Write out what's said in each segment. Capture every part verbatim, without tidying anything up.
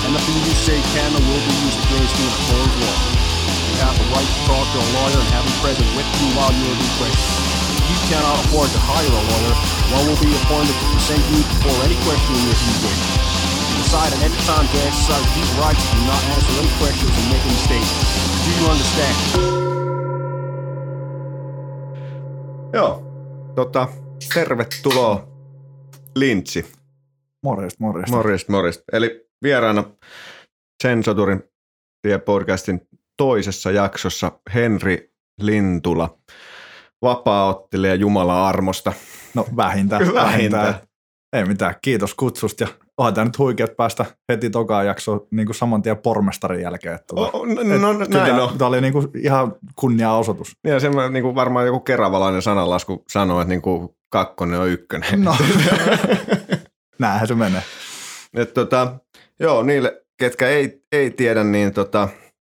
and nothing you say can or will be used against you in a court of law. You have the right to talk to a lawyer and have him present with you while you are being questioned. If you cannot afford to hire a lawyer, one will be appointed to present you before any questioning if you wish. You decide at any time to exercise these rights and do not answer any questions and make any statements. Do you understand? Joo, tota, tervetuloa Lintsi. Morjesta, morjesta. Morjesta, morjesta. Eli vieraana Sensoturin tie-podcastin toisessa jaksossa Henri Lintula, vapaaottelija Jumalan armosta. No vähintään. Vähintään. Ei mitään, kiitos kutsusta ja onhan tämä nyt huikeat päästä heti tokaan jaksoon niin kuin saman tien pormestarin jälkeen. Että, oh, no, et, no, näin tämä, on. Tämä oli niin kuin ihan kunnia-osoitus. Ja se niin kuin varmaan joku keravalainen sananlasku sanoo, että niin kuin kakkonen on ykkönen. No, näinhän se menee. Et, tota, joo, niille, ketkä ei, ei tiedä, niin tota,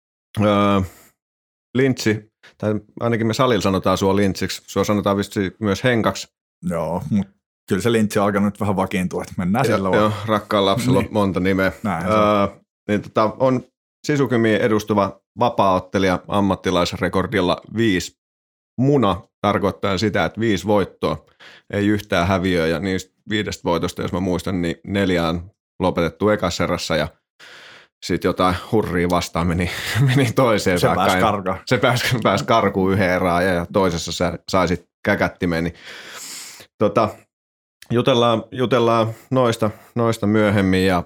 öö, Lintsi, tai ainakin me salilla sanotaan sua Lintsiksi, sua sanotaan vissi myös Henkaksi. Joo, mutta kyllä se Lintsi on alkanut nyt vähän vakiintua, että mennään jo, sillä Joo, rakkaan lapsella niin. On monta nimeä. Öö, niin tota, on Sisukymiin edustuva vapaaottelija ammattilaisrekordilla viisi muna, tarkoittaa sitä, että viisi voittoa, ei yhtään häviöä, ja niistä viidestä voitosta, jos mä muistan, niin neljä on lopetettu ekassa erässä, ja sitten jotain hurria vastaan meni, meni toiseen se saakka. Pääsi karkuun. Se pääsi, pääsi karkuun yhden erään, ja toisessa sai sitten käkättimeen. Niin, tota, jutellaan, jutellaan noista, noista myöhemmin, ja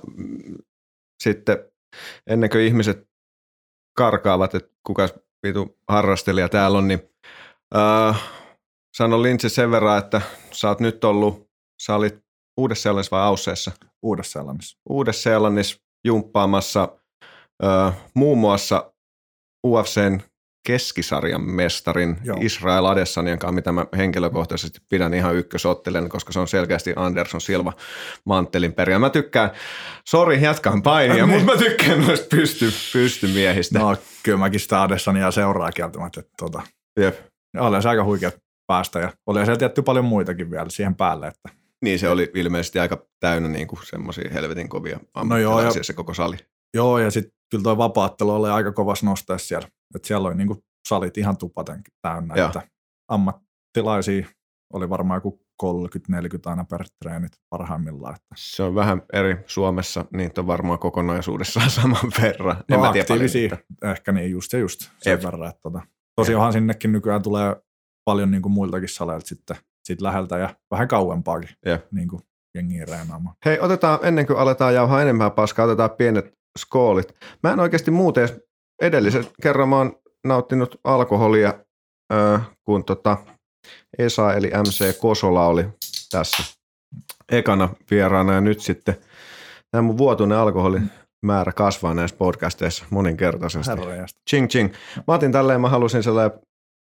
sitten ennen kuin ihmiset karkaavat, että kuka vitu harrastelija täällä on, niin äh, sanon Lintsi sen verran, että sä oot nyt ollut, sä olit Uudessa-Seelannissa vai Ausseessa? Uudessa-Seelannissa. Uudessa-Seelannissa jumppaamassa äh, muun muassa U F C:n keskisarjan mestarin Joo. Israel Adesanian kanssa, mitä mä henkilökohtaisesti pidän ihan ykkösottelijana, koska se on selkeästi Anderson Silva manttelin periä. Mä tykkään, sori jatkan painia, mutta mä tykkään noista pysty, pystymiehistä. No kyllä mäkin sitä Adesania seuraa kieltämättä. Että, tota, Jep. oli se aika huikea päästä ja oli siellä tietty paljon muitakin vielä siihen päälle. Että. Niin se oli ilmeisesti aika täynnä niin kuin semmoisia helvetin kovia ammattilaisia no joo, se koko sali. Joo ja sitten kyllä tuo vapaattelu oli aika kovas nosteessa siellä. Että siellä oli niinku salit ihan tupaten täynnä, Joo. että ammattilaisia oli varmaan joku kolmekymmentä neljäkymmentä aina per treenit parhaimmillaan. Että. Se on vähän eri Suomessa, niitä on varmaan kokonaisuudessaan saman verran. En no mä tiedä aktiivisia, ehkä niin just ja just sen Ep. verran. Että tota. Tosiaan sinnekin nykyään tulee paljon niinku muiltakin saleilta sitten sit läheltä ja vähän kauempaakin niinku jengiä reenaamaan. Hei, otetaan ennen kuin aletaan jauhaa enemmän paskaa, otetaan pienet skoolit. Mä en oikeasti muuten edellisen kerran mä oon nauttinut alkoholia, äh, kun tota Esa eli M C Kosola oli tässä ekana vieraana ja nyt sitten tämä mun vuotuinen alkoholimäärä kasvaa näissä podcasteissa moninkertaisesti. Herrajasta. Ching ching. Mä otin tälleen, mä halusin sellainen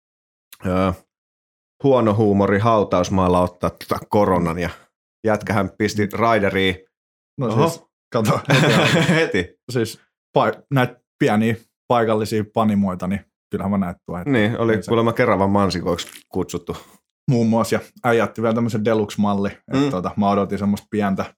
äh, huono huumori hautausmaalla ottaa tota koronan ja jätkähän pisti raideriin. No Oho. siis, kato. Heti. Siis pa- näitä pieniä paikallisia panimoita, niin kyllähän mä näet tuo. Niin, oli kuulemma Keravan mansikoiksi kutsuttu. Muun muassa, ja äijätti vielä tämmöisen deluxe-malli, Mm. että tota, mä odotin semmoista pientä,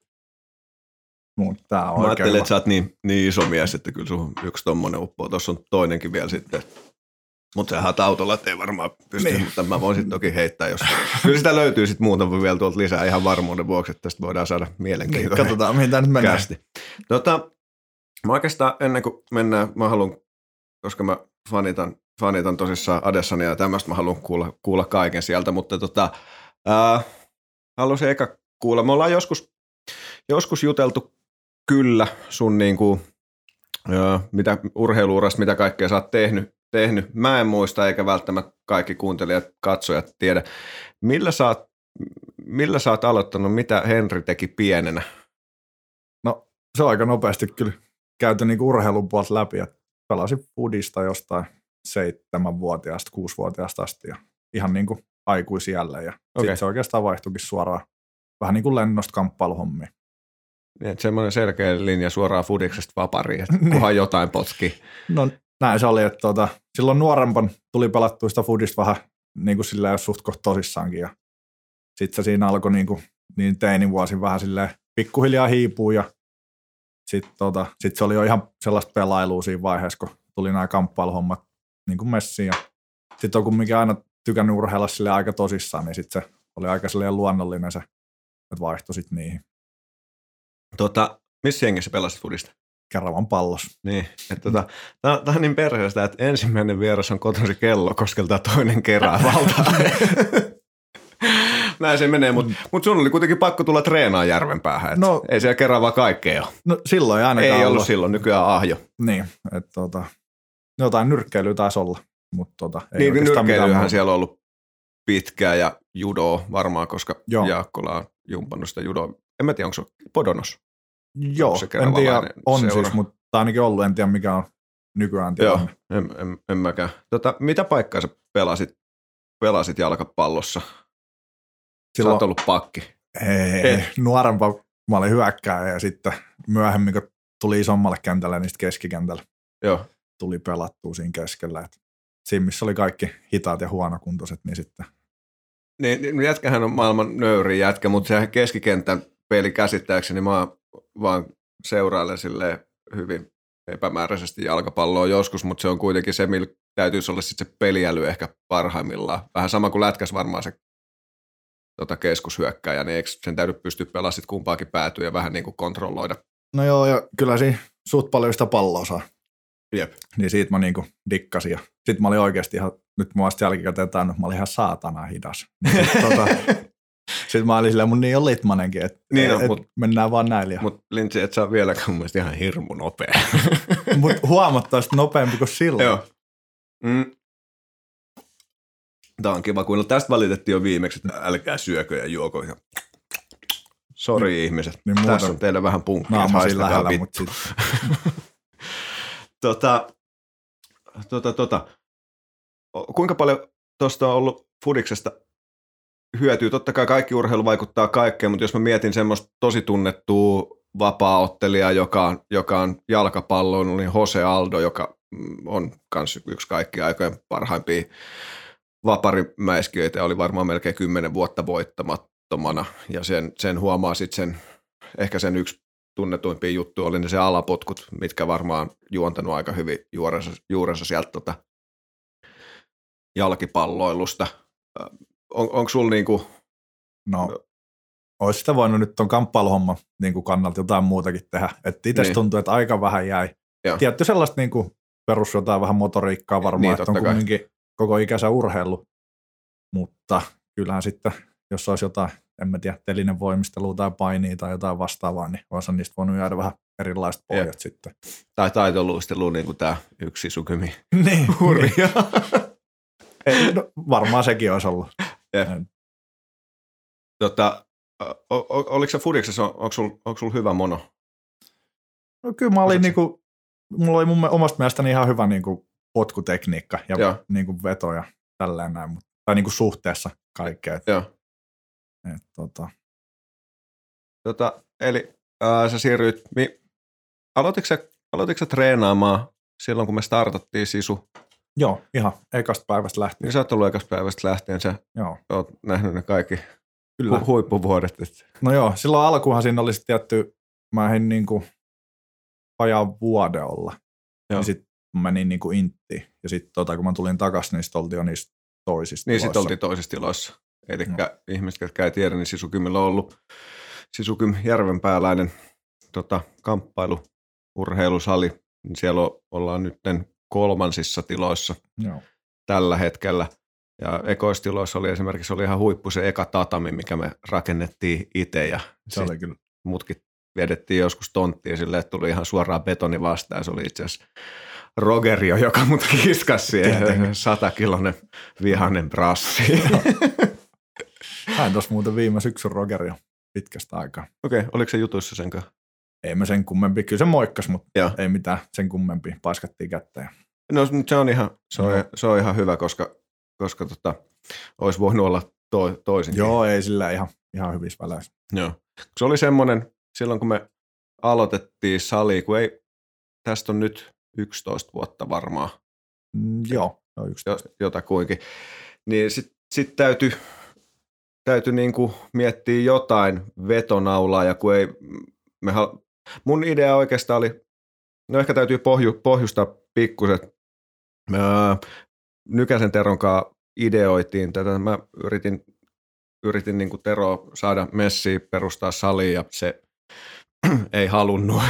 mutta tää on Mä oikein ajattelin, hyvä. että sä oot niin, niin iso mies, että kyllä sun yksi tommonen uppoo. Tuossa on toinenkin vielä sitten. Mutta sä haat autolla, että ei varmaan pysty, niin. Mutta mä voin sitten toki heittää, jos... Kyllä sitä löytyy sitten muutama vielä tuolta lisää ihan varmuuden vuoksi, että tästä voidaan saada mielenkiintoinen. Niin, katsotaan, mihin tää nyt menee. Kästi. Tota, mä oikeastaan ennen kuin mennään, mä haluan, koska mä fanitan, fanitan tosissaan Adesania ja tämmöistä, mä haluan kuulla, kuulla kaiken sieltä, mutta tota, ää, haluaisin eka kuulla. Me ollaan joskus, joskus juteltu kyllä sun niinku, ää, mitä urheiluurasta, mitä kaikkea sä oot tehnyt, tehnyt. Mä en muista, eikä välttämättä kaikki kuuntelijat, katsojat tiedä. Millä sä oot, millä sä oot aloittanut, mitä Henri teki pienenä? No se on aika nopeasti kyllä käyty niinku urheilun puolta läpi, että pelasin fudista jostain seitsemänvuotiaasta, kuusivuotiaasta asti ja ihan niin kuin aikuisiälle ja okay. Sitten se oikeastaan vaihtuikin suoraan vähän niin kuin lennosta kamppailuhommiin. Niin, semmoinen selkeä linja suoraan fudiksesta vapariin, että kunhan jotain potki. No näin se oli, että tuota, silloin nuorempan tuli pelattua sitä fudista vähän niin kuin silleen suht kohta tosissaankin ja sitten se siinä alkoi niin, kuin, niin teinivuosin vähän silleen pikkuhiljaa hiipua ja sitten tota, sit se oli jo ihan sellaista pelailua siinä vaiheessa, kun tuli nämä kamppailuhommat niin kuin messiin. Ja sitten on kumminkin aina tykännyt urheilla sille aika tosissaan, niin sitten se oli aika silleen luonnollinen se, että vaihtoi sitten niihin. Tota, missä jengissä pelasit fudista? Keravan Pallossa. Niin, että tota, tää, tää on niin perheestä, että ensimmäinen vieras on kotosi Kellokoskelta ja toinen Kerävalta. Näin se menee, mutta mut sun oli kuitenkin pakko tulla treenaamaan Järvenpäähän. No, ei siellä Keravaa kaikkea ole. No silloin ainakaan ei ollut, ollut silloin, nykyään ahjo. Niin, että tota, jotain nyrkkeilyä taisi olla. Mutta tota, ei niin, nyrkkeilyhän siellä on ollut pitkään ja judoa varmaan, koska Joo. Jaakkola on jumpannut sitä judoa. En mä tiedä, onko se Podonos? Joo, en tiedä, on seura. Siis, mutta ainakin ollut, en tiedä mikä on nykyään tilanne. Joo, en, en, en mäkään. Tota, mitä paikkaa sä pelasit, pelasit jalkapallossa? Silloin, sä oot ollut pakki. Ei, ei. Nuorempaa mä olin hyökkääjä ja sitten myöhemmin, kun tuli isommalle kentälle, niin sitten keskikentällä Joo. tuli pelattua siinä keskellä. Et siinä, missä oli kaikki hitaat ja huonokuntoiset, niin sitten... Niin, jätkähän on maailman nöyrin jätkä, mutta se keskikentän peli käsittääkseni mä vaan seurailen silleen hyvin epämääräisesti jalkapalloa joskus, mutta se on kuitenkin se, millä täytyisi olla sitten se peliäly ehkä parhaimmillaan. Vähän sama kuin lätkäs varmaan se tota keskushyökkääjä, niin eikö sen täytyy pystyä pelaamaan sitten kumpaakin päätyä ja vähän niin kuin kontrolloida? No joo, ja kyllä siinä suht paljon sitä palloa saa. Jep. Niin siitä mä niinku dikkasin. Sitten mä olin oikeasti ihan, nyt mä vasta jälkikäteen tainnut, mä olin ihan saatana hidas. Niin sit, tota, sitten mä olin silleen, mun niin on Litmanenkin, että niin et, et mut, mennään vaan näillä. Mutta Lintsi, et sä ole vieläkään mun mielestä ihan hirmu nopea. Mutta huomattavasti nopeampi kuin silloin. Joo. Mm. Tämä on kiva, kun tästä valitettiin jo viimeksi, että älkää syökö ja juoko. Sori niin, ihmiset, niin muuta, tässä on teille vähän punkkia. Naama siinä lähellä, mutta sitten. tota, tota, tota. Kuinka paljon tuosta on ollut fudiksesta hyötyä? Totta kai kaikki urheilu vaikuttaa kaikkeen, mutta jos mä mietin semmoista tosi tunnettua vapaa-ottelijaa, joka on, joka on jalkapalloon, niin Jose Aldo, joka on myös yksi kaikkien aikojen parhaimpia vaparimäiskijöitä, oli varmaan melkein kymmenen vuotta voittamattomana, ja sen, sen huomaa sitten sen, ehkä sen yksi tunnetuimpia juttu oli ne se alapotkut, mitkä varmaan juontanut aika hyvin juurensa, juurensa sieltä tota jalkipalloilusta. On, onko sulla niinku... No, olisi sitä voinut nyt ton kamppailuhomman niinku kannalta jotain muutakin tehdä. Että itse niin. Tuntuu, että aika vähän jäi. Joo. Tietty sellaista niinku perus jotain vähän motoriikkaa varmaan, niin, että on kumminkin koko ikänsä urheilu. Mutta kyllähän sitten, jos olisi jotain, en mä tiedä, telinen voimistelua tai painia tai jotain vastaavaa, niin olisi niistä voinut jäädä vähän erilaiset pohjat ja. Sitten. Tai taitoluistelu, niin kuin tämä yksi Sukymi. Niin. Hurjaa. Ei, no, varmaan sekin olisi ollut. Tota, o, o, oliko se fudiksessa, onko sulla sul hyvä mono? No kyllä mä olin niinku, mulla oli mun omasta mielestäni ihan hyvä niinku potkutekniikka ja, ja. Niinku veto ja tälleen näin, tai niinku suhteessa kaikkea. Joo. Et, tota. Tota, eli ää, sä siirryit, mi, aloititko, sä, aloititko sä treenaamaan silloin, kun me startattiin Sisu? Joo, ihan ekasta päivästä lähtien. Niin sä oot ollut ekasta päivästä lähtien, sä joo. Oot nähnyt ne kaikki hu- huippuvuodet. No joo, silloin alkuunhan siinä oli sitten tietty, mä ehdin niinku vajaan vuoden olla. Joo. Ja sitten menin niinku inttiin. Ja sitten tota, kun mä tulin takaisin, niin sitten oltiin jo niistä toisista niin, tiloissa. Niin sitten oltiin toisissa tiloissa. Eli no. ihmiset, jotka ei tiedä, niin Sisukymillä on ollut Sisukym järvenpääläinen tota, kamppailu, urheilusali. Niin siellä ollaan nyt kolmansissa tiloissa Joo. tällä hetkellä. Ja ekoistiloissa oli esimerkiksi oli ihan huippu se eka tatami, mikä me rakennettiin itse. Ja se oli kyllä. Mutkin vedettiin joskus tonttiin silleen, että tuli ihan suoraan betoni vastaan. Se oli itse asiassa Rogerio, joka mut kiskasi siihen satakiloinen vihainen brassi. Hän tuossa muuten viime syksyn Rogerio pitkästä aikaa. Okei, okay, oliko se jutuissa senkaan? Ei me sen kummempi. Kyllä se moikkas, mutta Joo. ei mitään sen kummempi. Paiskattiin kättä. No se on ihan, se on, no. se on ihan hyvä, koska, koska tota, olisi voinut olla to, toisin. Joo, ei sillä ihan, ihan hyvissä väleissä. Joo. Se oli semmoinen, silloin kun me aloitettiin sali, kun ei, tästä on nyt yksitoista vuotta varmaan. Mm, joo, joo yksitoista. Jotakuinkin. Niin sitten sit täytyy, täytyy niinku miettiä jotain vetonaulaa, ja kun ei, me mun idea oikeastaan oli, no ehkä täytyy pohju, pohjustaa pikkuset. Öö, Nykäsen Teron kanssa ideoitiin tätä. Mä yritin, yritin niin kuin Tero saada messiä, perustaa saliin ja se ei halunnut.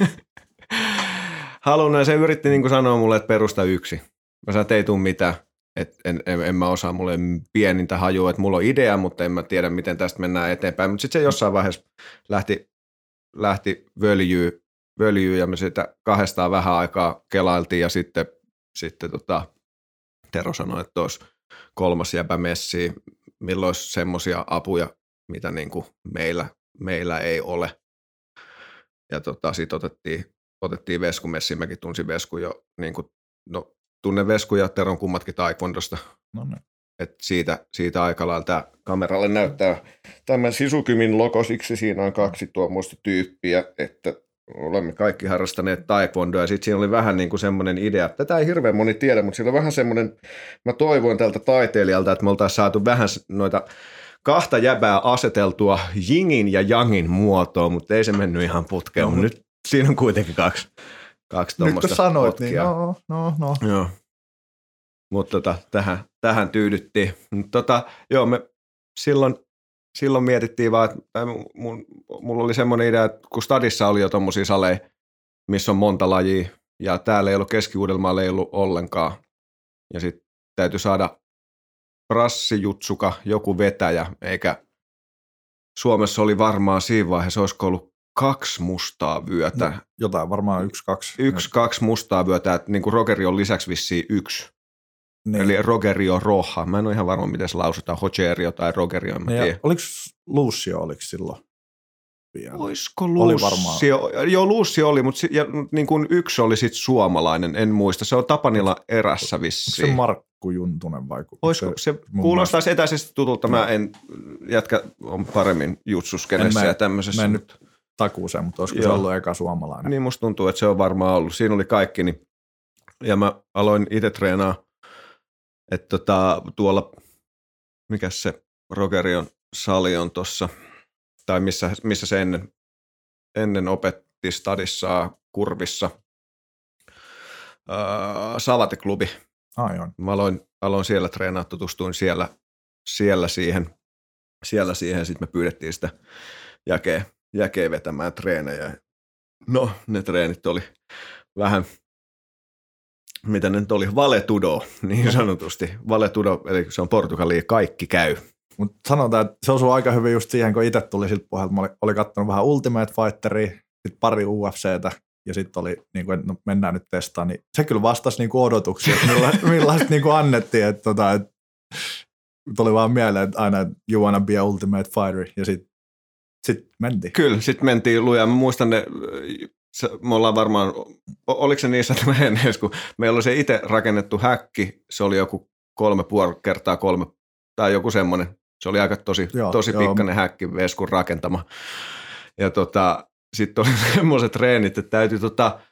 halunnut ja se yritti niin kuin sanoa mulle, että perusta yksi. Mä sanoin, että ei tule mitään. Et en, en, en mä osaa, mulle pienintä hajua, että mulla on idea, mutta en mä tiedä, miten tästä mennään eteenpäin. Mutta sitten se jossain vaiheessa lähti, lähti völjyy, völjyy ja me sitä kahdestaan vähän aikaa kelailtiin ja sitten, sitten tota, Tero sanoi, että olisi kolmas jäbä messiä, milloin olisi semmoisia apuja, mitä niinku meillä, meillä ei ole. Ja tota, sitten otettiin, otettiin Vesku messiin, mäkin tunsin Vesku jo, niinku, no tunnen Vesku ja Teron kummatkin taekwondosta. No niin. Et siitä, siitä aika lailla tämä kameralle näyttää tämän Sisukymin logo, siksi siinä on kaksi tuommoista tyyppiä, että olemme kaikki harrastaneet taekwondoa ja sitten siinä oli vähän niin kuin semmoinen idea, tätä ei hirveän moni tiedä, mutta siinä on vähän semmoinen, mä toivoin tältä taiteilijalta, että me oltaisiin saatu vähän noita kahta jäbää aseteltua jingin ja jangin muotoon, mutta ei se mennyt ihan putkeen, no, mutta nyt siinä on kuitenkin kaksi, kaksi tuommoista nyt kun sanoit, potkia. Niin no, no, no. Joo. Mutta tota, tähän, tähän tyydyttiin. Tota, joo, me silloin, silloin mietittiin vaan, että mun, mulla oli semmoinen idea, että kun stadissa oli jo tommosia saleja, missä on monta lajia, ja täällä ei ollut Keski-Uudellamaalla ei ollut ollenkaan. Ja sitten täytyy saada prassijutsuka, joku vetäjä, eikä Suomessa oli varmaan siinä vaiheessa, olisiko ollut kaksi mustaa vyötä. No, jotain, varmaan yksi, kaksi. Yksi, kaksi mustaa vyötä, että niin kuin Rogeri on lisäksi vissiin yksi. Niin. Eli Rogerio Roja. Mä en ole ihan varma, miten se lausutaan. Rogerio tai Rogerio, en mä tiedä. Oliko Lucio, oliko silloin vielä? Olisiko Lucio? Joo, Lucio oli, mutta ja, niin kuin yksi oli sitten suomalainen, en muista. Se on Tapanilla erässä vissiin. Onko se Markku Juntunen vai? Olisiko se, se kuulostaisi etäisesti tutulta. Mä en, jätkä on paremmin jutsuskenessä ja tämmöisessä. Mä en nyt takuuseen, mutta olisiko Joo. se ollut eka suomalainen? Niin musta tuntuu, että se on varmaan ollut. Siinä oli kaikki. Niin, ja mä aloin itse treenaa. Että tota, tuolla, mikä se Rogerion sali on tuossa, tai missä, missä se ennen, ennen opetti stadissa Kurvissa, äh, Savate-klubi. Aion. Mä aloin, aloin siellä treenaa, tutustuin siellä, siellä siihen, siellä siihen, sitten me pyydettiin sitä jäkeä, jäkeä vetämään treenejä. No, ne treenit oli vähän... mitä ne nyt oli, valetudo, niin sanotusti. Valetudo, eli se on Portugalia, kaikki käy. Mutta sanotaan, että se osui aika hyvin just siihen, kun itse tuli siltä pohjalta. Mä olin, olin katsonut vähän Ultimate Fighteria, sitten pari U F C:tä, ja sitten oli, niin kuin, että no, mennään nyt testaan. Niin se kyllä vastasi niin kuin odotuksia, että milla, millaista niin kuin annettiin. Että, tota, että tuli vaan mieleen, että aina, että you wanna be a Ultimate Fighter, ja sitten sit mentiin. Kyllä, sitten mentiin lujaa. Mä muistan ne... Se, me ollaan varmaan, oliko se niissä, että me ennen, kun meillä oli se itse rakennettu häkki, se oli joku kolme puoli kertaa kolme, tai joku semmoinen, se oli aika tosi, joo, tosi pikkainen häkki Veskun rakentama. Ja tota, sitten oli semmoiset treenit, että täytyy tota,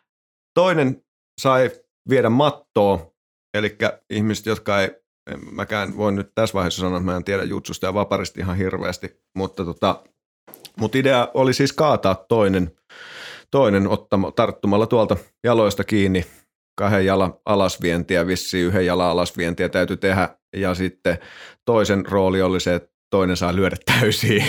toinen sai viedä mattoa, eli ihmiset, jotka ei, en mäkään voi nyt tässä vaiheessa sanoa, että mä en tiedä jutsusta ja vaparista ihan hirveästi, mutta tota, mut idea oli siis kaataa toinen, Toinen ottama, tarttumalla tuolta jaloista kiinni, kahden jalan alasvientiä, vissiin yhden jalan alasvientiä täytyy tehdä, ja sitten toisen rooli oli se, että toinen saa lyödä täysiin.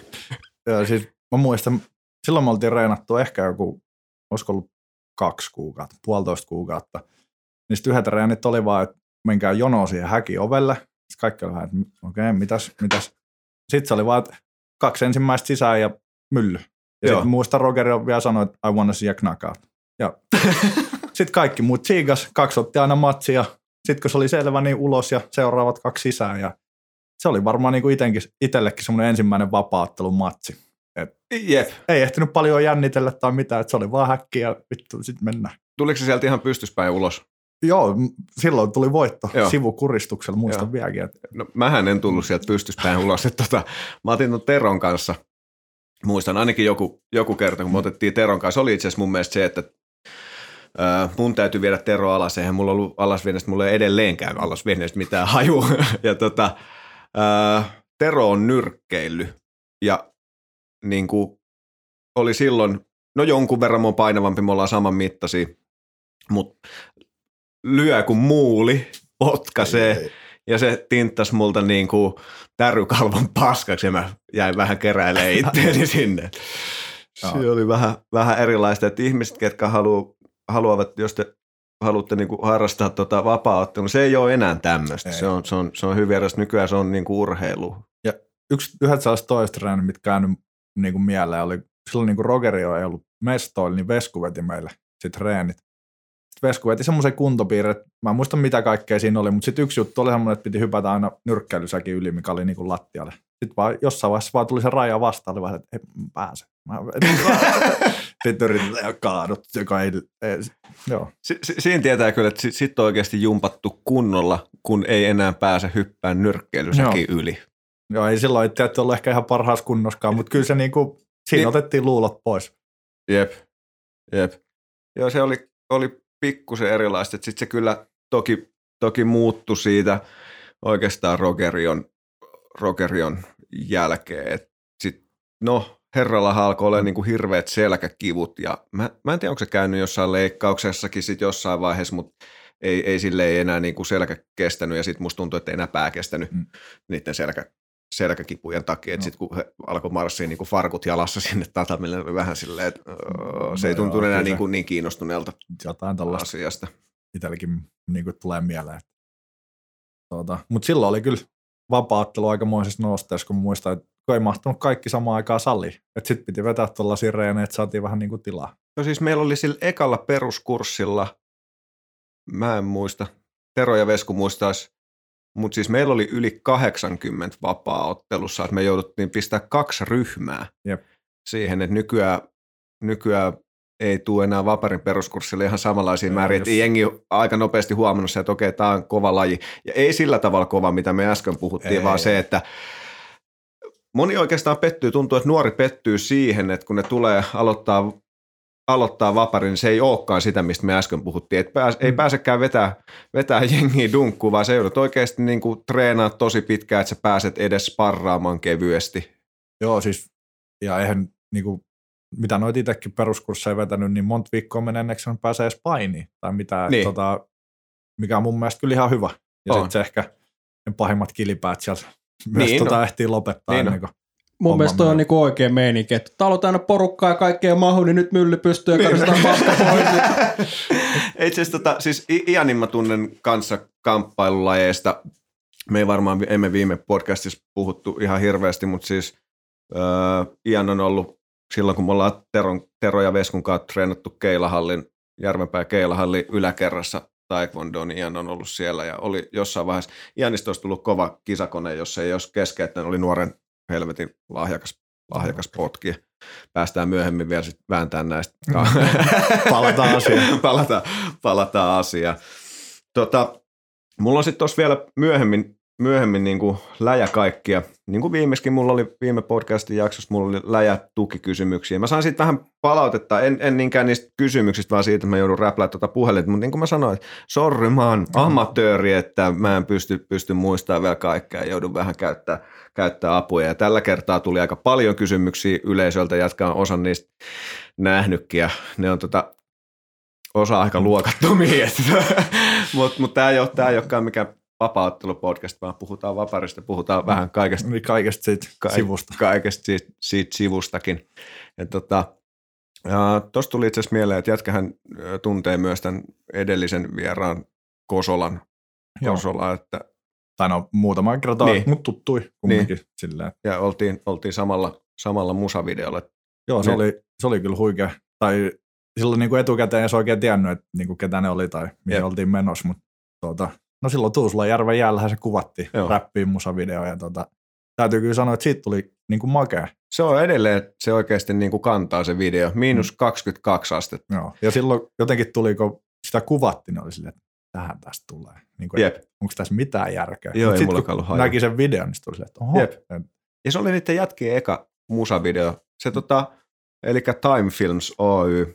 Ja siis mä muistan, silloin me oltiin reenattu ehkä joku, olisiko ollut kaksi kuukautta, puolitoista kuukautta, niin sitten yhdet reenit oli vaan, että menkää jonoon siihen häkin ovelle, sitten kaikki oli vähän, että okei, okay, mitäs, mitäs. Sitten se oli vaan, että kaksi ensimmäistä sisään ja mylly. Ja sitten muista Rogerio vielä sanoi, että I wanna see a knockout. Ja sitten kaikki muut tsiigas, kaksi otti aina matsia. Sitten kun se oli selvä, niin ulos ja seuraavat kaksi sisään. Ja se oli varmaan niin kuin itsellekin semmoinen ensimmäinen vapaa-ottelun matsi. Et Jep. Ei ehtinyt paljon jännitellä tai mitään, että se oli vaan häkki ja vittu, sitten mennään. Tuliko se sieltä ihan pystyspäin ulos? Joo, silloin tuli voitto Joo. sivukuristuksella, muistan Joo. vieläkin. Että... No, mähän en tullut sieltä pystyspäin ulos. Että tota, mä otin tuon Teron kanssa. Muistan ainakin joku, joku kerta, kun me otettiin Teron kanssa. Se oli itse asiassa mun mielestä se, että ää, mun täytyy viedä Tero alas. Eihän mulla ollut alasvienestä, mulla ei edelleenkään alasvienestä mitään haju. ja tota, ää, Tero on nyrkkeillyt ja niin kuin oli silloin no jonkun verran mä oon painavampi, me ollaan saman mittaisia, mutta lyö kun muuli, potkaisee. Ei, ei. Ja se tinttasi multa niin kuin tärykalvon paskaksi ja mä jäin vähän keräilemään itteeni sinne. Se oli vähän, vähän erilaista, että ihmiset, ketkä haluaa, haluavat, jos te haluatte niin kuin harrastaa tota vapaa-ottelua, se ei ole enää tämmöistä. Se on, se, on, se on hyvin eräs. Nykyään se on niin kuin urheilu. Ja yksi, yhdet sellaiset toiset treenit, mitkä käynyt niin kuin mieleen, oli silloin niin kuin Rogerio ei ollut mestoilla, niin Vesku veti meille sit treenit. Vesku veti semmoisen kuntopiirre, että mä en muista mitä kaikkea siinä oli, mutta sitten yksi juttu oli semmoinen, että piti hypätä aina nyrkkeilysäkin yli, mikä oli niin kuin lattialle. Sitten vaan jossain vaiheessa vaan tuli se raja vastaan, oli vaan, että ei pääse. Mä sitten yritin ja kaadut, joka ei, ei joo. Si- si- siinä tietää kyllä, että sitten on oikeasti jumpattu kunnolla, kun ei enää pääse hyppään nyrkkeilysäkin joo. yli. Joo, ei silloin itse asiassa ollut ehkä ihan parhaassa kunnoskaan, mutta kyllä se niinku, siinä niin. otettiin luulot pois. Jep, jep. Joo, se oli, oli pikkusen erilaista, että sitten se kyllä toki, toki muuttui siitä oikeastaan Rogerion, Rogerion jälkeen. Et sit, no, herralla alkoi olla niinku hirveät selkäkivut ja mä, mä en tiedä, onko se käynyt jossain leikkauksessakin sit jossain vaiheessa, mutta ei, ei silleen enää niinku selkä kestänyt ja sitten musta tuntui, että ei enää pää kestänyt mm. niiden selkä, selkäkipujen takia. No. Sitten kun he alkoi marssiin niinku farkut jalassa sinne tatamille, oli vähän silleen, että no, se ei tuntunut enää niinku niin kiinnostuneelta jotain tällaista asiasta. Itselläkin niinku tulee mieleen. Tuota, mutta silloin oli kyllä vapaa-ottelu aikamoisessa nosteessa, kun muistan, että kun ei mahtunut kaikki samaan aikaan saliin. Että sitten piti vetää tuollaisia reenejä, että saatiin vähän niin kuin tilaa. No siis meillä oli sillä ekalla peruskurssilla, mä en muista, Tero ja Vesku muistaisi, mutta siis meillä oli yli kahdeksankymmentä vapaa-ottelussa, että me jouduttiin pistää kaksi ryhmää Jep. siihen, että nykyään, nykyään ei tule enää vaparin peruskurssille ihan samanlaisia määriä, että jengi aika nopeasti huomannut se, että okei, tämä on kova laji. Ja ei sillä tavalla kova, mitä me äsken puhuttiin, ei, vaan ei. se, että moni oikeastaan pettyy, tuntuu, että nuori pettyy siihen, että kun ne tulee aloittaa, aloittaa vaparin, niin se ei olekaan sitä, mistä me äsken puhuttiin. Että pääs, mm. ei pääsekään vetää, vetää jengiä dunkkuun, vaan se joudut oikeasti niin kuin treenaa tosi pitkään, että sä pääset edes sparraamaan kevyesti. Joo, siis ja eihän niin kuin, mitä noit itsekin peruskursseja vetänyt, niin monta viikkoa menee ennen kuin pääsee edes painiin. Tai mitä, niin. tota, mikä on mun mielestä kyllä ihan hyvä. Ja sitten se ehkä ne pahimmat kilipäät sieltä myös niin, tota no. ehtii lopettaa niin ennen kuin mun mielestä toi on niinku oikein meininki, että täällä on porukkaa ja kaikkea mahu, niin nyt mylly pystyy ja karsitaan paska pois. Itse asiassa tota, siis Ianin mä tunnen kanssa kamppailulajeista. Me ei varmaan, emme viime podcastissa puhuttu ihan hirveästi, mutta siis äh, Ian on ollut silloin, kun me ollaan Teron, Tero ja Veskun kanssa treenattu Keilahallin, Järvenpää Keilahallin yläkerrassa taekwondoon, niin Ian on ollut siellä ja oli jossain vaiheessa, Ianista olisi tullut kova kisakone, jos ei olisi keskeyttänyt, oli nuoren helvetin lahjakas, lahjakas potki. Päästään myöhemmin vielä sitten vääntämään näistä. Palataan asiaan. palataan, palataan asiaan. Tota, mulla on sitten tuossa vielä myöhemmin, myöhemmin niin kuin läjä kaikkia. Niin kuin viimeiskin mulla oli viime podcastin jaksossa, mulla oli läjä tukikysymyksiä. Mä sain sitten vähän palautetta, en, en niinkään niistä kysymyksistä, vaan siitä, että mä joudun räplää tuota puhelinta. Mutta niin kuin mä sanoin, että sorry, mä oon amatööri, että mä en pysty, pysty muistamaan vielä kaikkea ja joudun vähän käyttää, käyttää apuja. Ja tällä kertaa tuli aika paljon kysymyksiä yleisöltä, jotka on osan niistä nähnytkin. Ja ne on tota, osa aika luokattomia. Mutta mut tämä ei ole, tää ei olekaan mikään vapaa-ottelupodcast, vaan puhutaan vaparista, puhutaan vähän kaikesta, kaikesta siitä ka- sivusta. Kaikesta siitä, siitä sivustakin. Tota, tuossa tuli itse asiassa mieleen, että jätkähän tuntee myös tämän edellisen vieraan Kosolan. Kosola, että tai no muutama kertaa, niin. mutta tuttui kumminkin niin. silleen. Ja oltiin, oltiin samalla, samalla musavideolla. Joo, se, niin. oli, se oli kyllä huikea. Tai silloin niin kuin etukäteen ei se oikein tiennyt, että niin kuin ketä ne oli tai mihin Jep. oltiin menossa, mutta tuota, no silloin Tuusulan järven jäällähän se kuvattiin Joo. räppiin musavideo ja tuota, täytyy kyllä sanoa, että siitä tuli niin kuin makea. Se on edelleen, se oikeasti niin kuin kantaa se video, miinus kaksikymmentäkaksi astetta. Joo, ja silloin jotenkin tuli, kun sitä kuvattiin, niin oli silleen, että tähän tästä tulee. Niin kuin, onko tässä mitään järkeä? Joo, ei mulla kun näki sen videon, niin tuli silleen, että oho. Jep. Ja se oli niiden jätkien eka musavideo. Se tota, eli Time Films Oy,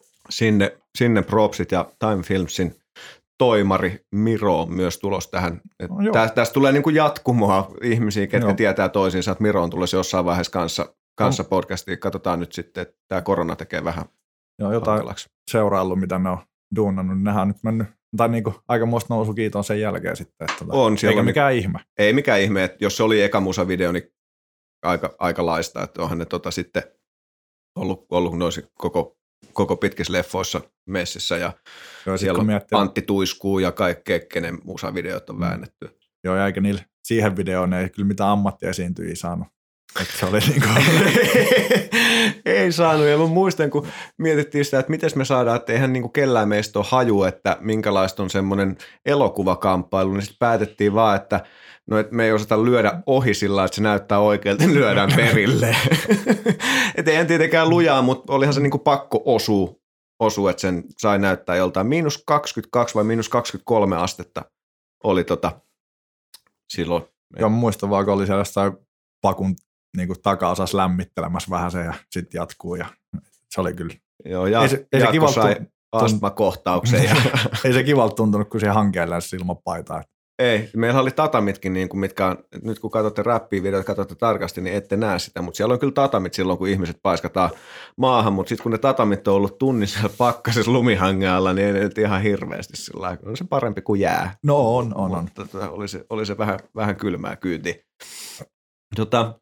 sinne, sinne propsit ja Time Filmsin toimari Miro on myös tulos tähän. No, tästä tulee niin kuin jatkumoa ihmisiä, ketkä joo. tietää toisiinsa, että Miro on tulossa jossain vaiheessa kanssa kanssa podcastia. Katsotaan nyt sitten, että tämä korona tekee vähän Joo, jotain hankalaksi. seuraillut, mitä ne on duunannut, niin nehän on nyt mennyt, tai niin kuin aikamoista nousukiitoa sen jälkeen sitten. Että On, eikä on, mikään ihme. Ei mikään ihme, että jos se oli eka musavideo, niin aika, aika laista, että onhan ne tota sitten ollut, ollut noissa koko, koko pitkissä leffoissa messissä ja Joo, siellä on miettii, Antti Tuiskuu ja kaikkea, kenen musavideot on väännetty. Joo, ja eikä niillä siihen videoon ei kyllä mitään ammattiesiintyjiä saanut. Että se oli niin kuin... Ei saanut, ja mä muistan, kun mietittiin sitä, että miten me saadaan, että eihän niin kuin kellään meistä ole haju, että minkälaista on semmoinen elokuvakamppailu, niin sitten päätettiin vaan, että no, että me ei osata lyödä ohi sillä, että se näyttää oikealta, niin lyödään perille. Että eihän tietenkään lujaa, mutta olihan se niin kuin pakko osua, osua, että sen sai näyttää joltain. Miinus kaksikymmentäkaksi vai miinus kaksikymmentäkolme astetta oli tota silloin. Joo, muistan vaan, kun oli siellä jostain pakun niin kuin taka-osassa lämmittelemässä vähän se ja sitten jatkuu ja se oli kyllä. Joo, ja ei se, ei se Jaakko sai tunt- astmakohtauksen. Ja ei se kivalta tuntunut, kun siihen hankeen lähes ilman paitaa. ei, meillä oli tatamitkin, niin kuin mitkä on, nyt kun katsotte räppiä-videoita, katsotte tarkasti, niin ette näe sitä, mutta siellä on kyllä tatamit silloin, kun ihmiset paiskataan maahan, mutta sitten kun ne tatamit on ollut tunnin siellä pakkasessa lumihangen alla, niin ei ne nyt ihan hirveästi sillä lailla. On se parempi kuin jää. No on, on, on. Mutta tota, oli se, oli se vähän, vähän kylmää kyytiä. Tota,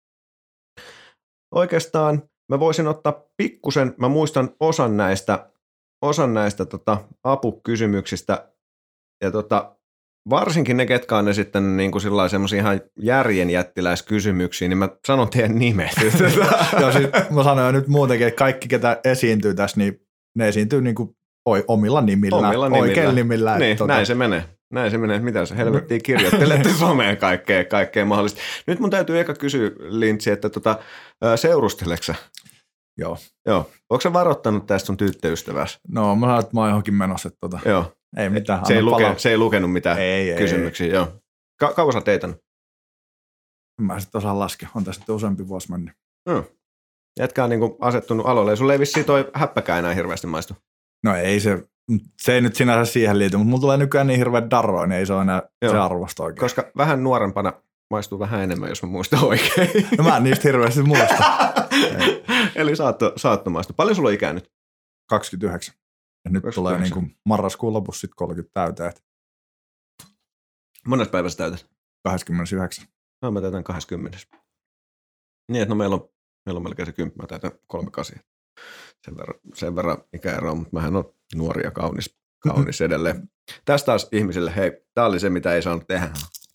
oikeastaan mä voisin ottaa pikkusen, mä muistan osan näistä, osan näistä tota, apukysymyksistä, ja tota, varsinkin ne, ketkä on esittänyt niin kuin semmoisia ihan järjen jättiläiskysymyksiä, niin mä sanon teidän nimet. Joo, siis mä sanoin jo nyt muutenkin, että kaikki, ketä esiintyy tässä, niin ne esiintyy niin kuin omilla nimillä, omilla nimillä. oikeilla nimillä. Niin, tota... näin se menee. Näin se menee. Mitä sä helvettiin kirjoittelette someen kaikkea, kaikkea mahdollista. Nyt mun täytyy eka kysyä, Lintsi, että tota, seurusteleksä? Joo. Joo. Onko sä varoittanut tästä sun tyttöystäväsi? No mä sanoin, että mä oon johonkin menossa. Että tota... Joo. Ei mitään. Se ei, luke, se ei lukenut mitään ei, kysymyksiä. Ei. Joo. Ka- kauan sä teitän? Mä sitten osaan laskea. On tässä sitten useampi vuosi mennyt. Hmm. Jätkä on niinku asettunut aloille. Sulla ei vissiin toi häppäkään enää hirveästi maistu. No ei se, se ei nyt sinänsä siihen liity, mutta mulla tulee nykyään niin hirveän darroa, niin ei se ole enää Joo. se arvosta oikein. Koska vähän nuorempana maistuu vähän enemmän, jos mä muistan oikein. No mä en niistä hirveästi muista. Eli saatto, saatto maistu. Paljon sulla on ikää nyt? kaksikymmentäyhdeksän. Ja nyt kaksikymmentäyhdeksän. Tulee niin kuin marraskuun lopussa sitten kolmekymmentä täyteen. Monessa päivässä täytät? kaksikymmentäyhdeksän. No mä täytän kaksikymmentä. Niin, että no meillä on, meillä on melkein se kymppi, mä täytän kolmekymmentäkahdeksan. Sen verran, sen verran ikäero, mutta mähän on nuori ja kaunis, kaunis edelleen. Tästä taas ihmisille, hei, tää oli se, mitä ei saanut tehdä.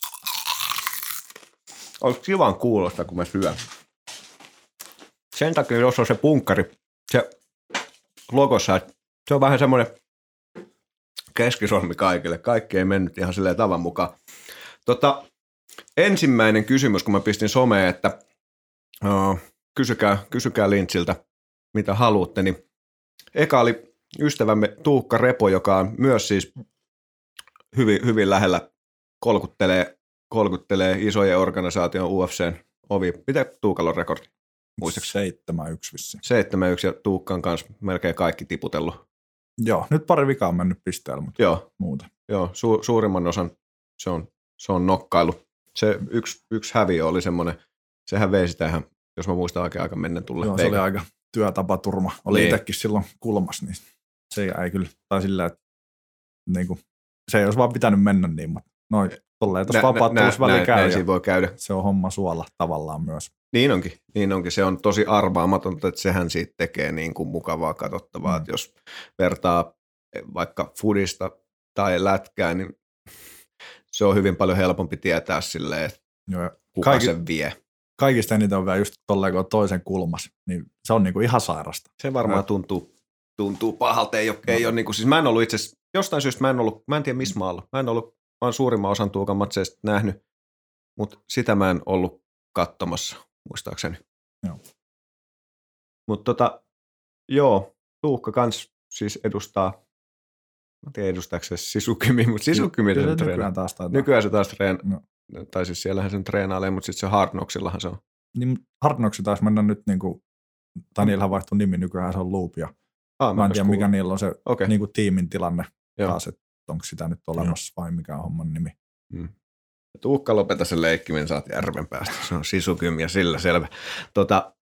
Olisi kivan kuulosta, kun mä syön. Sen takia, jos on se punkkari, se logossa, että se on vähän semmoinen keskisormi kaikille. Kaikki ei mennyt ihan silleen tavan mukaan. Tota, ensimmäinen kysymys, kun mä pistin someen, että uh, kysykää, kysykää Lintsiltä, mitä haluatte, niin eka oli ystävämme Tuukka Repo, joka on myös siis hyvin, hyvin lähellä kolkuttelee, kolkuttelee isojen organisaation U F C:n ovi. Mitä Tuukalla on rekordi? Muistaakseni? seitsemän yksi vissiin. seitsemän yksi ja Tuukka on kanssa melkein kaikki tiputellut. Joo, nyt pari vikaa on mennyt pisteellä, mutta Joo. muuta. Joo, su- suurimman osan se on, se on nokkailu. Se yksi, yksi häviö oli semmoinen, sehän vei sitä ihan, jos mä muistan oikein aika mennä tulla. Joo, se oli aika työtapaturma. Oli niin. itsekin silloin kulmassa, niin se ei kyllä, tai sillä, että niin kuin, se ei olisi vaan pitänyt mennä niin, mutta noin, tolleen tuossa vapaattelussa väliin käy. Näin voi käydä. Se on homma suolla tavallaan myös. Niin onkin, niin onkin. Se on tosi arvaamatonta, että sehän siitä tekee niin kuin mukavaa katsottavaa, mm. että jos vertaa vaikka foodista tai lätkää, niin se on hyvin paljon helpompi tietää silleen, että Joo, kuka kaikki, sen vie. Kaikista eniten on vielä just tolleen, kun on toisen kulmas, niin se on niinku ihan sairasta. Se varmaan tuntuu, tuntuu pahalta. Ei ole, no. ei ole niinku, siis mä en ollut itse asiassa, jostain syystä mä en ollut, mä en tiedä missä mä ollut. Mä en ollut, mä oon suurimman osan Tuukan matseista nähnyt, mutta sitä mä en ollut katsomassa, muistaakseni. Joo. Mutta tota, joo, Tuukka kans siis edustaa, mä en tiedä edustaako se Sisukimi, mutta Sisukimi sen treenaa. Nykyään se taas treenaa, no. tai siis siellähän sen treenailee, mutta sitten se Hard Knocksillahan se on. Niin Hard Knocks taisi mennä nyt, niinku, tai niillähän vaihtui nimi, nykyään se on Loop, ja ah, mä en tiedä mikä niillä on se okay. niinku, tiimin tilanne Joo. taas, että onko sitä nyt olemassa Joo. vai mikä on homman nimi. Hmm. Tuukka, lopeta sen leikkiminen, saat järven päästä. Se on Sisukimi ja sillä selvä. Tota,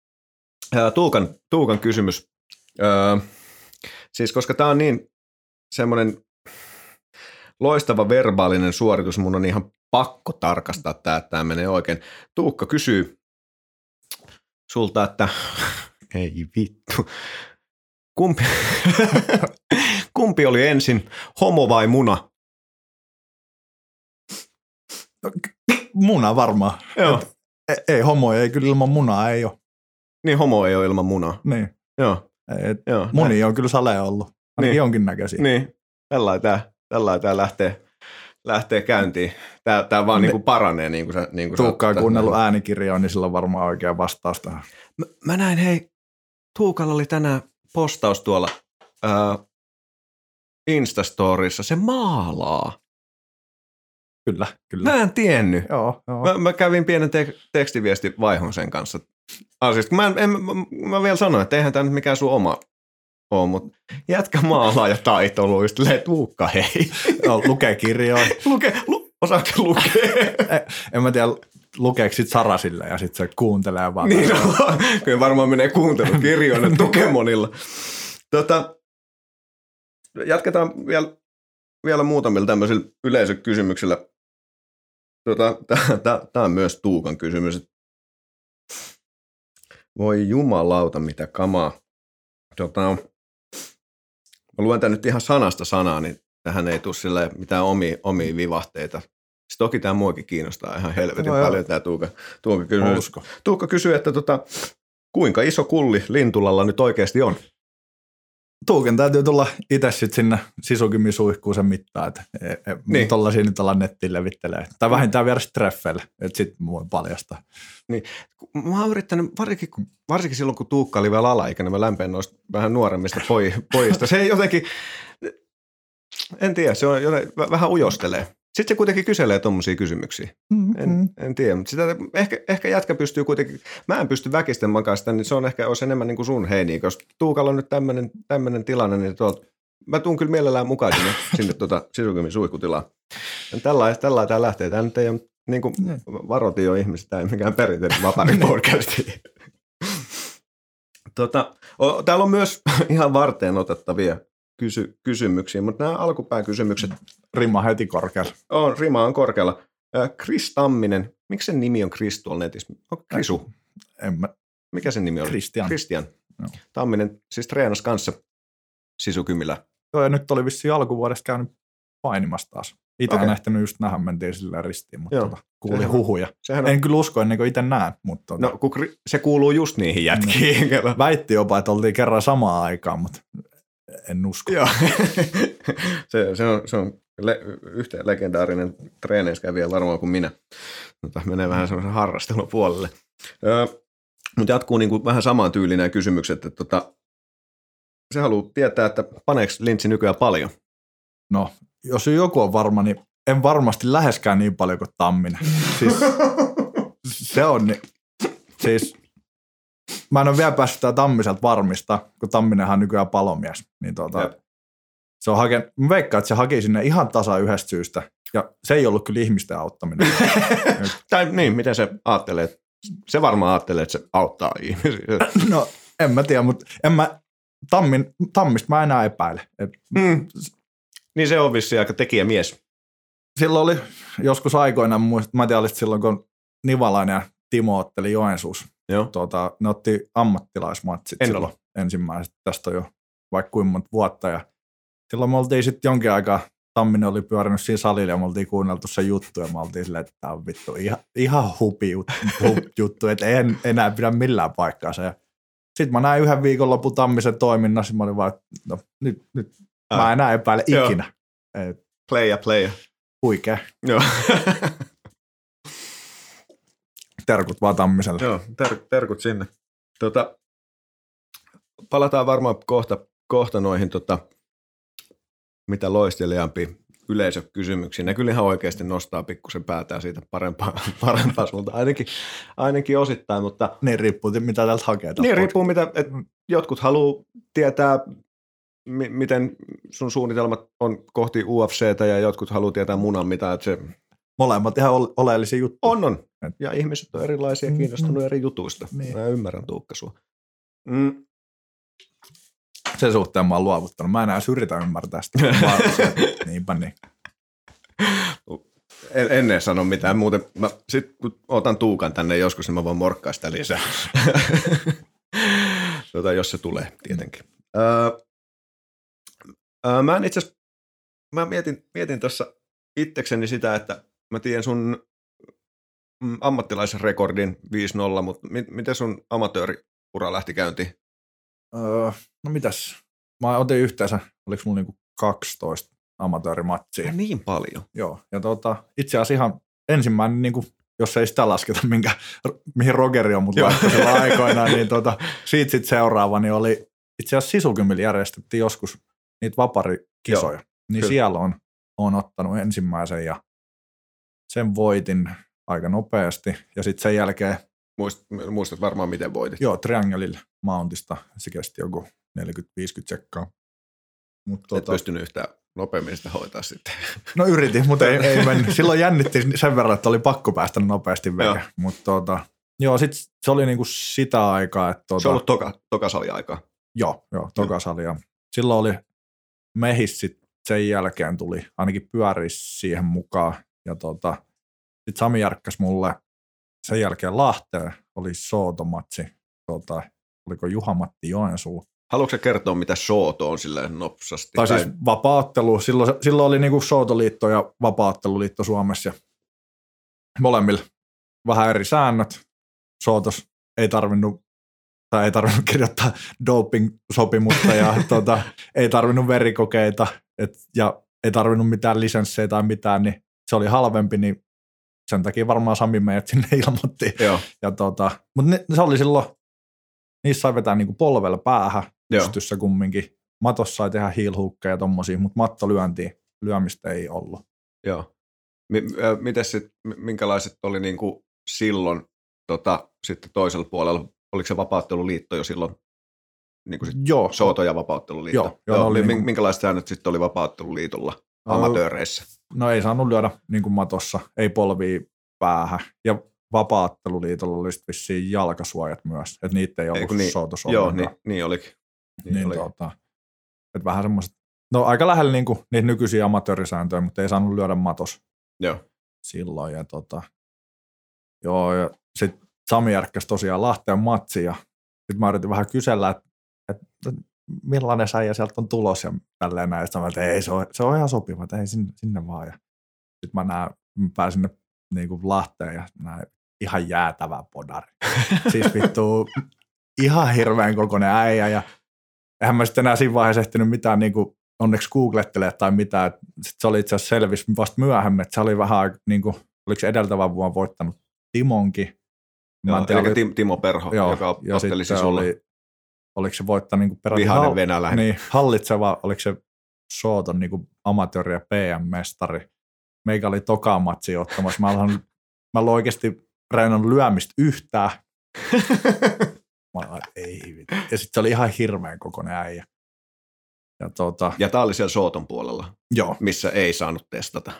Tuukan, Tuukan kysymys. Öö, siis koska tämä on niin semmoinen loistava verbaalinen suoritus, mun on ihan pakko tarkastaa tämä, että tämä menee oikein. Tuukka kysyy sulta, että ei vittu, kumpi, kumpi oli ensin, homo vai muna? Muna varmaan. Joo. Ei, ei homo, ei kyllä ilman munaa ei ole. Niin homo ei ole ilman munaa. Niin. Joo. Et Joo. muni on kyllä sale ollut. Ainakin niin. jonkinnäköisiä. Niin. Tällainen tämä, tällainen tämä lähtee, lähtee käyntiin. Tämä, tämä vaan niin kuin paranee. Niin kuin sä, niin kuin Tuukka on sä, kuunnellut äänikirjaa, niin sillä on varmaan oikea vastaus tähän. Mä, mä näin, hei, Tuukalla oli tänään postaus tuolla ää, Instastorissa. Se maalaa. Kyllä, kyllä. Mä en tiennyt. Joo, joo. Mä, mä kävin pienen te- tekstiviestivaihon sen kanssa asiasta. Mä, en, en, mä, mä vielä sanoin, että eihän tämä nyt mikään sun oma ole, mutta jätkä maalaa ja taitolu, just silleen, Tuukka, hei. No, lukee kirjoja. Luke, lu, osaatko lukea? en, en mä tiedä, lukeeko sit Sarasille ja sit se kuuntelee vaan. Niin, no, kyllä varmaan menee kuuntelukirjoille Tukemonilla. Tota, jatketaan vielä, vielä muutamilla tämmöisillä yleisökysymyksillä. Tota, Tämä on myös Tuukan kysymys. Voi jumalauta, mitä kamaa. Tota, mä luen tämän nyt ihan sanasta sanaa, niin tähän ei tule sille mitään omia, omia vivahteita. Siis toki tämä muakin kiinnostaa ihan helvetin no, paljon tämä Tuuka, Tuuka kysymys. Tuukka kysyy, että tota, kuinka iso kulli Lintulalla nyt oikeasti on? Tuuken täytyy tulla itse sitten sinne sisukymisuihkuun sen mittaan, että e, e, niin. Tollaisia nyt ollaan nettiin levittelee. Tai vähintään viedä treffeille, että sitten voi paljastaa. Niin. Mä oon yrittänyt, varsinkin, varsinkin silloin kun Tuukka oli vielä alaikäinen, mä lämpeen noista vähän nuoremmista poj, pojista. Se ei jotenkin, en tiedä, se on jotenkin, vähän ujostelee. Sitten se kuitenkin kyselee tommosia kysymyksiä. Mm-hmm. En, en tiedä, mutta sitä ehkä, ehkä jätkä pystyy kuitenkin, mä en pysty väkisten makaa sitä, niin se on ehkä olisi enemmän niin kuin sun heini, koska Tuukalla on nyt tämmöinen, tämmöinen tilanne, niin tuolta, mä tuun kyllä mielellään mukaan sinne, sinne tuota sisukymin suihkutilaan. Tällainen tällä tämä lähtee. Tämä nyt ei ole, niin kuin varoitin jo ihmiset, tämä ei mikään perinteinen vapari-podcasti. tota, o, täällä on myös ihan varteen otettavia Kysy, kysymyksiä, mutta nämä alkupään kysymykset. Rima heti korkealla. On, rima on korkealla. Chris Tamminen, miksi sen nimi on Chris tuolla netissä? On Krisu. En mä. Mikä sen nimi oli? Christian. Christian. No. Tamminen siis treenasi kanssa sisukymillä. Joo, ja nyt oli vissiin alkuvuodesta käynyt painimassa taas. Itse okay. en ehtinyt just nähdä, mentiin sillä ristiin, mutta tuota, kuulin sehän, huhuja. Sehän on... En kyllä usko ennen kuin itse näen. Mutta tuota... No, kun se kuuluu just niihin jätkiin. No. Väitti jopa, että oltiin kerran samaan aikaan, mutta en usko. Joo. se, se on, se on le, yhtä legendaarinen treeneiskävijä varmaan kuin minä. Mutta menee vähän semmoisen harrastelun puolelle. Öö, mutta jatkuu niin kuin vähän samaan tyyliin nämä kysymykset. Että tota, se haluaa tietää, että paneeko Lintsi nykyään paljon? No, jos joku on varma, niin en varmasti läheskään niin paljon kuin Tamminen. Siis, se on niin, siis mä en ole vielä päässyt tää Tammiselta varmista, kun Tamminenhan on nykyään palomies. Niin tuota, se on haken, mä veikkaan, että se haki sinne ihan tasa yhdestä syystä. Ja se ei ollut kyllä ihmisten auttaminen. Tai niin, miten se ajattelee? Se varmaan ajattelee, että se auttaa ihmisiä. No, en mä tiedä, mutta en mä, Tammin, Tammista mä enää epäile. Et, mm. Niin se on vissiin aika tekijämies. Silloin oli joskus aikoinaan, mä tiedän, että silloin kun Nivalainen ja Timo otteli Joensuussa. Tuota, ne otti ammattilaismatsit en silloin ole. Ensimmäiset. Tästä on jo vaikka kuinka monta vuotta. Ja silloin me oltiin sitten jonkin aikaa, Tamminen oli pyörinyt siinä salilla ja me oltiin kuunneltu se juttu ja me oltiin silleen, että tämä on vittu ihan, ihan hupi juttu, juttu että en enää pidä millään paikkaansa. Sitten mä näin yhden viikonlopun Tammisen toiminnassa ja mä olin vaan, että no nyt, nyt äh. mä enää epäile ikinä. Et, playa, playa. Huikea. Joo. Terkut vaan Tammiselle. Joo, ter- terkut sinne. Tota, palataan varmaan kohta, kohta noihin tota, mitä loistelijaampiin yleisökysymyksiin. Ne kyllä ihan oikeasti nostaa pikkusen päätään siitä parempaa, parempaa sulta, ainakin, ainakin osittain. Mutta, niin riippuu, mitä täältä hakee. Niin riippuu, mitä, et jotkut haluaa tietää, mi- miten sun suunnitelmat on kohti U F C:tä ja jotkut haluaa tietää munan mitä, että se... Molemmat ihan oleellisia juttuja. On, on. Ja ihmiset on erilaisia, kiinnostunut eri jutuista. Niin. Mä ymmärrän Tuukka sua. Mm. Sen suhteen mä oon luovuttanut. Mä en enää yritä ymmärtää sitä. Niinpä niin. En, ennen sano mitään muuten. Sitten kun otan Tuukan tänne joskus, niin mä voin morkkaa sitä lisää. Tota, jos se tulee, tietenkin. Öö, öö, mä en itse asiassa, mä mietin, mietin tuossa itsekseni sitä, että mä tiedän sun ammattilaisrekordin viisi nolla, mutta mi- miten sun amatööriura lähti käyntiin? Öö, no mitäs? Mä otin yhteensä, oliko mulla niinku kaksitoista amatöörimatsia. Ja niin paljon. Joo, ja tota, itse asiassa ihan ensimmäinen, niin kuin, jos ei sitä lasketa, minkä, mihin Rogeri on mut laittoi silloin aikoinaan, niin tota, siitä sitten seuraava, niin oli itse asiassa Sisukymillä järjestettiin joskus niitä vaparikisoja. Joo, niin kyllä. Siellä on, on ottanut ensimmäisen ja sen voitin aika nopeasti. Ja sitten sen jälkeen... Muist, muistat varmaan, miten voitit. Joo, Triangelilla Mountista. Se kesti joku neljäkymmentä viisikymmentä sekkaa. Mut, Et tota, pystynyt yhtään nopeammin sitä hoitaa sitten. No yritin, mutta ei, ei mennyt. Silloin jännitti sen verran, että oli pakko päästä nopeasti veke. Mutta tota, joo, sit se oli niinku sitä aikaa. Että tota, se on ollut toka, tokasali-aikaa. Joo, joo, tokasali. Ja silloin oli mehis sit sen jälkeen tuli ainakin pyöris siihen mukaan. Ja tota, sitten Sami järkkäsi mulle sen jälkeen Lahteen, oli sootomatsi. Tota, oliko Juha-Matti Joensuu. Haluatko kertoa, mitä sooto on silleen nopsasti? Tai, tai siis vapaattelu. Silloin, silloin oli niinku sootoliitto ja vapaatteluliitto Suomessa. Ja molemmilla vähän eri säännöt. Sootos ei tarvinnut, tai ei tarvinnut kirjoittaa doping-sopimusta ja tota, ei tarvinnut verikokeita et, ja ei tarvinnut mitään lisenssejä tai mitään, niin se oli halvempi, niin sen takia varmaan Sami meidät sinne ilmoitti. Ja tota, mutta ne, se oli silloin, niissä sai vetää niinku polvella päähän pystyssä kumminkin. Matossa sai tehdä heel hookkeja ja tommosia, mutta mattolyöntiä, lyömistä ei ollut. Joo. M- mites sit, minkälaiset oli niinku silloin tota, sitten toisella puolella? Oliko se vapaatteluliitto jo silloin? Niinku sit joo. Sooto ja vapaatteluliitto. Joo. joo oli niinku, minkälaiset säännöt sitten oli vapaatteluliitolla amatööreissä? No ei saanut lyödä niinku matossa, ei polvia päähän. Ja vapaatteluliitolla oli sitten vissiin jalkasuojat myös, että niitä ei ollut niin, sootos joo, niin, niin olikin. Niin, niin tota, että vähän semmoiset, no aika lähellä niinku niitä nykyisiä amatöörisääntöjä, mutta ei saanut lyödä matos joo. silloin. Ja tota, joo, ja sitten Sami järkkäsi tosiaan Lahteen matsi, ja sitten mä yritin vähän kysellä, että, että millainen säijä sieltä on tulos, ja tälleen näin, että että ei, se on, se on ihan sopiva, että ei sinne, sinne vaan. Ja sitten mä näen, mä pääsin sinne niinku Lahteen, ja näin ihan jäätävä podari. Siis vittu, ihan hirveän kokoinen äijä, ja eihän mä sitten enää siinä vaiheessa ehtinyt mitään niin kuin onneksi googlettelee tai mitään. Sitten se oli itse asiassa selvisi vasta myöhemmin, että se oli vähän, niin kuin, oliko se edeltävän vuonna voittanut Timonkin. Joo, eli oli, Timo Perho, joo, joka ottelisi sulla. Oli, oliko se voittanut niin peräti vihainen hall, venäläinen. Niin, hallitseva, oliko se Sooton niin kuin amatööri ja P M-mestari. Meikä oli toka matsi ottamassa. Mä olen, mä olen oikeasti reenannut lyömistä yhtään. Mä olin, ei vittu. Ja sitten se oli ihan hirveän kokoinen äijä. Ja, tuota, ja tää oli siellä Sooton puolella, joo. Missä ei saanut testata.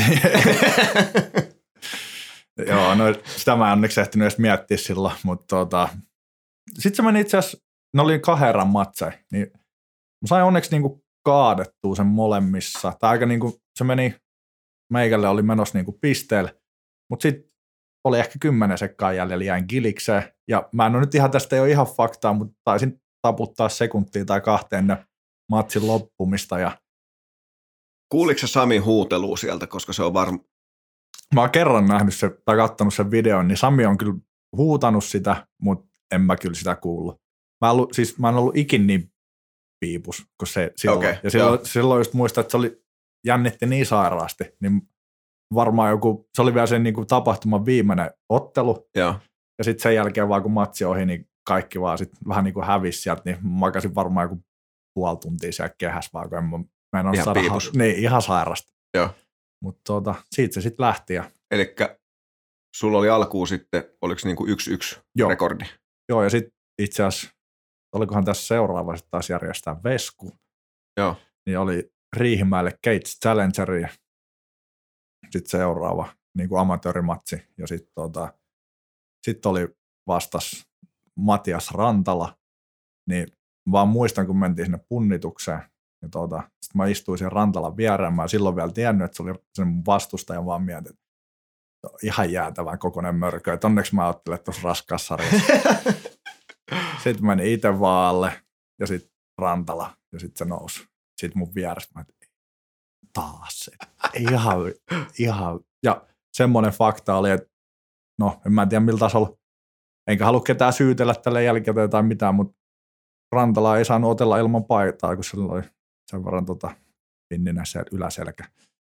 Joo, no sitä mä en onneksi ehtinyt edes miettiä silloin, mutta tuota, sitten se meni itse asiassa, ne oli kahden erän matseja, niin mä sain onneksi niinku kaadettua sen molemmissa. Tai aika niinku, se meni, meikälle oli menossa niinku pisteellä, mutta sitten oli ehkä kymmenen sekkaa jäljellä, jäin gilikseen. Ja mä en ole nyt ihan, tästä ei ole ihan faktaa, mutta taisin taputtaa sekuntia tai kahteen ne matsin loppumista. Ja kuuliko sä Samin huutelua sieltä, koska se on varma? Mä oon kerran nähnyt se, tai kattonut sen videon, niin Sami on kyllä huutanut sitä, mutta en mä kyllä sitä kuullut. Mä, ollut, siis, mä en ollut ikin niin piipus kuin se silloin. Okay, ja silloin, silloin just muistan, että se oli, jännitti niin sairaasti, niin varmaan joku, se oli vielä sen niin kuin tapahtuman viimeinen ottelu. Joo. Ja sitten sen jälkeen vaan kun matsi ohi, niin kaikki vaan sit vähän niin kuin hävisi sieltä, niin makasin varmaan joku puoli tuntia siellä kehässä vaan, kun en, mä en ole saada, niin ihan sairasta. Joo. Mutta tuota, siitä se sitten lähti. Ja elikkä sulla oli alkuun sitten, oliko se niin kuin yksi yksi Joo. rekordi? Joo, ja sitten itse asiassa, olikohan tässä seuraava sitten taas järjestää Vesku. Joo. Niin oli Riihimäelle Cage Challengeri. Sitten seuraava niin kuin amatöörimatsi. Ja sitten tota, sit oli vastas Matias Rantala. Niin vaan muistan, kun mentiin sinne punnitukseen, ja tuota, sitten mä istuin sen Rantalan viereen, mä silloin vielä tiennyt, että se oli sen mun vastustaja, vaan mietin, että ihan jäätävän kokoinen mörkö, että onneksi mä ajattelen tuossa raskaassa sarjassa. Sitten menin itse vaan alle, ja sitten Rantala, ja sitten se nousi. Sitten mun vieressä, mä ajattelin, taas se. Ihan, ihan. Ja semmoinen fakta oli, että no, en mä tiedä millä tasolla, enkä halua ketään syytellä tälle jälkikäteen tai mitään, mutta Rantala ei saanut otella ilman paitaa, kun sillä oli sen verran tota, pinninen se yläselkä.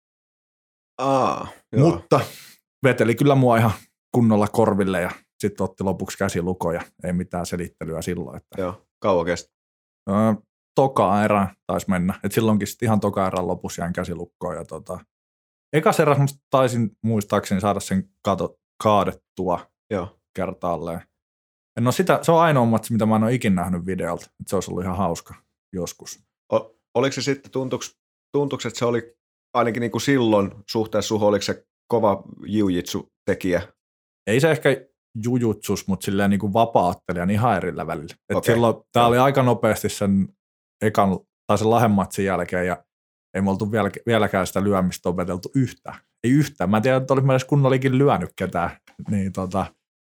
Aa, joo. Mutta veteli kyllä mua ihan kunnolla korville ja sitten otti lopuksi käsilukoja. Ei mitään selittelyä silloin. Että Joo, kauan kesti. Öö, toka erään taisi mennä. Et silloinkin sit ihan toka erään lopussa jäin käsilukkoon. Ja tota, ekas eräs taisin muistaakseni saada sen kato, kaadettua Joo. kertaalleen. En ole sitä, se on ainoa matsi, mitä mä en ole ikinä nähnyt videolta. Et se olisi ollut ihan hauska joskus. O, oliko se sitten, tuntuuko, tuntuuko että se oli ainakin niin kuin silloin suhteessa suhun, oliko se kova jiu-jitsu-tekijä? Ei se ehkä jujutsus, mutta silleen niin kuin vapaa-ottelijan ihan eri välillä. Okay. Silloin tämä oli aika nopeasti sen ekan, tai sen Lahden matsin jälkeen, ja ei me oltu vielä, vieläkään sitä lyömistä opeteltu yhtään. Ei yhtään. Mä en tiedä, että olisi edes kunnollikin lyönyt ketään. Niin tota,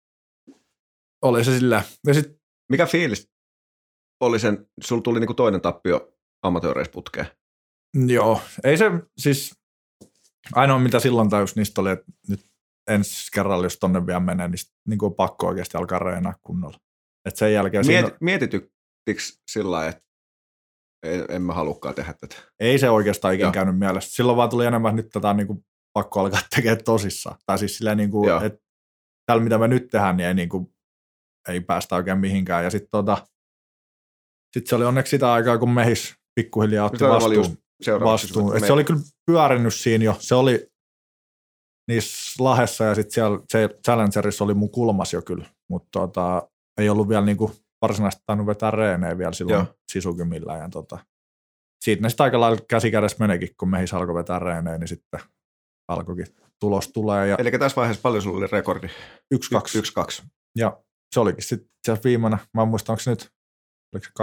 oli se sillä. Ja sit, mikä fiilis oli sen, sulla tuli niinku toinen tappio amatööreissä putkeen? Joo, ei se siis, ainoa mitä silloin tajus niistä oli, että nyt ensi kerralla, jos tonne vielä menee, niin, niin on pakko oikeasti alkaa reenaa kunnolla. Et sen jälkeen Miet, siinä, mietityttikö sillä lailla, että en mä halukkaan tehdä tätä? ei se oikeastaan ikinä Joo. käynyt mielessä. Silloin vaan tuli enemmän, nyt tätä on niin kuin pakko alkaa tekemään tosissaan. Tai siis silleen, niin kuin, että täällä mitä me nyt tehdään, niin ei, niin kuin, ei päästä oikein mihinkään. Ja sitten tota, sit se oli onneksi sitä aikaa, kun Mehis pikkuhiljaa otti vastuun. vastuun. Se oli kyllä pyörinyt siinä jo. Se oli niissä Lahdessa ja sitten siellä se Challengerissa oli mun kulmas jo kyllä. Mutta tota, ei ollut vielä niin kuin varsinaisesti tainnut vetää reenejä vielä silloin Joo. sisukymillä. Ja tota, siitä ne sitten aika lailla käsikädessä menekin, kun Mehis alkoi vetää reenejä, niin sitten alkoikin tulos tulee. Ja eli tässä vaiheessa paljon sulla oli rekordi? yksi kaksi. yksi kaksi. Ja se olikin sitten se viimeinen, mä en muista, onko se nyt, oliko se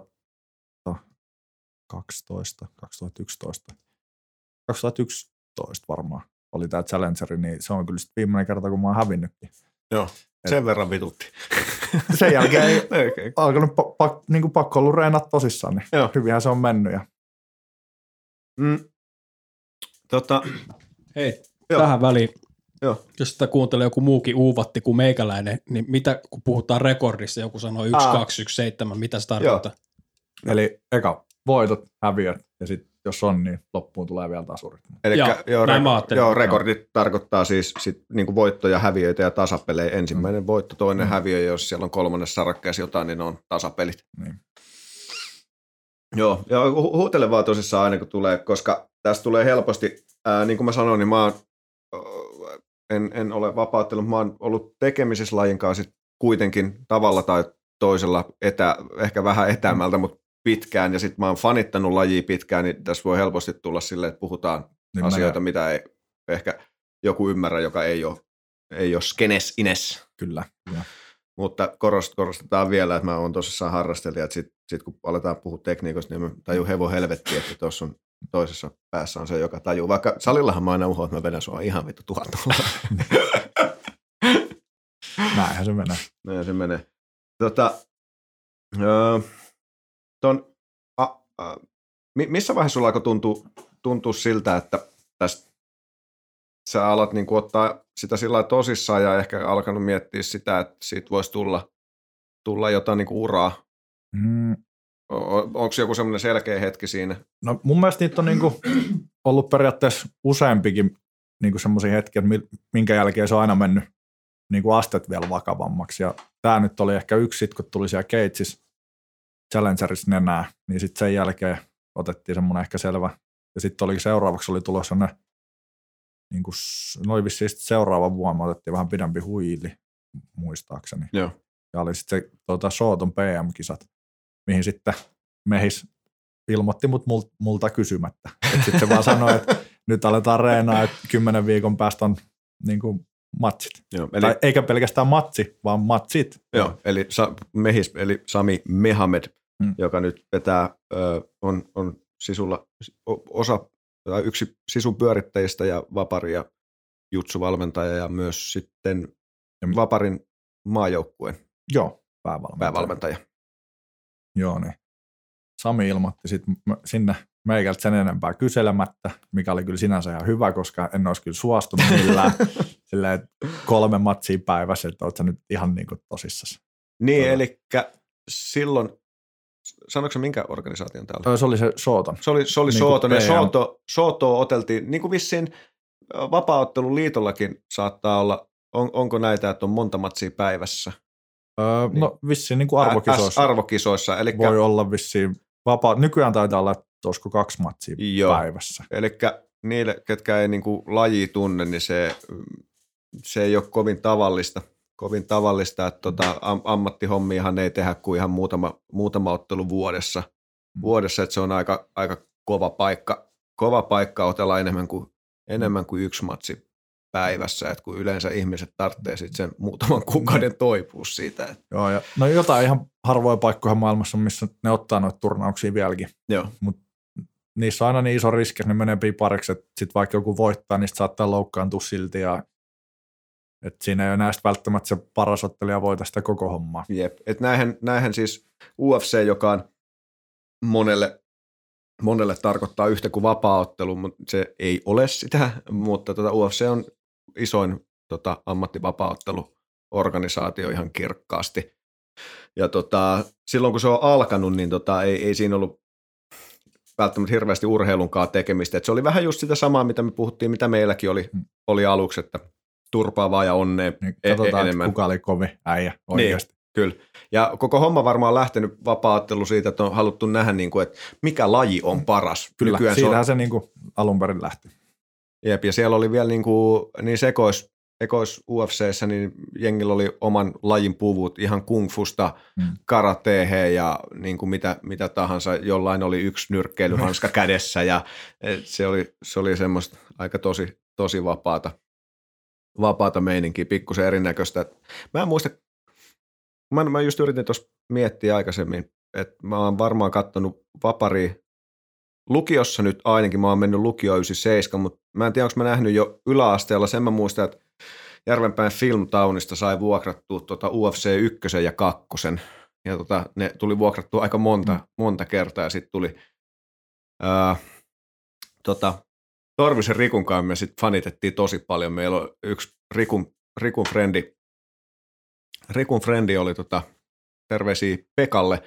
kaksituhattakaksitoista, kaksituhattayksitoista, kaksituhattayksitoista varmaan oli tämä Challengeri, niin se on kyllä sitten viimeinen kerta, kun mä oon hävinnytkin. Joo, sen Et, verran vitutti. Sen jälkeen ei okay. alkanut pa- pa- niin kuin pakko ollut reenata tosissaan, niin Joo. hyvinhän se on mennyt. Ja... Mm. Tota, Hei, Joo. tähän väliin, Joo. jos sitä kuuntelee joku muukin uuvatti kuin meikäläinen, niin mitä, kun puhutaan rekordissa, joku sanoo yksi kaksi yksi seitsemän, mitä se tarkoittaa? Joo. Eli eka voitot, häviöt, ja sitten jos on, niin loppuun tulee vielä tasurit. Eli joo, joo, rek- joo, rekordit joo. tarkoittaa siis sit, niin voittoja, häviöitä ja tasapelejä. Ensimmäinen mm. voitto, toinen mm. häviö, jos siellä on kolmannessa sarakkeessa jotain, niin ne on tasapelit. Mm. Joo, ja hu- huutele vaan tosissaan aina, kun tulee, koska tästä tulee helposti, ää, niin kuin mä sanoin, niin mä oon, en, en ole vapauttanut, mä oon ollut tekemisissä lajin kanssa kuitenkin tavalla tai toisella, etä, ehkä vähän etäämältä, mm. mutta pitkään, ja sitten mä oon fanittanut lajia pitkään, niin tässä voi helposti tulla silleen, että puhutaan niin asioita, mä... mitä ei ehkä joku ymmärrä, joka ei ole, ei ole skenes ines. Kyllä. Ja. Mutta korost, korostetaan vielä, että mä oon tosissaan harrastelija, että sitten sit kun aletaan puhua tekniikoista, niin mä tajun hevon helvettiä, että tuossa on toisessa päässä on se, joka tajuu. Vaikka salillahan mä aina uhoan, että mä vedän sua ihan vittu tuhat Näinhän se menee. Näinhän se menee. Tota, öö, ton, a, a, missä vaiheessa sulla alkoi tuntua, tuntua siltä, että tästä sä alat niin kuin ottaa sitä sillä lailla tosissaan ja ehkä alkanut miettiä sitä, että siitä voisi tulla, tulla jotain niin kuin uraa? Mm. Onko joku semmoinen selkeä hetki siinä? No mun mielestä niitä on niin kuin ollut periaatteessa useampikin niin kuin semmoisia hetkiä, minkä jälkeen se on aina mennyt niin kuin astet vielä vakavammaksi. Ja tämä nyt oli ehkä yksi sit, kun tuli siellä Cageissa Challengerissa nenää, niin sitten sen jälkeen otettiin semmoinen ehkä selvä. Ja sitten oli seuraavaksi oli tulossa ne, niin kuin, no oli vissiin seuraava vuonna otettiin vähän pidempi huili, muistaakseni. Joo. Ja oli sitten se tuota, Sooton P M-kisat, mihin sitten Mehis ilmoitti mut multa kysymättä. Sitten se vaan sanoi, että nyt aletaan reenaa, että kymmenen viikon päästä on niin kuin matsit. Joo, eli, tai eikä pelkästään matsi, vaan matsit. Joo, eli Sa- Mehis, eli Sami Mehamed hmm. joka nyt vetää, ö, on, on Sisulla osa, tai yksi Sisun pyörittäjistä ja Vapari ja jutsuvalmentaja ja myös sitten Vaparin maajoukkueen Joo, päävalmentaja. päävalmentaja. Joo, niin. Sami ilmoitti sit sinne meikältä sen enempää kyselemättä, mikä oli kyllä sinänsä ihan hyvä, koska en olisi kyllä suostunut millään silleen, kolme matsia päivässä, että oot sä nyt ihan niin kuin tosissasi. Niin, eli silloin, sanoitko minkä organisaation täällä? Se oli se Sooton. Se oli, se oli niin Sooton, ja Sooto, Sootoa oteltiin, niin kuin vissiin Vapaa-otteluliitollakin saattaa olla, on, onko näitä, että on monta matsia päivässä? Öö, niin. No vissiin niin kuin arvokisoissa. arvokisoissa. Eli voi olla vissiin vapaa. Nykyään taitaa olla, että olisiko kaksi matsia joo, päivässä. Eli niille, ketkä ei niin kuin lajia tunne, niin se, se ei ole kovin tavallista. Kovin tavallista, että tota, am, ammattihommiahan ei tehdä kuin ihan muutama, muutama ottelu vuodessa. Mm. Vuodessa, että se on aika, aika kova paikka. Kova paikka otella enemmän kuin, enemmän kuin yksi matsi päivässä, että kun yleensä ihmiset tarvitsee sitten sen muutaman kuukauden toipua siitä. Että. Joo, ja no jotain ihan harvoja paikkoja maailmassa, missä ne ottaa noita turnauksia vieläkin. Joo. Mut niissä on aina niin iso riski, että ne menee pipariksi, että sitten vaikka joku voittaa, niin saattaa loukkaantua silti. Ja, että siinä ei ole näistä välttämättä se paras ottelija voita sitä koko hommaa. Jep, että näinhän, näinhän siis U F C, joka on monelle, monelle tarkoittaa yhtä kuin vapaa-ottelu, mutta se ei ole sitä, mutta tuota U F C on isoin tota, ammattivapaa-otteluorganisaatio ihan kirkkaasti. Ja tota, silloin kun se on alkanut, niin tota, ei, ei siinä ollut välttämättä hirveästi urheilunkaan tekemistä. Et se oli vähän just sitä samaa, mitä me puhuttiin, mitä meilläkin oli, oli aluksi, että turpaavaa ja onnea niin, katsotaan, enemmän. Kuka oli kovin äijä oikeasti. Niin, kyllä. Ja koko homma varmaan on lähtenyt vapaa-ottelu siitä, että on haluttu nähdä, niin kuin, että mikä laji on paras. Kyllä, nykyään siitähän se, on, se niin kuin alun perin lähti. Jep, ja siellä oli vielä niin, kuin, niin sekois, sekois U F C:ssä, niin jengillä oli oman lajin puvut ihan kung-fusta hmm. karateheen ja niin kuin mitä, mitä tahansa. Jollain oli yksi nyrkkeilyhanska kädessä ja se oli, se oli semmoista aika tosi, tosi vapaata. vapaata meininkiä, pikkusen erinäköistä. Mä en muista, mä, mä just yritin tuossa miettiä aikaisemmin, että mä oon varmaan katsonut Vaparia lukiossa nyt ainakin, mä oon mennyt lukio yhdeksänkymmentäseitsemän, mutta mä en tiedä, onko mä nähnyt jo yläasteella, sen mä muistan, että Järvenpään Filmtownista sai vuokrattua tuota U F C ykkösen ja kakkosen, ja tota, ne tuli vuokrattua aika monta, mm. monta kertaa, ja sitten tuli ää, tota, Torvisen Rikun kanssa me sitten fanitettiin tosi paljon. Meillä on yksi Rikun, Rikun frendi, Rikun frendi oli tota, terveisiä Pekalle,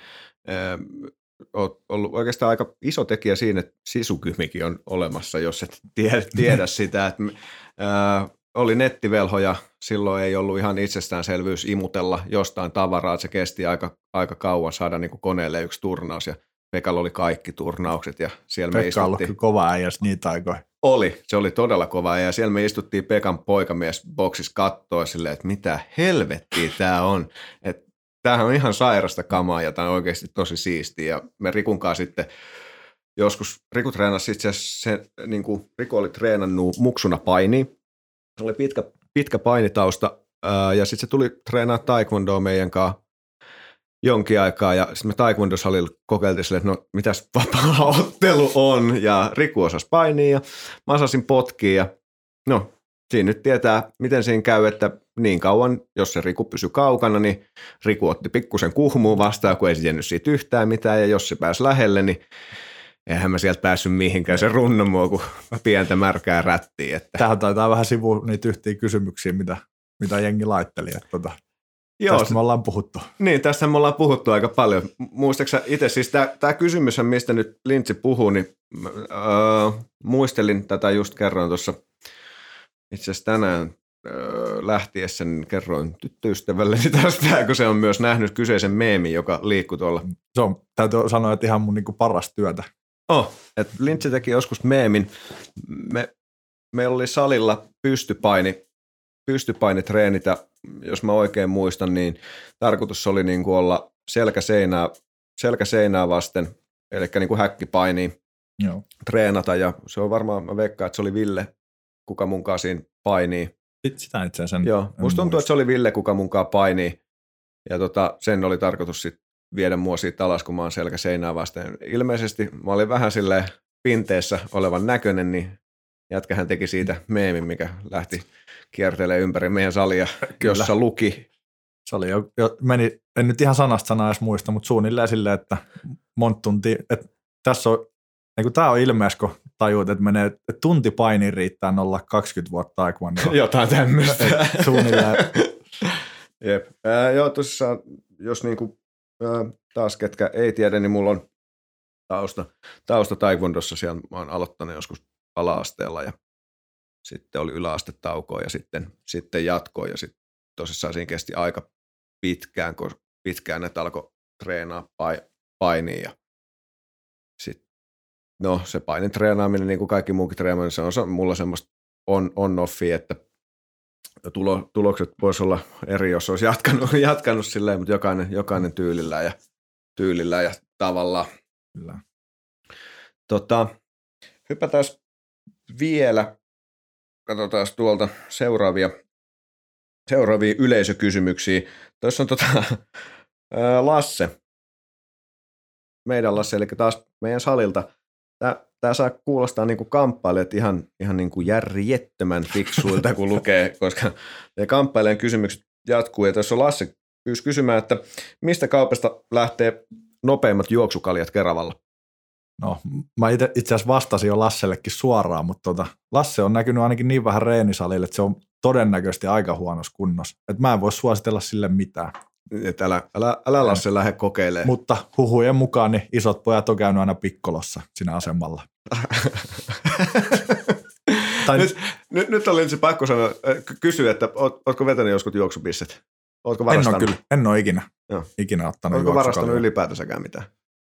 on ollut oikeastaan aika iso tekijä siinä, että Sisukymikin on olemassa, jos et tiedä, tiedä sitä. Että, ää, oli nettivelhoja, silloin ei ollut ihan itsestäänselvyys imutella jostain tavaraa, että se kesti aika, aika kauan saada niin kuin koneelle yksi turnaus, ja Pekalla oli kaikki turnaukset, ja siellä Pekka me istuttiin. Pekka oli kova äijäs niitä aikoja. Oli, se oli todella kova, ja siellä me istuttiin Pekan poikamies boksissa kattoa silleen, että mitä helvettiä tämä on, että tämähän on ihan sairasta kamaa, ja tämä on oikeasti tosi siistiä, ja me Rikunkaan sitten joskus, Riku treenasi itse asiassa, se, niin kuin Riku oli treenannut muksuna painia, se oli pitkä, pitkä painitausta, ää, ja sitten se tuli treenaa taekwondoa meidän kanssa jonkin aikaa, ja sitten me taekwondo-salilla kokeiltiin silleen, että no mitäs vapaa-ottelu on, ja Riku osasi painia, ja mä osasin potkia, ja no siinä nyt tietää, miten siinä käy, että niin kauan, jos se Riku pysyi kaukana, niin Riku otti pikkusen kuhmuun vastaan, kun ei tiennyt siitä yhtään mitään, ja jos se pääsi lähelle, niin eihän mä sieltä päässyt mihinkään, se runnon mua, kun pientä märkää rättiä. Että. Tähän taitaa vähän sivua niitä yhtiä kysymyksiä, mitä, mitä jengi laitteli, että tota. Joo, tästä me ollaan puhuttu. Niin, tästä me ollaan puhuttu aika paljon. Muistaaksä itse, siis tämä kysymys, mistä nyt Lintsi puhuu, niin äh, muistelin tätä just kerroin tuossa itse asiassa tänään äh, lähtiessä, niin kerroin tyttöystävälleni tästä, kun se on myös nähnyt kyseisen meemin, joka liikkui tuolla. Se on, täytyy sanoa, että ihan mun niinku paras työtä. Oh, että Lintsi teki joskus meemin. Me, meillä oli salilla pystypaini, pystypainitreenit, ja jos mä oikein muistan, niin tarkoitus oli niin kuin olla selkäseinää, selkäseinää vasten, eli niin kuin häkkipainiin treenata, ja se on varmaan, mä veikkaan, että se oli Ville, kuka munkaan siinä painii. Sitä itse asiassa. Joo, musta tuntuu, että se oli Ville, kuka munkaan painii, ja tota, sen oli tarkoitus sitten viedä mua siitä alas, kun mä oon selkä seinää vasten. Ilmeisesti mä olin vähän silleen pinteessä olevan näköinen, niin jätkähän teki siitä meemin, mikä lähti kiertelemään ympäri meidän salia, jossa luki. Se oli jo, jo, meni, en nyt ihan sanasta sanaa edes muista, mutta suunnilleen silleen, että monta tuntia, että tässä on, niin kuin tämä on ilmeis, kun tajuut, että menee, että tunti painiin riittää nolla kaksikymmentä vuotta taekwondoa. Jotain tämmöistä. Suunnilleen. Jep. Äh, joo, tosissaan, jos niinku, äh, taas ketkä ei tiedä, niin mulla on tausta, tausta taekwondossa, siellä mä oon aloittanut joskus ala-asteella ja sitten oli yläastetaukoa ja sitten, sitten jatkoa ja sitten tosissaan siinä kesti aika pitkään, kun pitkään että alkoi treenaa painiin ja sitten no se painin treenaaminen, niin kuin kaikki muukin treenaaminen, se on, se on mulla semmoista on, on-offia, että tulo, tulokset voisi olla eri, jos olisi jatkanut, jatkanut silleen, mutta jokainen, jokainen tyylillä ja, tyylillä ja tavallaan. Kyllä. Tota, hypätään vielä, katsotaan tuolta seuraavia, seuraavia yleisökysymyksiä. Tuossa on tota, Lasse, meidän Lasse, eli taas meidän salilta. Tämä saa kuulostaa niin kuin kamppailijat ihan, ihan niin kuin järjettömän fiksuilta, kun lukee, koska ne kamppailijan kysymykset jatkuu. Ja tässä on Lasse pyysi kysymään, että mistä kaupasta lähtee nopeimmat juoksukaljat Keravalla? No, mä itse asiassa vastasin jo Lassellekin suoraan, mutta tota, Lasse on näkynyt ainakin niin vähän reenisalille, että se on todennäköisesti aika huonossa kunnossa. Että mä en voi suositella sille mitään. Että älä, älä, älä Lasse lähde kokeilemaan. Mutta huhujen mukaan niin isot pojat on käynyt aina Pikkolossa siinä asemalla. tai... nyt, nyt, nyt oli se pakko sanoa, kysyä, että oot, ootko vetänyt joskus juoksupisset? Ootko varastanut? En ole kyllä, en ole ikinä, Joo. ikinä ottanut Ootko varastanut ylipäätänsäkään mitään?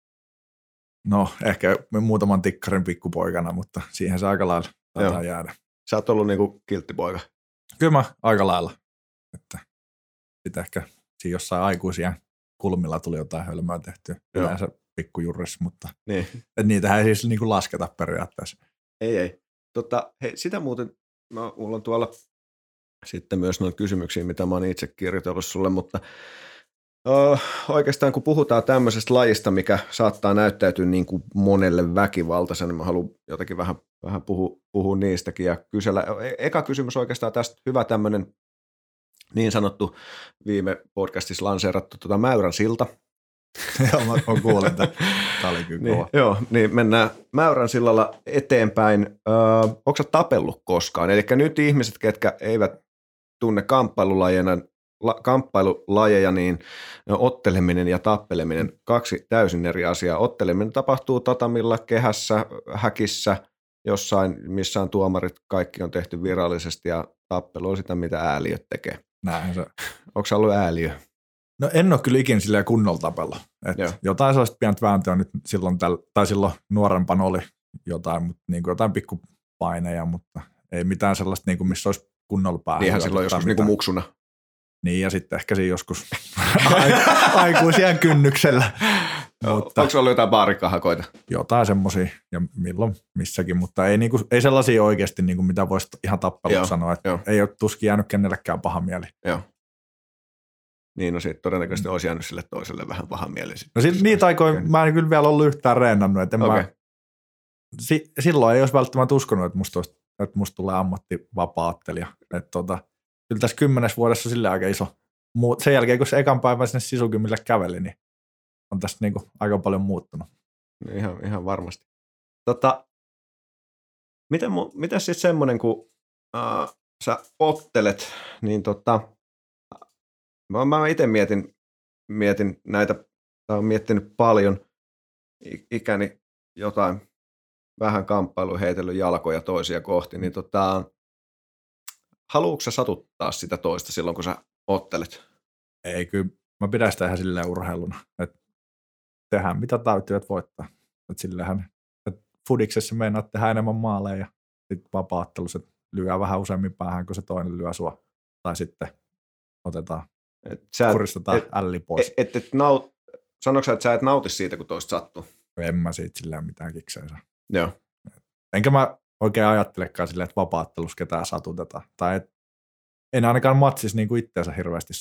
No, ehkä muutaman tikkarin pikkupoikana, mutta siihen se aika lailla taitaa jäädä. Sä oot ollut niinku kilttipoika. Kyllä mä aika lailla. Että sitten ehkä siinä jossain aikuisia kulmilla tuli jotain hölmöä tehtyä. Joo. Yleensä pikkujurrissa, mutta niin. et niitähän ei siis niinku lasketa periaatteessa. Ei, ei. Tota, hei, sitä muuten, mä, mulla on tuolla sitten myös noita kysymyksiä, mitä mä oon itse kirjoitellut sulle, mutta Uh, oikeastaan kun puhutaan tämmöisestä lajista, mikä saattaa näyttäytyä niin kuin monelle väkivaltaisen, niin mä haluan jotenkin vähän, vähän puhua, puhua niistäkin ja kysellä. Eka kysymys oikeastaan tästä hyvä tämmöinen niin sanottu viime podcastissa lanseerattu tuota Mäyrän silta. Joo, mä kuulin tämän. Tämä oli kyllä niin, kova. Joo, niin mennään Mäyrän sillalla eteenpäin. Uh, onko sä tapellut koskaan? Eli nyt ihmiset, ketkä eivät tunne kamppailulajina, La, kamppailulajeja, niin otteleminen ja tappeleminen, kaksi täysin eri asiaa. Otteleminen tapahtuu tatamilla, kehässä, häkissä, jossain, missä on tuomarit, kaikki on tehty virallisesti ja tappelu on sitä, mitä ääliöt tekee. Näin se. Onko sä ollut ääliö? No en ole kyllä ikinä silleen kunnolla tapella. Jotain sellaista pientä vääntöä nyt silloin, täl, tai silloin nuorempana oli jotain, mutta niin kuin jotain pikkupaineja, mutta ei mitään sellaista, niin kuin missä olisi kunnolla päällä. Niinhän silloin joskus niin kuin muksuna. Niin, ja sitten ehkä siinä joskus aikuisien kynnyksellä. Mutta onko ollut jotain baarikkahakoita? Jotain semmoisia, ja milloin missäkin, mutta ei, niinku, ei sellaisia oikeasti, niinku, mitä voisi ihan tappeluksi sanoa, että jo. Ei ole tuskin jäänyt kenellekään paha mieli. Joo. Niin, no sitten todennäköisesti mm. olisi jäänyt sille toiselle vähän paha mieli. No sit, niitä aikoja mä en kyllä vielä ollut yhtään reenannut, että okay. mä, si, silloin ei olisi välttämättä uskonut, että musta, olisi, että musta tulee ammattivapaa-attelija. Että tota, kyllä tässä kymmenes vuodessa sille aika iso. Sen jälkeen, kun se ekan päivän sinne Sisukymille käveli, niin on tästä niinku aika paljon muuttunut. Ihan, ihan varmasti. Tota, miten, miten sitten semmoinen, kun äh, sä ottelet, niin tota, mä, mä itse mietin, mietin näitä, tai olen miettinyt paljon ikäni jotain vähän kamppailuja, heitellyt jalkoja toisia kohti, niin tota, haluatko sä satuttaa sitä toista silloin, kun sä ottelet? Ei, kyllä mä pidän sitä ihan silleen urheiluna, että tehdään mitä täytyy voittaa. Että sillähän, että fudiksessa meinaat tehdä enemmän maaleja ja sitten vapaa-ottelussa lyö vähän useammin päähän, kun se toinen lyö sua. Tai sitten otetaan, et sä, kuristetaan et, älli pois. Et, et, et naut, sanoitko sä, että sä et nauti siitä, kun toista sattuu? En mä siitä silleen mitään kikseen saa. Joo. Enkä mä oikein ajattelekaan silleen, että vapaa-ottelussa ketään satutetaan. Tai et, en ainakaan matsissa niin kuin itteensä hirveästi satu.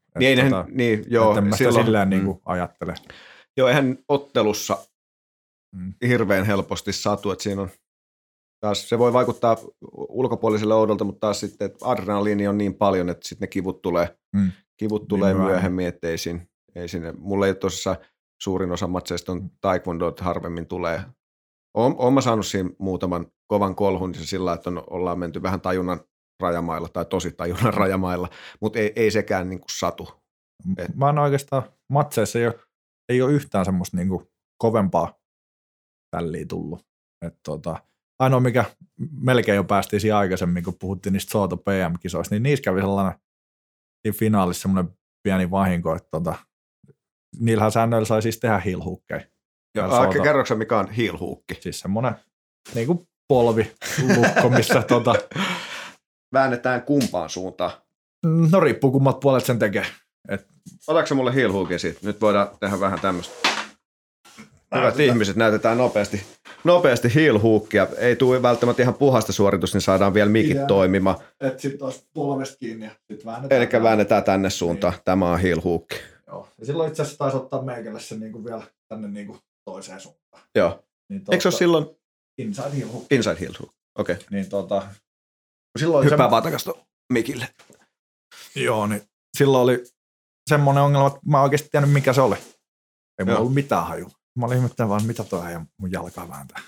Niin, eihän, tota, niin, joo. Että en mä sitä silloin, silleen mm. niin kuin ajattele. Joo, eihän ottelussa mm. hirveän helposti satu, että siinä on taas, se voi vaikuttaa ulkopuoliselle oudolta, mutta taas sitten adrenaliini on niin paljon, että sitten ne kivut tulee, mm. kivut tulee niin myöhemmin, että ei siinä, ei siinä. Mulla ei tuossa suurin osa matseista on taekwondo, että harvemmin tulee. Oon, oon mä saanut siinä muutaman kovan kolhun sillä, että on, ollaan menty vähän tajunnan rajamailla tai tosi tajunnan rajamailla, mutta ei, ei sekään niin kuin satu. Et. Mä oon oikeastaan matseissa ei ole, ei ole yhtään semmoista niin kuin kovempaa tälliä tullut. Et tota, ainoa, mikä melkein jo päästiin siinä aikaisemmin, kun puhuttiin niistä Soto P M-kisoista, niin niissä kävi sellainen finaalissa semmoinen pieni vahinko, että tota, niillähän säännöillä sai siis tehdä heel hookkeja. Joo, kerroksä mikä on heel hookki? Siis semmoinen niin kuin polvilukko, missä tota, väännetään kumpaan suuntaan? No riippuu kummat puolet sen tekee. Et... Otatko mulle heel hookin siitä? Nyt voidaan tehdä vähän tämmöistä. Hyvät ihmiset, näytetään nopeasti, nopeasti heel hookia. Ei tule välttämättä ihan puhasta suoritusta, niin saadaan vielä mikit Idea. toimimaan. Että sitten olisi polvesta kiinni ja sitten väännetään. Eli väännetään tänne suuntaan. Niin. Tämä on heel hook. Joo. Ja silloin itse asiassa taisi ottaa meikälle se niinku vielä tänne niinku toiseen suuntaan. Joo. Niin tuota, eikö se ole silloin? Inside heel hook. Inside heel hook, okei. Okay. Niin tota... Hyppää se... vaan takaisin mikille. Joo, niin silloin oli semmoinen ongelma, että mä en oikeasti tiennyt mikä se oli. Ei mulla ollut mitään haju. Mä olin ihmettänyt vaan, mitä toi ja mun jalkaa vääntää.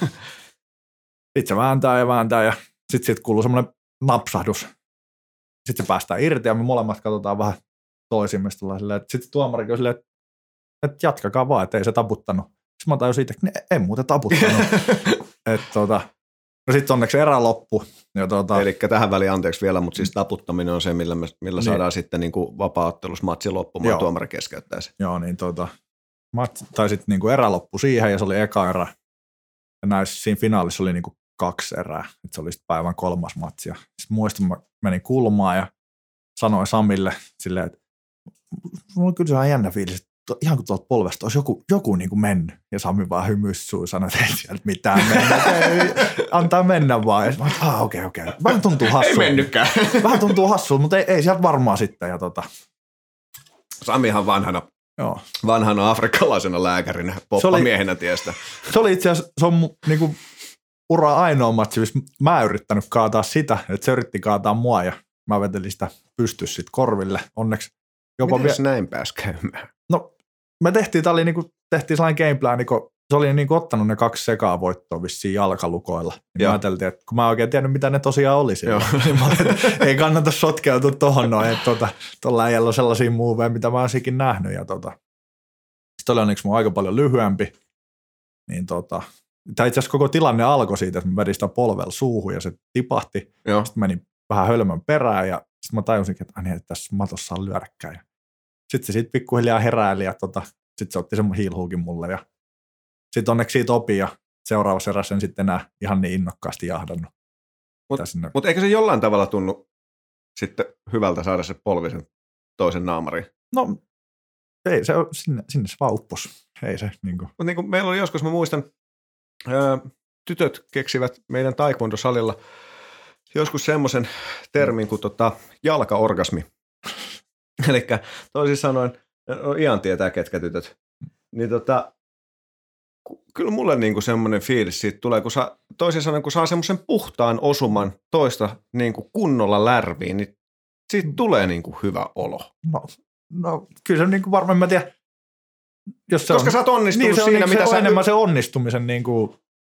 Sitten se vääntää ja vääntää ja sitten sit kuuluu semmoinen napsahdus. Sitten se päästään irti ja me molemmat katsotaan vähän toisimme. Sitten tuomarikin on silleen, että, että jatkakaa vaan, että ei se taputtanut. Sitten mä tajusin itse, että ei muuten taputtanut. että tota, no sitten onneksi erä loppu. Tuota, eli tähän väliin anteeksi vielä, mutta siis taputtaminen on se, millä, me, millä niin. saadaan sitten niin kuin vapaa-ottelussa matsi loppumaan ja tuomari keskeyttää se. Joo, niin tota, matsi, tai sitten niin kuin erä loppu siihen ja se oli eka erä. Ja näissä, siinä finaalissa oli niin kuin kaksi erää. Et se oli sitten päivän kolmas matsi. Ja sitten muistin, mä menin kulmaan ja sanoin Samille silleen, että mulla on kyllä se vähän jännä fiilis, että ihan kuin tuolta polvesta olisi joku, joku niin kuin mennyt. Ja Sami vaan hymyssui ja sanoi, että ei sieltä mitään mennä. Antaa mennä vaan. Ja mä ah, okei, okay, okei. Okay. Vähän tuntuu hassulta. Ei mennytkään. Vähän tuntuu hassulta, mutta ei, ei sieltä varmaan sitten. Ja tota. Samihan vanhana, Joo. vanhana afrikkalaisena lääkärinä, poppamiehenä tiestä. Se oli itse asiassa, se on mun niin kuin, ura ainoa matsi, missä mä en yrittänyt kaataa sitä, että se yritti kaataa mua ja mä vetelin sitä pystyssä sitten korville. Onneksi jopa Miten vie... näin pääsi käymään? No, me tehtiin, tää oli niinku, tehtiin sellainen gameplan, niinku, se oli niinku ottanut ne kaksi sekaa voittoa vissiin jalkalukoilla. Niin mä ajattelin, että kun mä en oikein tiennyt, mitä ne tosiaan oli siellä, niin mä olin, että ei kannata sotkeutua tohon noin, että tuolla tota, äijällä on sellaisia moveja, mitä mä oon sikin nähnyt. Ja tota, sitten oli onneksi mun aika paljon lyhyempi. Niin tota, tämä itse asiassa koko tilanne alkoi siitä, että mä vedin sitä polvella suuhun ja se tipahti. Joo. Sitten meni vähän hölmön perään ja sitten mä tajusinkin, että, niin, että tässä matossa on lyödäkään. Sitten se sitten pikkuhiljaa heräili ja tota, sitten se otti sen heel hookin mulle. Ja sitten onneksi siitä opi ja seuraavassa erässä en sitten enää ihan niin innokkaasti jahdannut. Mutta mut eikö se jollain tavalla tunnu sitten hyvältä saada se polvisen toisen naamariin? No ei, se, sinne, sinne se vaan upposi. Ei se niin kuin. Mutta niin kuin meillä oli joskus, mä muistan, ää, tytöt keksivät meidän taekwondo-salilla joskus semmoisen termin kuin tota, jalkaorgasmi. Eli toisin sanoen, no Ian tietää ketkä tytöt, niin tota, kyllä mulle niinku semmoinen fiilis siitä tulee, kun saa, toisin sanoen kun saa semmoisen puhtaan osuman toista niinku kunnolla lärviin, niin siitä tulee niinku hyvä olo. No, no kyllä se niinku varmaan, mä tiedän, jos se Koska on, sä oot onnistunut niin se siinä, on, mitä se sä... on enemmän se onnistumisen niinku...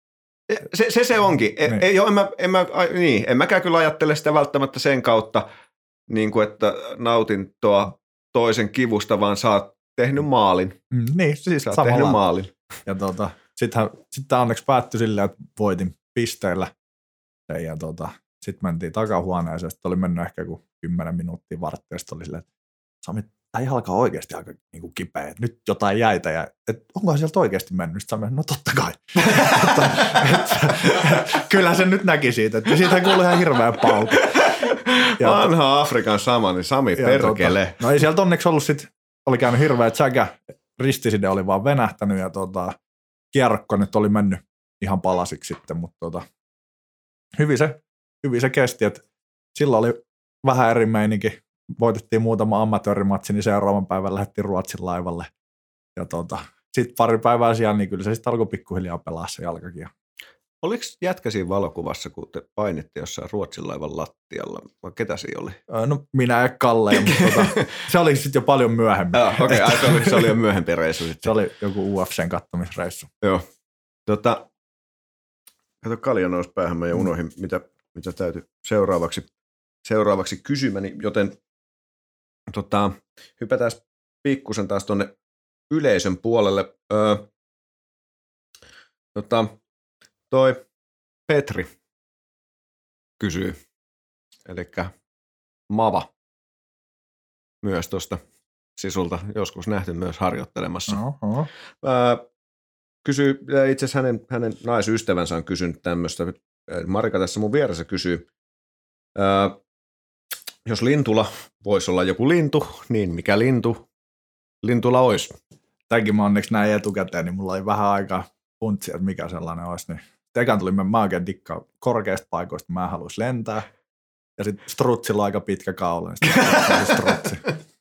Se, se, se onkin. Niin. Ei, joo, en, mä, en, mä, niin, en mäkään kyllä ajattele sitä välttämättä sen kautta, niin kuin, että nautintoa toisen kivusta, vaan sä oot tehnyt maalin. Mm, niin, siis sä oot tehnyt maalin. Ja tota, sitten sit onneksi päättyi silleen, että voitin pisteillä. Ja tota, sitten mentiin takahuoneeseen, sitten oli mennyt ehkä kuin kymmenen minuuttia varttia, ja sitten oli silleen, että Sami, tämä jalka on oikeasti aika niin kuin kipeä, että nyt jotain jäitä, ja että onkohan sieltä oikeasti mennyt? Sitten Sami, no totta kai. Kyllähän se nyt näki siitä, että siitä kuului ihan hirveä pauku. Ja vanha Afrikan sama, niin Sami perkele. Tota, no ei sieltä onneksi ollut sit, oli käynyt hirveä tsäkä, ristiside oli vaan venähtänyt ja tota, kierrokko nyt oli mennyt ihan palasiksi sitten, mutta tota, hyvin, se, hyvin se kesti, että silloin oli vähän eri meininki voitettiin muutama amatöörimatsi, niin seuraavan päivän lähdettiin Ruotsin laivalle. Ja tota, sitten pari päivää siellä, niin kyllä se sitten alkoi pikkuhiljaa pelaa se jalkakin. Oliko jätkä siinä valokuvassa, kun te painitte jossain Ruotsin laivan lattialla, vai ketä siinä oli? No minä ja Kalle, mutta tota, se oli sitten jo paljon myöhemmin. Okei, okay, se, oli, se oli jo myöhempi reissu sitten. Se oli joku U F C:n kattomisreissu. Joo. Tota, kato, kalja nousi päähän, mä jo unohdin, mitä, mitä täytyy seuraavaksi, seuraavaksi kysymäni, joten tota, hypätään pikkusen taas tuonne yleisön puolelle. Öö, tota, toi Petri kysyy, eli Mava myös tuosta sisulta joskus nähty myös harjoittelemassa. Uh-huh. Öö, kysyy, itse asiassa hänen, hänen naisystävänsä on kysynyt tämmöistä, Marika tässä mun vieressä kysyy, öö, jos lintula voisi olla joku lintu, niin mikä lintu lintula olisi? Tämänkin mä onneksi näin etukäteen, niin mulla oli vähän aikaa puntsia, että mikä sellainen olisi. Niin tekan tuli, mä oikein dikkaan korkeista paikoista, mä haluaisin lentää. Ja sitten strutsilla on aika pitkä kaula, niin sitten strutsi.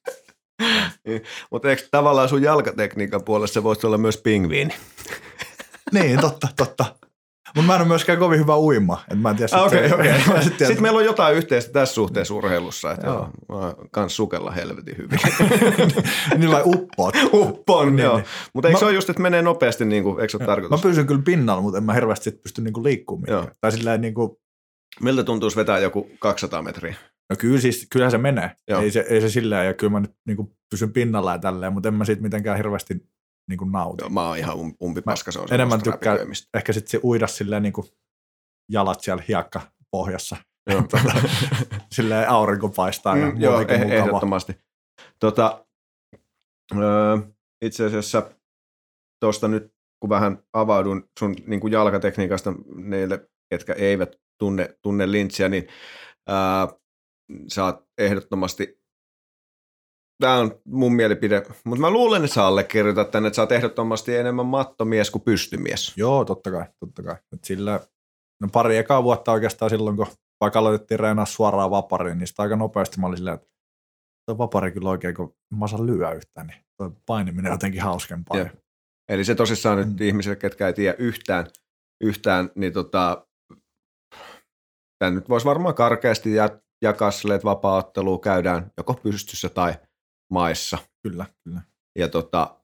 Mutta eikö tavallaan sun jalkatekniikan puolesta se voisi olla myös pingviini? Niin, totta, totta. Mutta mä en ole myöskään kovin hyvä uima. Et mä en tiedä, ah, okay, se, okay. Sitten, sitten, sitten meillä on jotain yhteistä tässä suhteessa urheilussa, että joo. Joo, mä kans sukella helvetin hyvin. Niillä on uppoot. Uppon, niin, joo. Niin. Mutta eikö mä, se ole just, että menee nopeasti, niin kuin, eikö se ole tarkoitus? Mä pysyn kyllä pinnalla, mutta en mä hirveästi sit pysty niin kuin liikkumaan. Tai silleen niin kuin... Miltä tuntuisi vetää joku kaksisataa metriä? No kyllä siis, kyllähän se menee. Ei se, ei se silleen, ja kyllä mä nyt niin kuin pysyn pinnalla ja tälleen, mutta en mä siitä mitenkään hirveästi niin kuin nautin. Joo, mä oon ihan um, umpipaska, se on enemmän tykkää ehkä sitten se uida silleen niin kuin jalat siellä hiekkapohjassa. Tota, silleen aurinko paistaa. Ja joo, eh, ehdottomasti. Tota, öö, itse asiassa tuosta nyt, kun vähän avaudun sun niin kuin jalkatekniikasta neille, ketkä eivät tunne, tunne lintsiä, niin ää, sä oot ehdottomasti, tämä on mun mielipide, mutta mä luulen, että sä allekirjoitat tänne, että sä oot ehdottomasti enemmän mattomies kuin pystymies. Joo, totta kai, totta kai. Et sillä, no pari ekaa vuotta oikeastaan silloin, kun vaikka aloitettiin reenaa suoraan vapariin, niin sitä aika nopeasti mä olin silleen, että tuo vapari kyllä oikein, kun mä saan lyödä yhtään, niin tuo painiminen on jotenkin hauskempaa. Ja. Eli se tosissaan mm. nyt ihmisille, ketkä ei tiedä yhtään, yhtään niin tota, tämä nyt voisi varmaan karkeasti jakaa silleen, että vapaa-ottelua käydään joko pystyssä tai maissa. Kyllä, kyllä. Ja tota,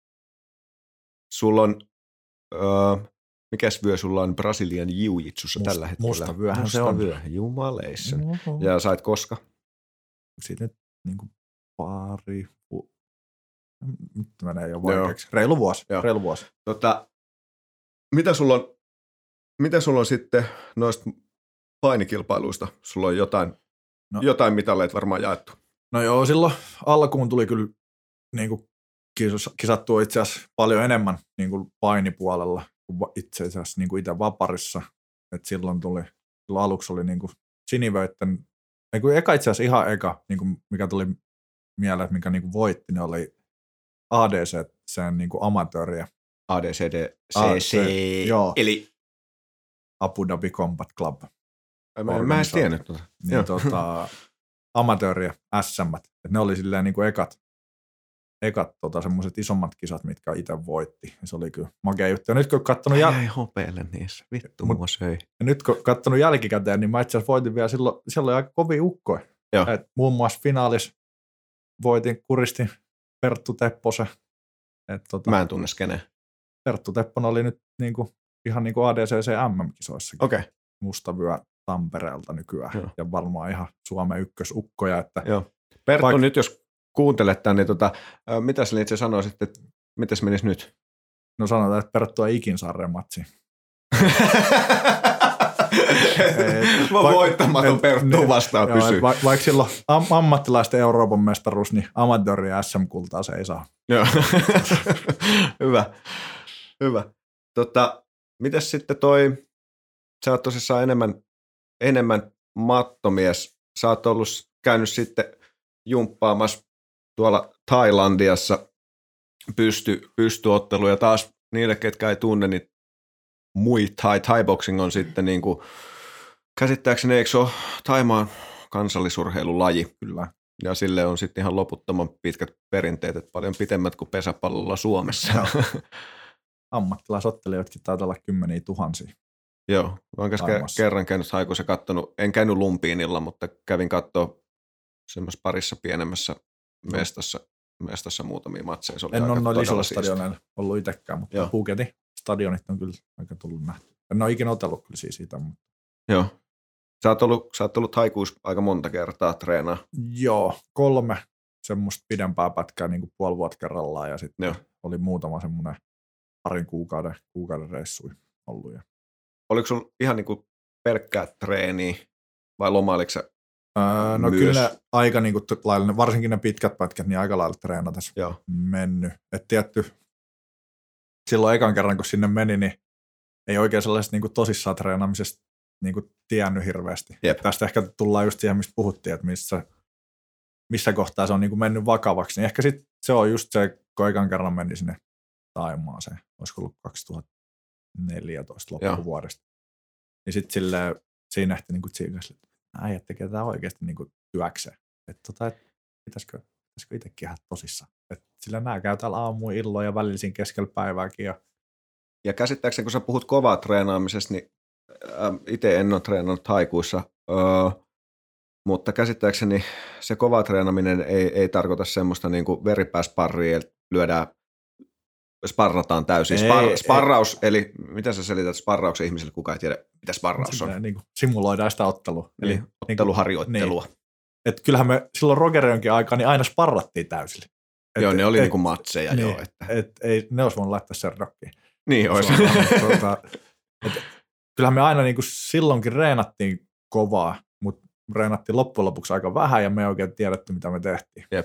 sulla on, öö, mikäs vyö sulla on Brasilian jiu-jitsussa Must, tällä hetkellä? Musta vyöhän musta se on. Vyö, jumaleissa. Mm-hmm. Ja sait koska? Siitä nyt niin kuin pari, vu... nyt menee jo vaikeaksi. Reilu vuosi, Joo. reilu vuosi. Tota, mitä sulla on, mitä sulla on sitten noista painikilpailuista? Sulla on jotain, no. jotain mitaleita varmaan jaettu. No joo, silloin alkuun tuli kyllä niin kuin kisattua itse asiassa paljon enemmän niin kuin painipuolella kuin itse asiassa niin kuin itse vaparissa. Et silloin tuli, silloin aluksi oli niin kuin sinivöitten, niin kuin eka itse asiassa ihan eka, niin kuin mikä tuli mieleen, että mikä niin kuin voitti, niin oli A D C, sen niin kuin amatööriä. A D C D C C, joo. Eli Abu Dhabi Combat Club. Mä, mä en edes tiennyt tuota. Niin, tota, amatööriä, S M. Ne oli silleen niin kuin ekat, ekat tota, semmoiset isommat kisat, mitkä itse voitti. Ja se oli kyllä makea juttu. Ja nyt kun kattonut jäl... Ei hopeille niissä. Vittu mua söi. Ja nyt kun kattonut jälkikäteen, niin mä itse asiassa voitin vielä silloin, siellä oli aika kovia ukkoja. Et muun muassa finaalis voitin, kuristin Perttu Tepposen. Et, tota, mä en tunne skeneen. Perttu Tepponen oli nyt niinku, ihan niin kuin A D C C M M-kisoissakin. Okei. Okay. Mustavyö Tampereelta nykyään. Joo. Ja varmaan ihan Suomen ykkösukkoja. Että Joo. Perttu, vaik- nyt jos kuuntelet tämän, niin tota, äh, mitä sä itse sanoisit, että mitäs menisi nyt? No sanotaan, että Perttu ei ikin saa rematsia. Mä voittamaton Perttu vastaan pysyy. Va- vaikka silloin am- ammattilaisten Euroopan mestaruus, niin amatööri ja S M-kultaa se ei saa. Joo. Hyvä. Hyvä. Tota, mitäs sitten toi, sä oot tosissaan enemmän, enemmän mattomies. Sä oot ollut käynyt sitten jumppaamassa tuolla Thailandiassa pysty, pystyotteluja. Taas niille, ketkä ei tunne, niin Muay Thai, Thai boxing on sitten niin kuin, käsittääkseni eikö se ole Thaimaan kansallisurheilulaji? Kyllä. Ja sille on sitten ihan loputtoman pitkät perinteet, että paljon pitemmät kuin pesäpallolla Suomessa. Ammattilaisottelijatkin taitaa olla kymmeniä tuhansia. Joo, mä oon kerran käynyt haikuissa kattonut, en käynyt lumpiinilla, mutta kävin katsoa semmoisessa parissa pienemmässä no. mestassa, mestassa muutamia matseja. En ole noin isolla stadionilla ollut itsekään, mutta Phuketin stadionit on kyllä aika tullut nähty. En ole ikinä otellut kyllä siis siitä. Mutta... Joo. Sä oot ollut, sä oot ollut haikuissa aika monta kertaa treenaa. Joo, kolme semmoista pidempää pätkää niin kuin puoli vuotta kerrallaan ja sitten Joo. oli muutama semmoinen parin kuukauden, kuukauden reissui ollut. Ja... Oliko sulla ihan niin kuin pelkkää treeniä vai lomailiko sä öö, No myös? Kyllä aika niin kuin, varsinkin ne pitkät pätkät, niin aika lailla treenatas mennyt. Et tietty, silloin ekan kerran kun sinne meni, niin ei oikein sellaisesta niin kuin tosissaan treenaamisesta niin kuin tiennyt hirveästi. Jep. Tästä ehkä tullaan just siihen, mistä puhuttiin, että missä, missä kohtaa se on niin kuin mennyt vakavaksi. Niin ehkä sit se on just se, kun ekan kerran meni sinne Thaimaaseen. Olisiko ollut kaksituhattaneljätoista loppuvuodesta. Niin sitten silleen siinä ehti niin kuin tsiikasi, että äijät tekee tätä oikeasti niin kuin työkseen. Että tota, et, pitäisikö, pitäisikö itsekin ihan tosissaan. Että sillä nämä käy täällä aamuin illoin ja välillä siinä keskellä päivääkin. Ja, ja käsittääkseni, kun sä puhut kovaa treenaamisesta, niin itse en ole treenannut haikuissa, öö, mutta käsittääkseni se kova treenaminen ei, ei tarkoita semmoista niin kuin veripääsparria, että lyödään, sparrataan täysin. Spar, ei, sparraus, ei. Eli mitä sä selität sparrauksen ihmisille, kukaan ei tiedä, mitä sparraus on? Niin kuin simuloidaan sitä ottelua. Eli niin, otteluharjoittelua. Niin. Että kyllähän me silloin Rogerionkin aikaa niin aina sparrattiin täysille. Et, joo, ne oli et, niin kuin matseja niin, jo. Että. Et, ei, ne olisi voinut laittaa sen rockiin. Niin olisi. Tuota, et, kyllähän me aina niin kuin silloinkin reenattiin kovaa, mutta reenattiin loppujen lopuksi aika vähän ja me ei oikein tiedetty, mitä me tehtiin. Jep.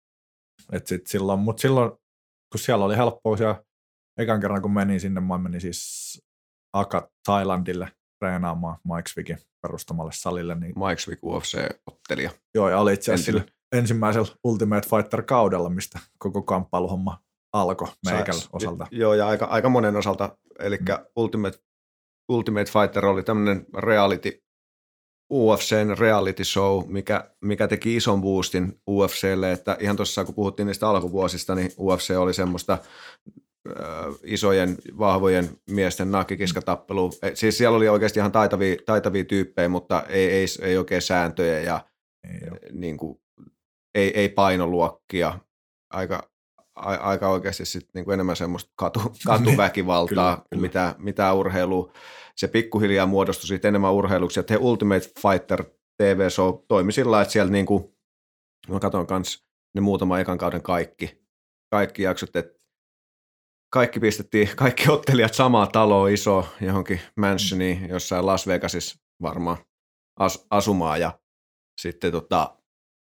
Et sit silloin, mutta silloin, kun siellä oli helppoa siellä, ekan kerran kun menin sinne, mä menin siis Akat Thailandille treenaamaan Mike Swickin perustamalle salille. Niin... Mike Swick U F C-ottelija. Joo, ja oli itse asiassa ensimmäisellä Ultimate Fighter-kaudella, mistä koko kamppailuhomma alkoi meikällä osalta. Joo, ja aika, aika monen osalta, eli mm. Ultimate Ultimate Fighter oli tämmöinen reality, U F C:n reality show, mikä, mikä teki ison boostin U F C:lle, että ihan tuossa kun puhuttiin niistä alkuvuosista, niin U F C oli semmoista äh, isojen, vahvojen miesten nakkikiskatappelua. Siis siellä oli oikeasti ihan taitavia, taitavia tyyppejä, mutta ei, ei, ei oikein sääntöjä ja ei, niin kuin, ei, ei painoluokkia. Aika, a, aika oikeasti sit niin kuin enemmän semmoista katu, katuväkivaltaa kuin kyllä, mitä, mitä urheilua. Se pikkuhiljaa muodostui siitä enemmän urheiluksi, että he Ultimate Fighter T V-show toimi sillä lailla, että siellä niin kuin, mä katson kanssa ne muutama ekan kauden kaikki, kaikki jaksot, että kaikki pistettiin, kaikki ottelijat samaa taloa iso johonkin mansioniin jossain Las Vegasissa varmaan as, asumaan ja sitten, tota,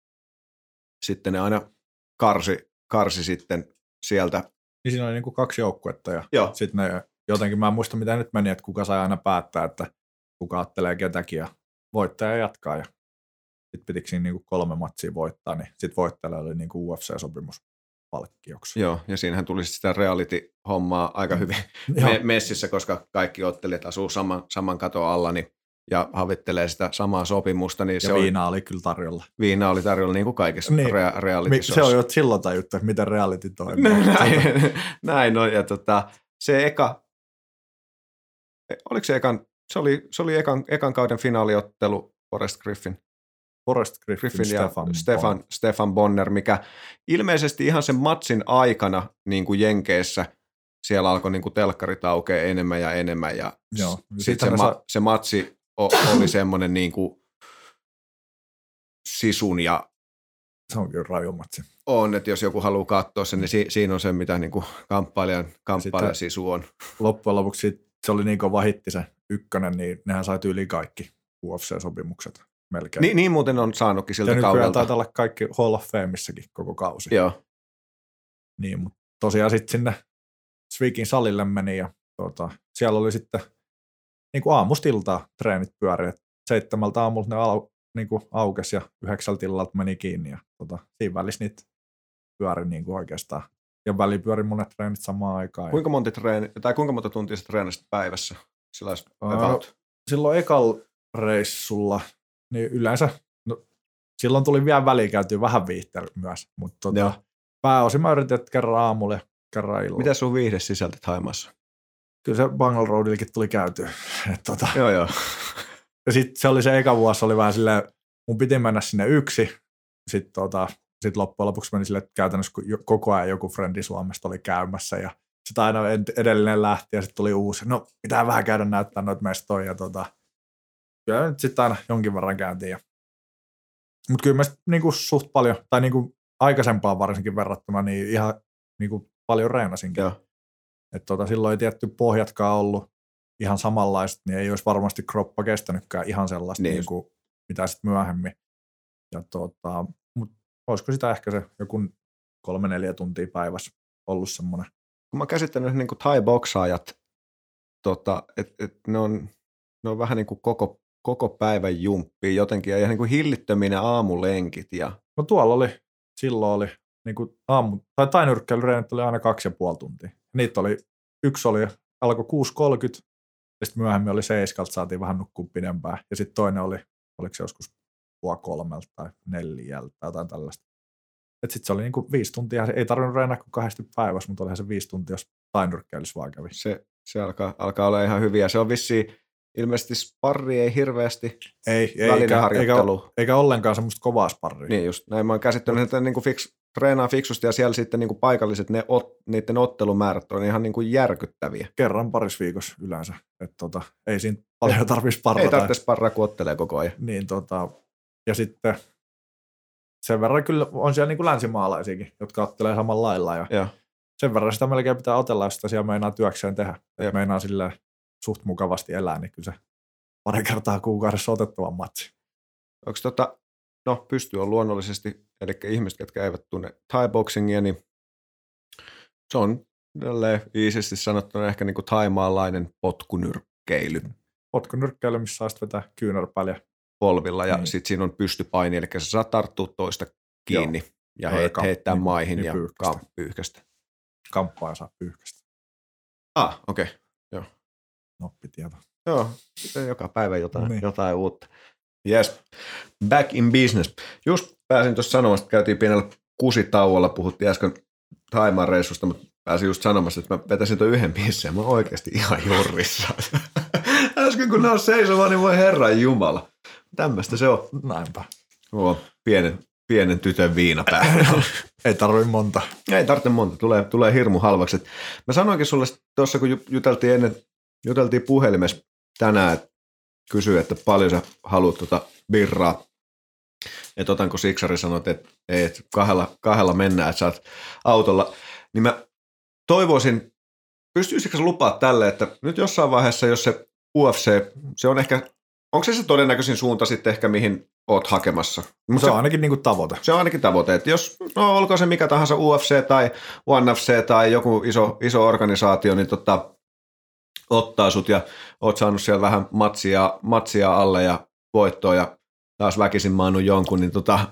sitten ne aina karsi, karsi sitten sieltä. Niin siinä oli niin kuin kaksi joukkuetta ja Joo. sitten ne jotenkin, mä en muista mitä nyt meni, että kuka sai aina päättää, että kuka ottelee ketäkin ja voittaja jatkaa ja sitten pitikö siinä niin kuin kolme matsia voittaa, niin sitten voittajalle oli niin kuin U F C-sopimus palkkioksi. Joo, ja siinähän tuli sitä reality-hommaa aika hyvin me- messissä, koska kaikki ottelijat asuu saman, saman katon alla niin, ja havittelee sitä samaa sopimusta. Niin ja se viina oli, oli kyllä tarjolla. Viina oli tarjolla niin kuin kaikissa niin. rea- reality-shoissa. Se on jo silloin tajuttu, että miten reality toimii. näin, näin on, ja tota, se eka, oliko se ekan, se oli, se oli ekan, ekan kauden finaaliottelu Forrest Griffin. Forrest Griffin, Griffin ja Stefan, Stefan, Bonner. Stefan Bonner, mikä ilmeisesti ihan sen matsin aikana niin kuin Jenkeissä siellä alkoi niin kuin telkkarit aukeaa enemmän ja enemmän ja sitten se, ma- sa- se matsi o- oli semmoinen niin kuin sisun ja se on kyllä raju matsi. On, että jos joku haluaa katsoa sen, niin si- siinä on se, mitä niin kuin kamppailijan, kamppailijan sisu on. Loppujen lopuksi se oli niin kova hitti se ykkönen, niin nehän sai yli kaikki U F C-sopimukset. Melkein. Niin, niin muuten on saanutkin siltä ja kaudelta. Ja nyt taitaa olla kaikki Hall of Fameissäkin koko kausi. Joo. Niin, mutta tosiaan sitten sinne Swickin salille meni ja tuota, siellä oli sitten niin kuin aamusta iltaa treenit pyöri. Seitsemältä aamulta ne au, niin kuin aukesi ja yhdeksältä illalta meni kiinni ja tuota, siinä välissä niitä pyöri niin kuin oikeastaan. Ja väliin pyöri monet treenit samaan aikaan. Kuinka monta, treeni, tai kuinka monta tuntia sä treenasit päivässä? Sillä uh, silloin ekalla reissulla niin yleensä, no, silloin tuli vielä väliin käytyä vähän viihteellä myös, mutta tota, pääosin mä yritin, että kerran aamulla ja kerran illalla. Mitä sun viihde sisältö Thaimaassa? Kyllä se Bungle Roadillekin tuli käytyä. tota. Joo, joo. Ja sitten se oli se eka vuosi, oli vähän silleen, mun piti mennä sinne yksi, sitten tota, sit loppujen lopuksi meni silleen, että käytännössä koko ajan joku frendi Suomesta oli käymässä ja sitten aina edellinen lähti ja sitten tuli uusi. No, pitää vähän käydä näyttää noita mestoja ja tota, kyllä nyt sitten aina jonkin verran käyntiin. Ja mutta kyllä mä niinku suht paljon, tai niinku aikaisempaan varsinkin verrattuna, niin ihan niinku paljon reenasinkin. Että tota, silloin ei tietty pohjatkaan ollut ihan samanlaiset, niin ei olisi varmasti kroppa kestänytkään ihan sellaista, niin. Niinku, mitä sitten myöhemmin. Ja tota, mutta olisiko sitä ehkä se joku kolme neljä tuntia päivässä ollut semmoinen. Kun mä käsittänyt niin kuin thai-boksaajat, tota, että et ne, on, ne on vähän niin kuin koko koko päivän jumppia jotenkin, ja ihan niin kuin hillittöminen aamulenkit. Ja... No tuolla oli, silloin oli, niin kuin aamu, tai tainyrkkeilyreenit oli aina kaksi ja puoli tuntia. Niitä oli, yksi oli, alkoi kuusi kolmekymmentä, ja sitten myöhemmin oli seiskalta, saatiin vähän nukkua pidempään. Ja sitten toinen oli, oliko se joskus puoli kolmelta tai neljältä tai jotain tällaista. Että sitten se oli niin kuin viisi tuntia, ei tarvinnut reenaa kuin kahdesti päivässä, mutta olihan se viisi tuntia, jos tainyrkkeilyssä vaan kävi. Se, se alkaa, alkaa olla ihan hyviä. Se on vissiin ilmeisesti sparri ei hirveästi, ei, eikä, eikä, eikä ollenkaan semmoista kovaa sparria. Niin just, näin mä oon käsittänyt, että niin kuin fiks, treenaa fiksusti ja siellä sitten niin kuin paikalliset, ne ot, niiden ottelumäärät on ihan niin kuin järkyttäviä. Kerran parissa viikossa yleensä, että tota, ei siinä paljon tarvitse sparrata. Ei tarvitse sparraa, kun ottelee koko ajan. Niin tota, ja sitten sen verran kyllä on siellä niin kuin länsimaalaisiakin, jotka ottelee samalla lailla ja, ja sen verran sitä melkein pitää otella, jos sitä siellä meinaa työkseen tehdä. Ja meinaa silleen suht mukavasti elää, niin kyllä se pari kertaa kuukaudessa otettavan matsi. Onko tota, no pysty on luonnollisesti, eli ihmiset, jotka eivät tunne thai-boxingia, niin se on iisisti sanottuna ehkä niin kuin thaimaalainen potkunyrkkeily. Potkunyrkkeily, missä saa vetää kyynärpäällä polvilla ja niin. Sitten siinä on pystypaini, eli sä saat tarttua toista kiinni. Joo. Ja heit, kamp- heittää niin, maihin niin ja pyyhkästä. pyyhkästä. Kamppaa saa pyyhkästä. Ah, okei. Okay. Joo. Noppitieto. Joo, joka päivä jotain, niin. jotain uutta. Yes, back in business. Just pääsin tuossa sanomassa, että käytiin pienellä kusitauolla, puhuttiin äsken Thaimaan reissusta, mutta pääsin just sanomassa, että mä vetäisin tuon yhden biisin ja mä oon oikeasti ihan jorrissa. Äsken kun ne on seisovaa, niin voi herran jumala. Tämmöistä se on. Näinpä. Oo, pienen, pienen tytön viinapää. Ei tarvitse monta. Ei tarvitse monta, tulee, tulee hirmu halvaksi. Et mä sanoinkin sulle tuossa, kun juteltiin ennen, juteltiin puhelimessa tänään, että kysyi, että paljon sä haluat tuota birraa. Että otanko Siksari sanot, että, että kahdella, kahdella mennään, että saat autolla. Niin mä toivoisin, pystyisikö sä lupaa tälle, että nyt jossain vaiheessa, jos se U F C, se on ehkä, onko se se todennäköisin suunta sitten ehkä, mihin oot hakemassa? Mutta se on ainakin niinku tavoite. Se on ainakin tavoite, että jos, no olkoon se mikä tahansa U F C tai One F C tai joku iso, iso organisaatio, niin tota, ottaa sut ja oot saanut siellä vähän matsia, matsia alle ja voittoa ja taas väkisin maannut jonkun, niin tota,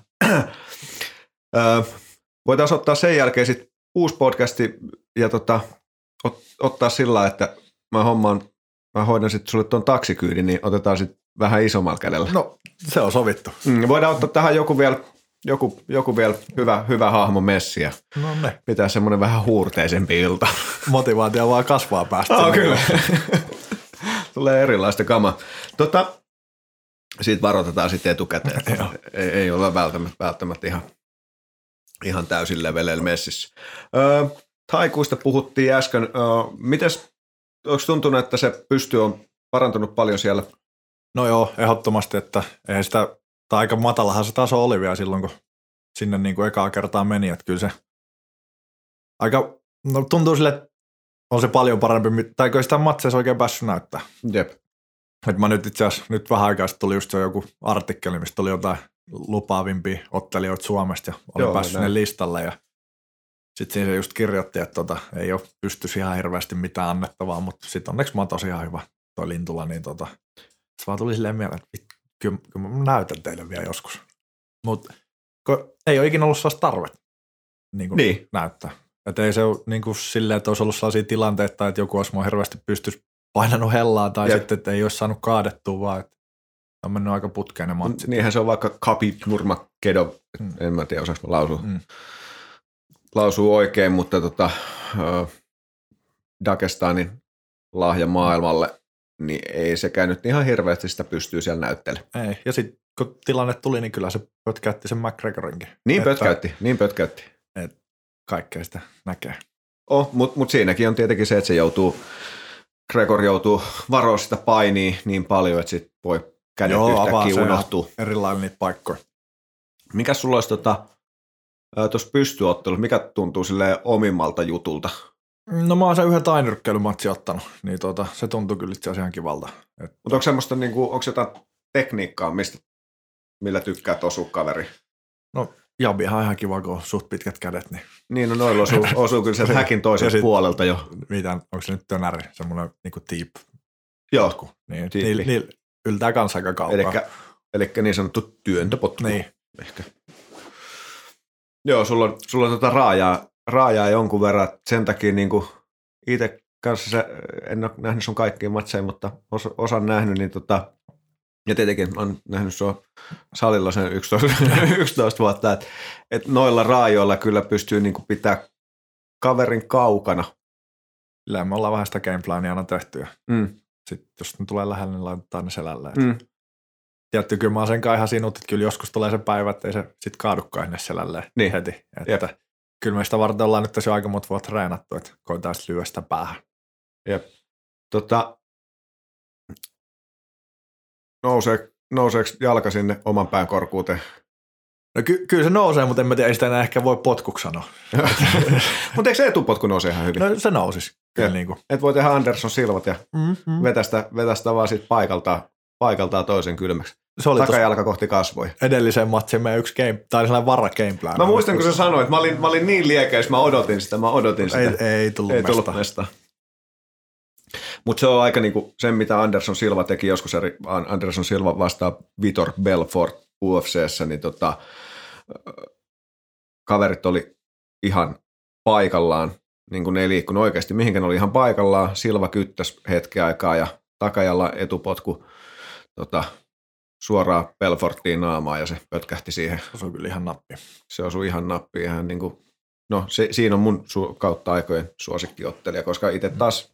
voitaisiin ottaa sen jälkeen sitten uusi podcasti ja tota, ot, ottaa sillä, että mä hommaan, mä hoidan sitten sulle tuon taksikyydin, niin otetaan sitten vähän isommalla kädellä. No, se on sovittu. Mm, voidaan ottaa tähän joku vielä, joku, joku vielä hyvä, hyvä hahmo messiä. No ne. Pitää semmoinen vähän huurteisempi ilta. Motivaatio vaan kasvaa päästä. Oh, kyllä. Tulee erilaista kamaa. Tota, siitä varoitetaan sitten etukäteen. ei, ei ole välttämättä, välttämättä ihan, ihan täysin leveleillä messissä. Öö, Taikuista puhuttiin äsken. Öö, mites, onko tuntunut, että se pysty on parantunut paljon siellä? No joo, ehdottomasti, että ei sitä, tai aika matalahan se taso oli vielä silloin, kun sinne niin kuin ekaa kertaa meni, että kyllä se aika, no tuntuu sille, että on se paljon parempi, tai kun ei sitä matseissa oikein päässyt näyttää. Jep. Että mä nyt itse asiassa, nyt vähän aikaa sitten tuli just se joku artikkeli, mistä oli jotain lupaavimpia ottelijoita Suomesta ja oli joo, päässyt sinne listalle ja sitten siinä se just kirjoitti, että tota, ei ole pystyisi ihan hirveästi mitään annettavaa, mutta sitten onneksi mä oon tosi ihan hyvä toi Lintula, niin tota, se vaan tuli silleen mieleen, että kyllä, kyllä mä näytän teille vielä joskus. Mutta ei ole ikinä ollut sellaista tarvetta niin kuin niin. näyttää. Että ei se ole niin kuin silleen, että olisi ollut sellaisia tilanteita, että joku olisi mua hirveästi pystyisi painanut hellaa tai Jep. sitten, että ei olisi saanut kaadettua, vaan että on mennyt aika putkeen ne matsit. Niinhän se on vaikka Khabib Nurmagomedov Kedo, mm. en mä tiedä osaanko mä lausua, mm. lausua oikein, mutta tota, äh, Dagestanin lahja maailmalle, niin ei se käynyt ihan hirveästi sitä pystyy siellä näyttelemään. Ei, ja sitten kun tilanne tuli, niin kyllä se pötkäytti sen McGregorinkin. Niin että, pötkäytti, niin pötkäytti. Että kaikkea sitä näkee. Oh, mutta mut siinäkin on tietenkin se, että se joutuu, Gregor joutuu varoa sitä painia niin paljon, että sit voi kädet Joo, yhtäkkiä unohtuu. Erilainen niitä paikkoja. Mikäs sulla olisi tuossa tota, pystyottelussa, mikä tuntuu silleen omimmalta jutulta? No mä oon sen yhden tainyrkkeilymatsin ottanut, niin tota, se tuntuu kyllä itse asiassa ihan kivalta. Mutta onko semmoista, niinku, onko jotain tekniikkaa, mistä, millä tykkää osua kaveri? No Jabihan on ihan kiva, kun on suht pitkät kädet. Niin, niin no noilla osuu, osuu kyllä sen häkin toiselta puolelta jo. Mitä, onko se nyt tönäri, semmoinen niinku tiip? Joo. Niin, niillä niil yltää kanssa aika kaukaa. Elikkä, elikkä niin sanottu työntöpotku. Niin. Ehkä. Joo, sulla on, sulla on tota raajaa, raajaa jonkun verran, sen takia niinku itse kanssa se, en ole nähnyt sun kaikkia matseja, mutta osa, osan nähnyt, niin tota, ja tietenkin olen nähnyt sua salilla sen yksitoista, yksitoista vuotta, että et noilla raajoilla kyllä pystyy niinku pitää kaverin kaukana. Kyllä me ollaan vähän sitä gameplania aina tehty ja mm. sitten jos ne tulee lähelle, niin laitetaan ne selälle. Mm. Tietty, kyllä mä oon senkaan ihan sinut, että kyllä joskus tulee se päivä, että ei se sitten kaadukaan sinne selälleen niin. heti. Että kyllä me sitä varten ollaan nyt tässä jo aika monta vuotta treenattu, että koetaan sitten lyödä sitä päähän. Jep. Tota, nousee, nouseeko jalka sinne oman pään korkuuteen? No ky- kyllä se nousee, mutta en mä tiedä, ei sitä enää ehkä voi potkuksi sanoa. Mutta eikö se etupotku nouse ihan hyvin? No se nousisi. Kyllä niin kuin. Et voi tehdä Anderson Silvat ja mm-hmm. vetästä, vetästä vaan siitä paikaltaan, paikaltaan toisen kylmäksi. Takajalka kohti kasvoja. Edelliseen matsiin meidän yksi game, tai sellainen vara gameplan. Mä muistan, kun sä sanoit, mä olin, mä olin niin liekeis, mä odotin sitä, mä odotin sitä. Ei, ei tullut ei mestaan. Tullut mestaan. Mutta se on aika niinku sen, mitä Anderson Silva teki joskus, eri, Anderson Silva vastaa Vitor Belfort U F C:ssä, niin tota, kaverit oli ihan paikallaan, niin kuin ne ei liikkunut oikeasti mihinkään, oli ihan paikallaan. Silva kyttäsi hetken aikaa ja takajalla etupotku tota, suoraan Belfortiin naamaan ja se pötkähti siihen. Se osui kyllä ihan nappi. Se osui ihan nappi. Ihan niin kuin, no se, siinä on mun su, kautta aikojen suosikkiottelija, koska itse taas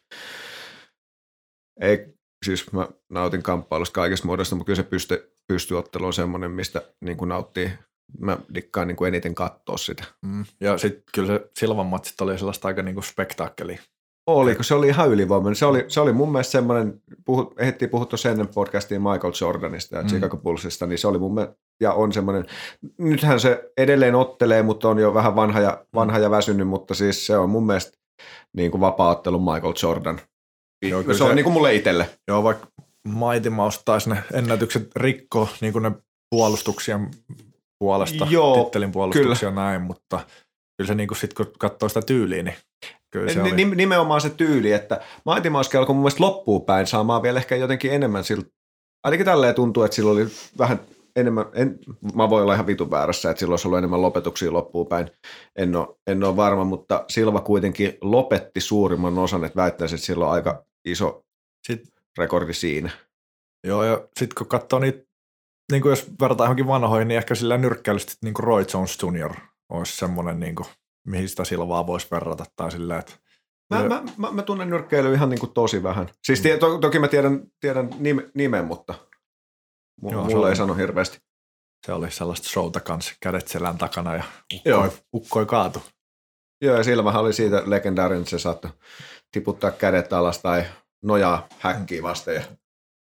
ei, siis mä nautin kamppailusta kaikista muodosta, mutta kyllä se pysty, pystyottelu on semmoinen, mistä niin kuin nauttii. Mä dikkaan niin kuin eniten katsoa sitä. Mm. Ja sitten kyllä se Silvan matsit oli sellaista aika niin kuin spektaakkeliä. Oli, kun se oli ihan ylivoimainen. Se oli, se oli mun mielestä semmoinen, puhut, ehdittiin puhua tuossa ennen podcastiin Michael Jordanista ja mm. Chicago Bullsista, niin se oli mun mielestä, ja on semmoinen, nythän se edelleen ottelee, mutta on jo vähän vanha ja, vanha ja väsynyt, mutta siis se on mun mielestä niin kuin vapaa-ottelun Michael Jordan. Joo, se, se on niin kuin mulle itselle. Joo, vaikka Mighty Mouse taisi ne ennätykset rikko niin kuin ne puolustuksien puolesta, Joo, tittelin puolustuksia kyllä. Näin, mutta kyllä se niin kuin sit, kun katsoo sitä tyyliä, niin kyllä se N- oli. Nimenomaan se tyyli, että Mighty Mouse alkoi mun mielestä loppuun päin saamaan vielä ehkä jotenkin enemmän siltä, ainakin tälleen tuntuu, että sillä oli vähän enemmän, en, mä voin olla ihan vitun väärässä, että sillä olisi ollut enemmän lopetuksia loppuun päin, en ole, en ole varma, mutta Silva kuitenkin lopetti suurimman osan, että väittäisi, että sillä on aika iso sit, rekordi siinä. Joo, ja sitten kun katsoo niitä, niin kuin jos verrataan johonkin vanhoihin, niin ehkä sillä nyrkkäilystä niin kuin Roy Jones junior olisi semmoinen, niin kuin, mihin sitä Silvaa voisi verrata, tai sillä, että Mä, mä, mä, mä tunnen nyrkkeilyä ihan niin kuin tosi vähän. Siis mm. to, toki mä tiedän, tiedän nime, nimen, mutta mulla, mulla ei sano hirveästi. Se oli sellaista showta kanssa, kädet selän takana ja ukkoi, ukkoi kaatu. Joo, ja Silvahan oli siitä legendaarinen, että se saattoi tiputtaa kädet alas tai nojaa häkkiä vasten ja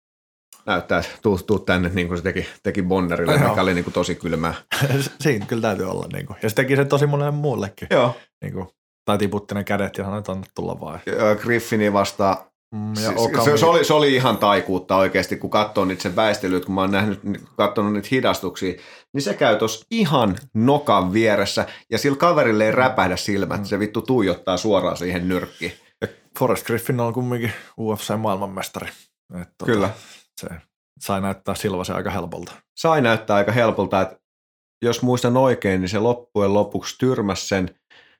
näyttää, että tuu, tuu tänne, niin kuin se teki, teki Bonnerille, no, mikä oli niin kuin tosi kylmää. Siinä kyllä täytyy olla. Niin kuin. Ja se teki sen tosi monelle muullekin. Joo. Niin kuin, tai tiputti ne kädet ja sanoi, että anna tulla vaan. Griffini vastaa. Mm, ja siis, se, se, oli, se oli ihan taikuutta oikeasti, kun katsoo niitä sen väistelyt, kun mä oon nähnyt, katsonut niitä hidastuksia, niin se käy tuossa ihan nokan vieressä, ja sillä kaverille ei räpähdä silmät, mm. se vittu tuijottaa suoraan siihen nyrkkiin. Ja Forrest Griffin on kumminkin U F C-maailmanmestari. Että Kyllä. Tota, se sai näyttää Silvasen aika helpolta. Sai näyttää aika helpolta, että jos muistan oikein, niin se loppujen lopuksi tyrmäsi sen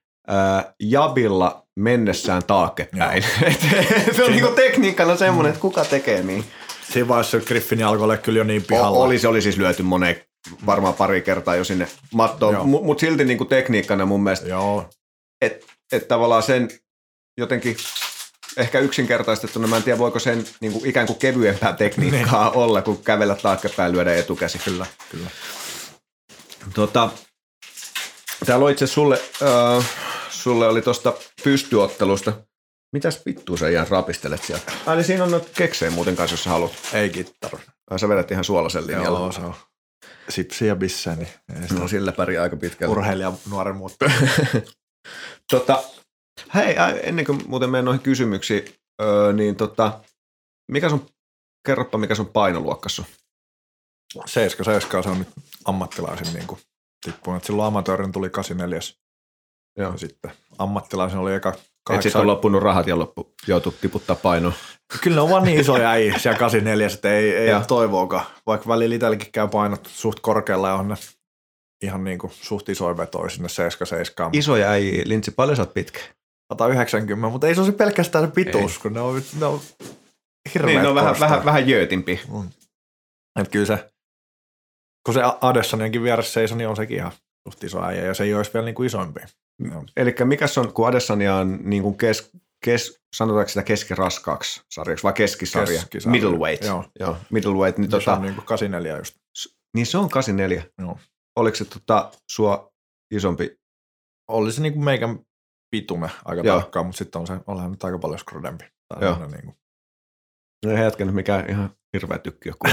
ää, jabilla mennessään taaksepäin. Se on niinku tekniikkana semmoinen, että kuka tekee niin. Siinä vaiheessa Griffini alkoi olla kyllä jo niin pihalla. Oli, se oli siis lyöty moneen, varmaan pari kertaa jo sinne mattoon, mutta mut silti niin kuin tekniikkana mun mielestä, että et tavallaan sen jotenkin ehkä yksinkertaistettuna, mä en tiedä voiko sen niin kuin ikään kuin kevyempää tekniikkaa olla, kun kävellä taaksepäin lyödä etukäsi. Kyllä, kyllä. Tota, täällä on itse sulle, äh, sulle oli tuosta pystyottelusta. Mitäs vittua sä ihan rapistelet sieltä? Ah, eli siinä on noita keksejä muuten kanssa, jos sä haluat. Ei kittaru. Ai sä vedät ihan suolaisen linjalla. Joo, se on sipsi ja bisse, niin no sillä pärjää aika pitkälle. Urheilija nuoren muuttaa. tota, hei, ennen kuin muuten menen noihin kysymyksiin, öö, niin tota, mikä sun, kerropa mikä sun painoluokka sun? Seiska, seiska, se on nyt ammattilaisin niin kuin tippunut. Silloin amatöörin tuli kahdeksankymmentäneljä. Joo. Ja sitten ammattilaisen oli eka kahdeksan. Et sitten on loppunut rahat ja loppu, joutu tiputtaa painoa. Kyllä ne on vaan niin isoja äijä siellä kahdeksankymmentäneljä, että ei, ei ole toivoakaan. Vaikka välillä itselläkin käy painot suht korkealla ja on ne ihan niin kuin suht isoja vetoja sinne seiska seiskaan. Isoja äijä, Lintsi, paljon sä oot pitkä? sata yhdeksänkymmentä, mutta ei se ole pelkästään se pituus, ei. Kun ne on, ne on hirveät. Niin, ne on vähän, vähän, vähän jöötimpi. Mm. Että kyllä se, kun se Adessaniankin vieressä seisoi, niin on sekin ihan suht iso äijä ja se ei olisi vielä niin kuin isompi. No. Eli mikäs on, kun Adesanya on niin kuin kes, kes, sanotaanko sitä keskiraskaaksi sarjaksi, vai keskisarja? Keskisarja. Middleweight. Joo. Joo, middleweight. Niin, niin tota, se on niin kuin kahdeksankymmentäneljä just. Niin se on kahdeksankymmentäneljä. Joo. Oliko se tota, sua isompi? Oli se niin kuin meikän pituinen aika tarkkaan, mutta sitten on se, ollaan nyt aika paljon skrodempi. Joo. Niin kuin. No ei hetken, mikä ihan hirveä tykki on.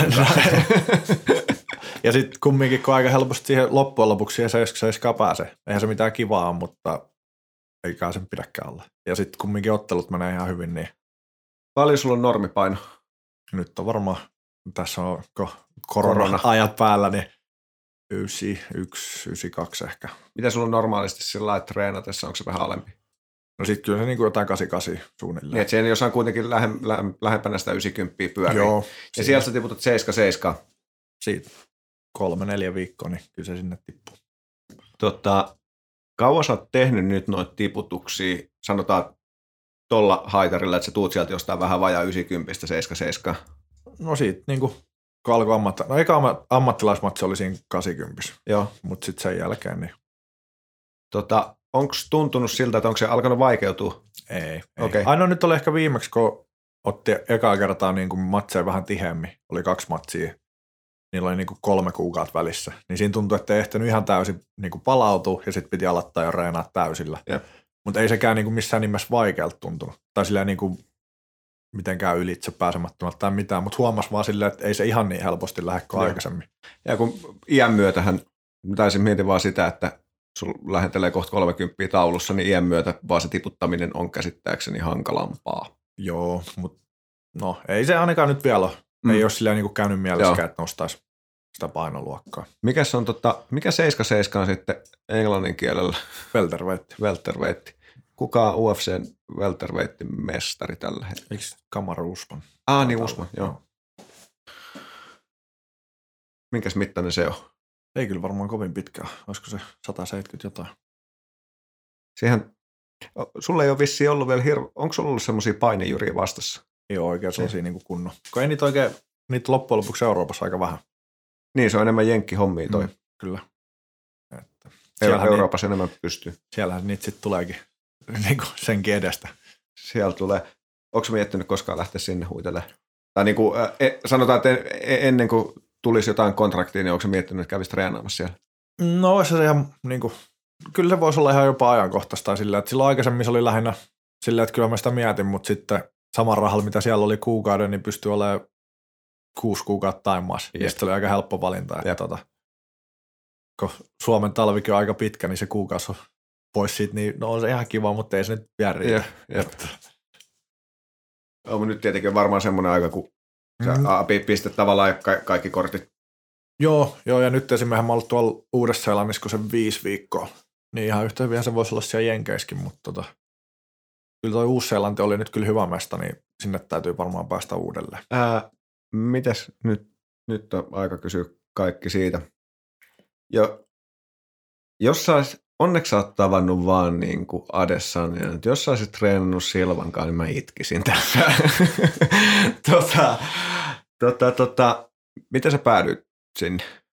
Ja sitten kumminkin, kun aika helposti siihen loppujen lopuksi siihen seiskaan pääsee. Eihän se mitään kivaa, mutta eikä sen pidäkään olla. Ja sitten kumminkin ottelut menee ihan hyvin. Niin paljon sulla on normipaino? Nyt on varmaan, tässä on korona-ajat päällä, niin yhdeksänkymmentäyksi, yhdeksänkymmentäkaksi ehkä. Mitä sulla on normaalisti sillä lailla treenatessa, onko se vähän alempi? No sitten kyllä se niin kuin jotain kahdeksankymmentäkahdeksan suunnilleen. Niin, että siellä jossain kuitenkin lähe, lähe, lähempänä sitä yhdeksänkymmentä pyörii. Joo. Ja sieltä sä tiputat seitsemän seitsemän. Siitä kolme, neljä viikkoa, niin kyllä se sinne tippuu. Tota, kauan sä oot tehnyt nyt noita tiputuksia, sanotaan tuolla haitarilla, että sä tuut sieltä jostain vähän vajaa yhdeksänkymmentä, seitsemän seitsemän? No siitä niin kuin, kun alkoi ammatta, no eka ammattilaismatsi oli siinä kahdeksankymmentä, joo, mutta sitten sen jälkeen niin. Tota, onko tuntunut siltä, että onko se alkanut vaikeutua? Ei, ei. Okay. Ainoa nyt oli ehkä viimeksi, kun otti ekaa kertaa niin kuin matseja vähän tiheämmin, oli kaksi matsia, niillä oli niin kuin kolme kuukautta välissä, niin siinä tuntui, että ei ehtinyt ihan täysin niin kuin palautua ja sitten piti aloittaa jo reenaa täysillä. Yep. Mutta ei sekään niin kuin missään nimessä vaikealta tuntunut. Tai silleen niin kuin mitenkään ylitse pääsemättömältä tai mitään, mutta huomasi vaan silleen, että ei se ihan niin helposti lähde kuin aikaisemmin. Ja kun iän myötähän, taisin mietin vaan sitä, että sulla lähentelee kohta kolmekymmentä taulussa, niin iän myötä vaan se tiputtaminen on käsittääkseni hankalampaa. Joo, mutta no ei se ainakaan nyt vielä ole. Mm. Ei ole silleen niin kuin käynyt mielessäkään, että nostaisi sitä painoluokkaa. Mikäs on tota, mikä seitsemän seitsemän on sitten englannin kielellä? Welterweight. Welterweight. Kuka on U F C:n welterweightin mestari tällä hetkellä? Eikö Kamaru Usman? Ah niin, Usman, joo. Minkäs mittainen se on? Ei kyllä varmaan kovin pitkään. Olisiko se sata seitsemänkymmentä jotain? Siihen, sulla ei ole vissiin ollut vielä hirveä, onko sulla ollut semmoisia painejyriä vastassa? Ei ole oikein sellaisia niin kuin kunnon. Kun ei niitä oikein, niitä loppujen lopuksi Euroopassa aika vähän. Niin, se on enemmän jenkkihommia toi. Mm, kyllä. Että Euroopassa niitä, enemmän pystyy. Siellähän niitä sitten tuleekin niin kuin senkin edestä. Siellä tulee. Onko miettinyt koskaan lähteä sinne huitelemaan? Tai niin kuin, äh, sanotaan, että ennen kuin tulisi jotain kontraktia, niin onko se miettinyt, että kävisi treenaamassa siellä? No se ihan, niin kuin, kyllä se voisi olla ihan jopa ajankohtaista sillä, että silloin aikaisemmin se oli lähinnä sillä, että kyllä mä sitä mietin, mutta sitten saman rahalla, mitä siellä oli kuukauden, niin pystyi olemaan kuusi kuukautta taimaassa. Ja sitten oli aika helppo valinta. Että tota, kun Suomen talvikin on aika pitkä, niin se kuukausi on pois siitä, niin no on se ihan kiva, mutta ei se nyt vielä riitä. On nyt tietenkin varmaan semmoinen aika, kun sä mm. pistät tavallaan ka- kaikki kortit. Joo, joo, ja nyt esimerkiksi mä ollut tuolla Uudessa-Seelannissa, kun se viisi viikkoa, niin ihan yhtä hyvinhän se voisi olla siellä Jenkeissäkin, mutta tota, kyllä toi Uusi-Seelanti oli nyt kyllä hyvä mesta, niin sinne täytyy varmaan päästä uudelleen. Ää, mitäs nyt, nyt on aika kysyä kaikki siitä. Jo, jos sä olis, onneksi sä oot tavannut vaan niin kuin Adesanya, että jos sä olisit treenannut Silvankaan, niin mä itkisin tässä. tota, tota, tota, miten sä päädyit sinne?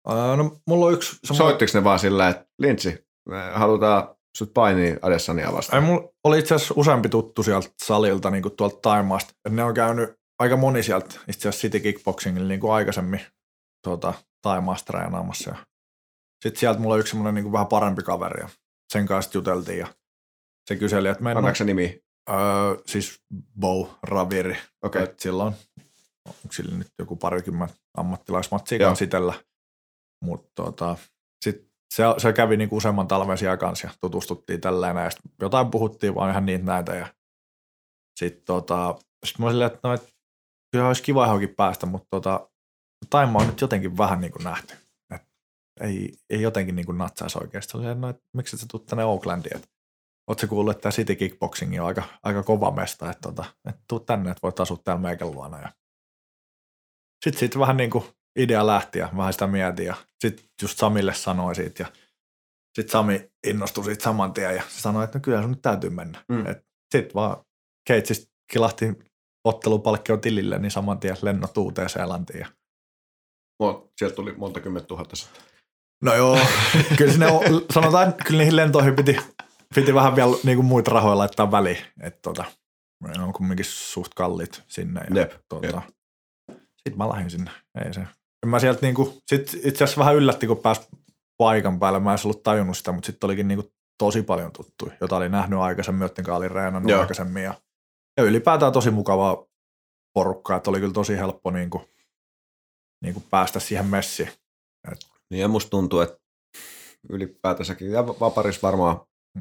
Uh, no mulla on yksi... Sama... Soittiko ne vaan sillä, että Lintsi, me halutaan sut painia Adesanya vastaan? Ei, mulla oli itse asiassa useampi tuttu sieltä salilta, niin kuin tuolta Taimaasta. Ne on käynyt aika moni sieltä itse asiassa City Kickboxingilla niin kuin aikaisemmin tuota, Taimaasta treenaamassa. Sitten sieltä mulla on yksi semmoinen niin kuin vähän parempi kaveri ja sen kanssa juteltiin ja se kyseli, että... Annaanko se nimi? Öö, siis Bo Raviri. Okei. Okay. Silloin onko sillä nyt joku parikymmentä ammattilaismatsia kanssa itsellä. Mutta tota, sitten se, se kävi niinku useamman talven siellä kanssa ja tutustuttiin tälleen ja jotain puhuttiin vaan ihan niitä näitä. Ja sitten tota, sit mä silleen, että no, et, kyllä olisi kiva johonkin päästä, mutta tota, Taimaa on nyt jotenkin vähän niinku nähty. Et ei, ei jotenkin niinku natsaisi oikeasti. Oli, no, että miksi et sä tuut tänne Oaklandiin? Ootko kuullut, että tämä City Kickboxing on aika, aika kova mesta, että, tota, että tuu tänne, että voit asua täällä meikän luona. Ja sitten siitä vähän niin kuin idea lähti ja vähän sitä mietin ja sitten just Samille sanoi siitä ja sitten Sami innostui siitä saman tien ja se sanoi, että no kyllä sun nyt täytyy mennä. Mm. Sitten vaan Keitsistä kilahti ottelupalkkio tilille, niin saman tien lennot Uuteen-Seelantiin. Ja... Sieltä tuli monta kymmentä tuhatta. No joo, kyllä sinne sanotaan, että kyllä niihin lentoihin piti... Piti vähän vielä niin kuin muita rahoja laittaa väliin, että tota, ne on kumminkin suht kalliit sinne. Ja, jep, tota, jep. Sitten mä lähdin sinne. Ei se. Mä sieltä niin kuin, sit itse asiassa vähän yllätti, kun pääsi paikan päälle. Mä en ollut tajunnut sitä, mutta sitten olikin niin kuin tosi paljon tuttuja, jota oli nähnyt aikaisemmin, joiden kanssa olin reenannut Joo. aikaisemmin. Ja, ja ylipäätään tosi mukavaa porukkaa, että oli kyllä tosi helppo niin kuin, niin kuin päästä siihen messiin. Et. Niin ja musta tuntuu, että ylipäätänsäkin, ja Vaparis varmaan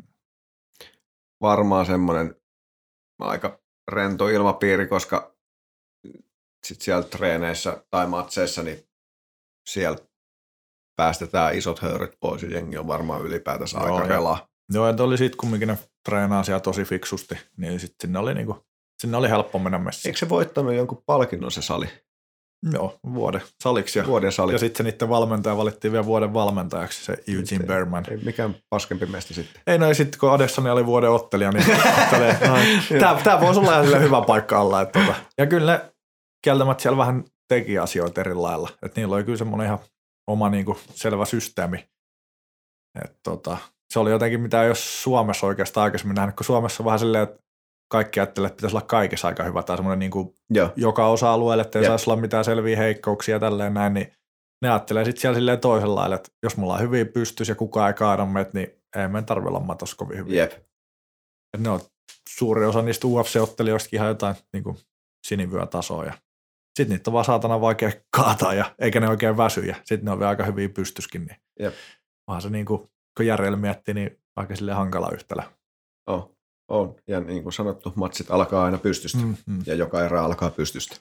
Varmaan semmoinen aika rento ilmapiiri, koska sitten siellä treeneissä tai matseissa, niin siellä päästetään isot höyryt pois ja jengi on varmaan ylipäätänsä Joo, aika relaa. Joo, ja oli sitten kumminkin ne treenaa siellä tosi fiksusti, niin sitten sinne oli, niinku, sinne oli helppo mennä messiin. Eikö se voittanut jonkun palkinnon se sali? Joo, vuoden saliksi. Ja, vuoden sali. Ja sitten se niiden valmentaja valittiin vielä vuoden valmentajaksi, se Eugene sitten, Berman. Ei mikään paskempi mesti sitten. Ei no ja sitten kun Adesanya oli vuoden ottelija, niin no, tämä voisi olla ihan hyvä paikka alla. Että, tota. Ja kyllä ne kieltämättä siellä vähän teki asioita eri lailla. Että niillä oli kyllä semmoinen ihan oma niinku selvä systeemi. Et, tota, se oli jotenkin mitä jos Suomessa oikeastaan aikaisemmin nähnyt, kun Suomessa on vähän silleen, että kaikki ajattelee, että pitäisi olla kaikessa aika hyvä tai semmoinen niin kuin joka osa-alueelle, että ei saisi olla mitään selviä heikkouksia ja tälleen näin, niin ne ajattelee sitten siellä silleen toisella lailla, että jos mulla on hyviä pystys ja kukaan ei kaada meitä, niin ei meidän tarvitse olla matossa kovin hyvin. Jep. Et ne on suuri osa niistä U F C-ottelijoistakin ihan jotain niin kuin sinivyötasoa ja sitten niitä on vaan saatana vaikea kaataa ja eikä ne oikein väsy ja sitten ne on vielä aika hyviä pystyskin, niin Jep. vaan se niin kuin, kun järjellä miettii, niin aika silleen hankala yhtälö. Oh. On, ja niin kuin sanottu, matsit alkaa aina pystystä, mm, mm. ja joka erä alkaa pystystä.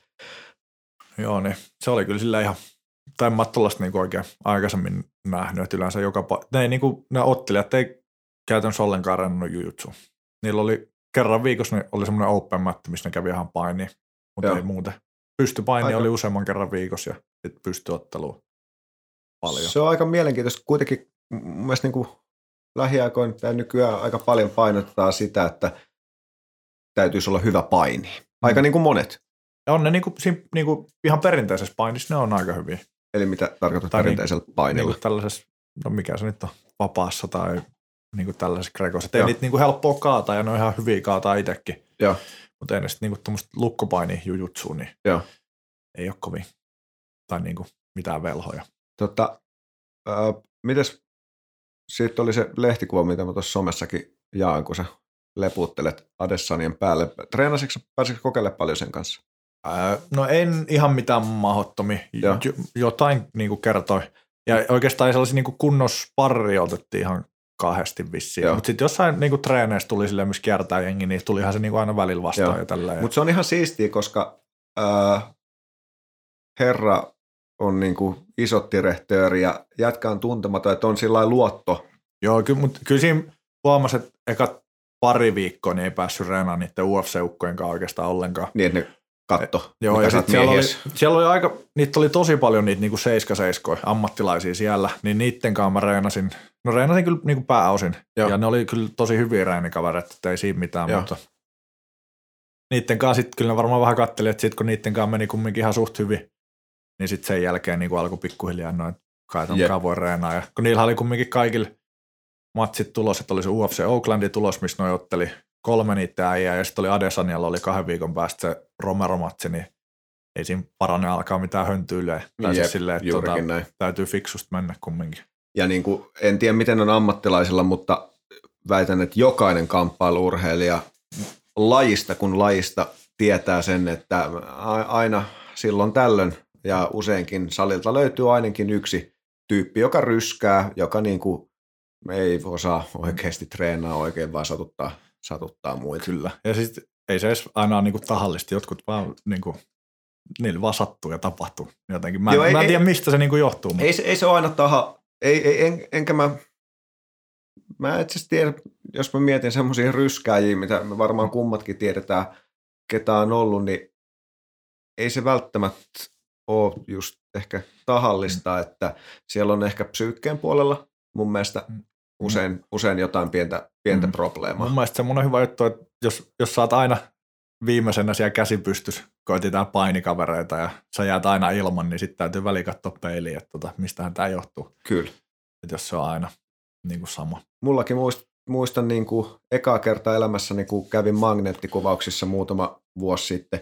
Joo, niin se oli kyllä silleen ihan, tai en mä tuollaista niin oikein aikaisemmin nähnyt, että yleensä joka pa- ne, niin kuin, ne ottelijat ei käytännössä ollenkaan rennannut jujutsuun. Niillä oli kerran viikossa, ne oli semmoinen open mat, missä ne kävi ihan painiin, mutta Joo. ei muuten. Pystypaini aika... oli useamman kerran viikossa, ja sitten pystyottelua paljon. Se on aika mielenkiintoista, kuitenkin mun mielestä niin kuin lähiaikoina tai nykyään aika paljon painotetaan sitä, että täytyisi olla hyvä paini. Aika mm. niin kuin monet. Ja on ne niin kuin, niin kuin ihan perinteisessä painissa, ne on aika hyviä. Eli mitä tarkoitat perinteisellä niin, painilla? Niin kuin tällaisessa, no mikä se nyt on, vapaassa tai niin kuin tällaisessa grekossa. Ei niitä niin kuin helppoa kaataa ja ne on ihan hyviä kaataa itsekin. Joo. Mutta ei ne sitten niin tuommoista lukkopainia jujutsuun, niin Joo. ei ole kovin tai niin kuin mitään velhoja. Tota, äh, mites siitä oli se lehtikuva, mitä mä tuossa somessakin jaan, kun sä leputtelet Adesanyan päälle. Treenasitko, pääsitkö kokeilemaan paljon sen kanssa? Ää, no en ihan mitään mahdottomia. Jo. Jotain niin kuin kertoi. Ja oikeastaan sellaisia niin kuin kunnosparri otettiin ihan kahdesti vissiin. Mutta sitten jossain niin kuin treeneissä tuli silleen, missä kiertää jengi, niin tulihan se niin kuin aina välillä vastaan. Joo. Ja tälleen. Mutta se on ihan siistiä, koska äh, herra on niin kuin isot direhtööri ja jätkä on tuntematon, että on sillä luotto. Joo, ky- mutta kyllä siinä huomasi, että ekat pari viikkoa niin ei päässyt reenaan niiden U F C-ukkojen kanssa oikeastaan ollenkaan. Niin, että ne katto. Et, joo, ja sitten siellä oli, siellä oli aika, niitä oli tosi paljon niitä niinku seiskaseiskoja, ammattilaisia siellä, niin niiden kanssa mä reenasin, no reenasin kyllä niinku pääosin, joo. Ja ne oli kyllä tosi hyviä reenikavereita, että ei siinä mitään, joo. Mutta niiden kanssa sitten kyllä ne varmaan vähän katteli, että sitten kun niiden kanssa meni kumminkin ihan suht hyvin, niin sitten sen jälkeen niin alkoi pikkuhiljaa noin kai ton yep. voi reenaa. Ja kun niillä oli kumminkin kaikilla matsit tulos, että oli se U F C Oaklandin tulos, missä noi otteli kolme niitä äijää, ja sitten oli Adesanialla oli kahden viikon päästä se Romero-matsi, niin ei siinä parane alkaa mitään höntyylyä. Tai siis silleen, että tota, täytyy fiksusti mennä kumminkin. Ja niin kuin, en tiedä miten on ammattilaisilla, mutta väitän, että jokainen kamppailu-urheilija lajista kun lajista tietää sen, että aina silloin tällöin ja useinkin salilta löytyy ainakin yksi tyyppi, joka ryskää, joka niin kuin ei osaa oikeasti treenaa oikein, vaan satuttaa, satuttaa muita. Kyllä. Ja siis ei se edes aina ole niin kuin tahallisesti. Jotkut vaan niin kuin, niillä vaan sattuu ja tapahtuu jotenkin. Mä, Joo, en, ei, mä en tiedä, mistä se niin kuin johtuu. Ei, ei se ole aina taha. Ei, ei, en, enkä mä... Mä et siis tiedä, jos mä mietin semmoisia ryskääjiä, mitä me varmaan kummatkin tiedetään, ketä on ollut, niin ei se välttämättä ole just ehkä tahallista, mm. että siellä on ehkä psyykkeen puolella mun mielestä usein, mm. usein jotain pientä, pientä mm. probleemaa. Mun mielestä semmoinen hyvä juttu, että jos, jos sä oot aina viimeisenä siellä käsipystys, koitetaan painikavereita ja sä jäät aina ilman, niin sitten täytyy väliin katsoa peiliin, että tota, mistähän tämä johtuu. Kyllä. Että jos se on aina niin kuin sama. Mullakin muist, muistan niin kuin ekaa kertaa elämässäni, kun kävin magneettikuvauksissa muutama vuosi sitten,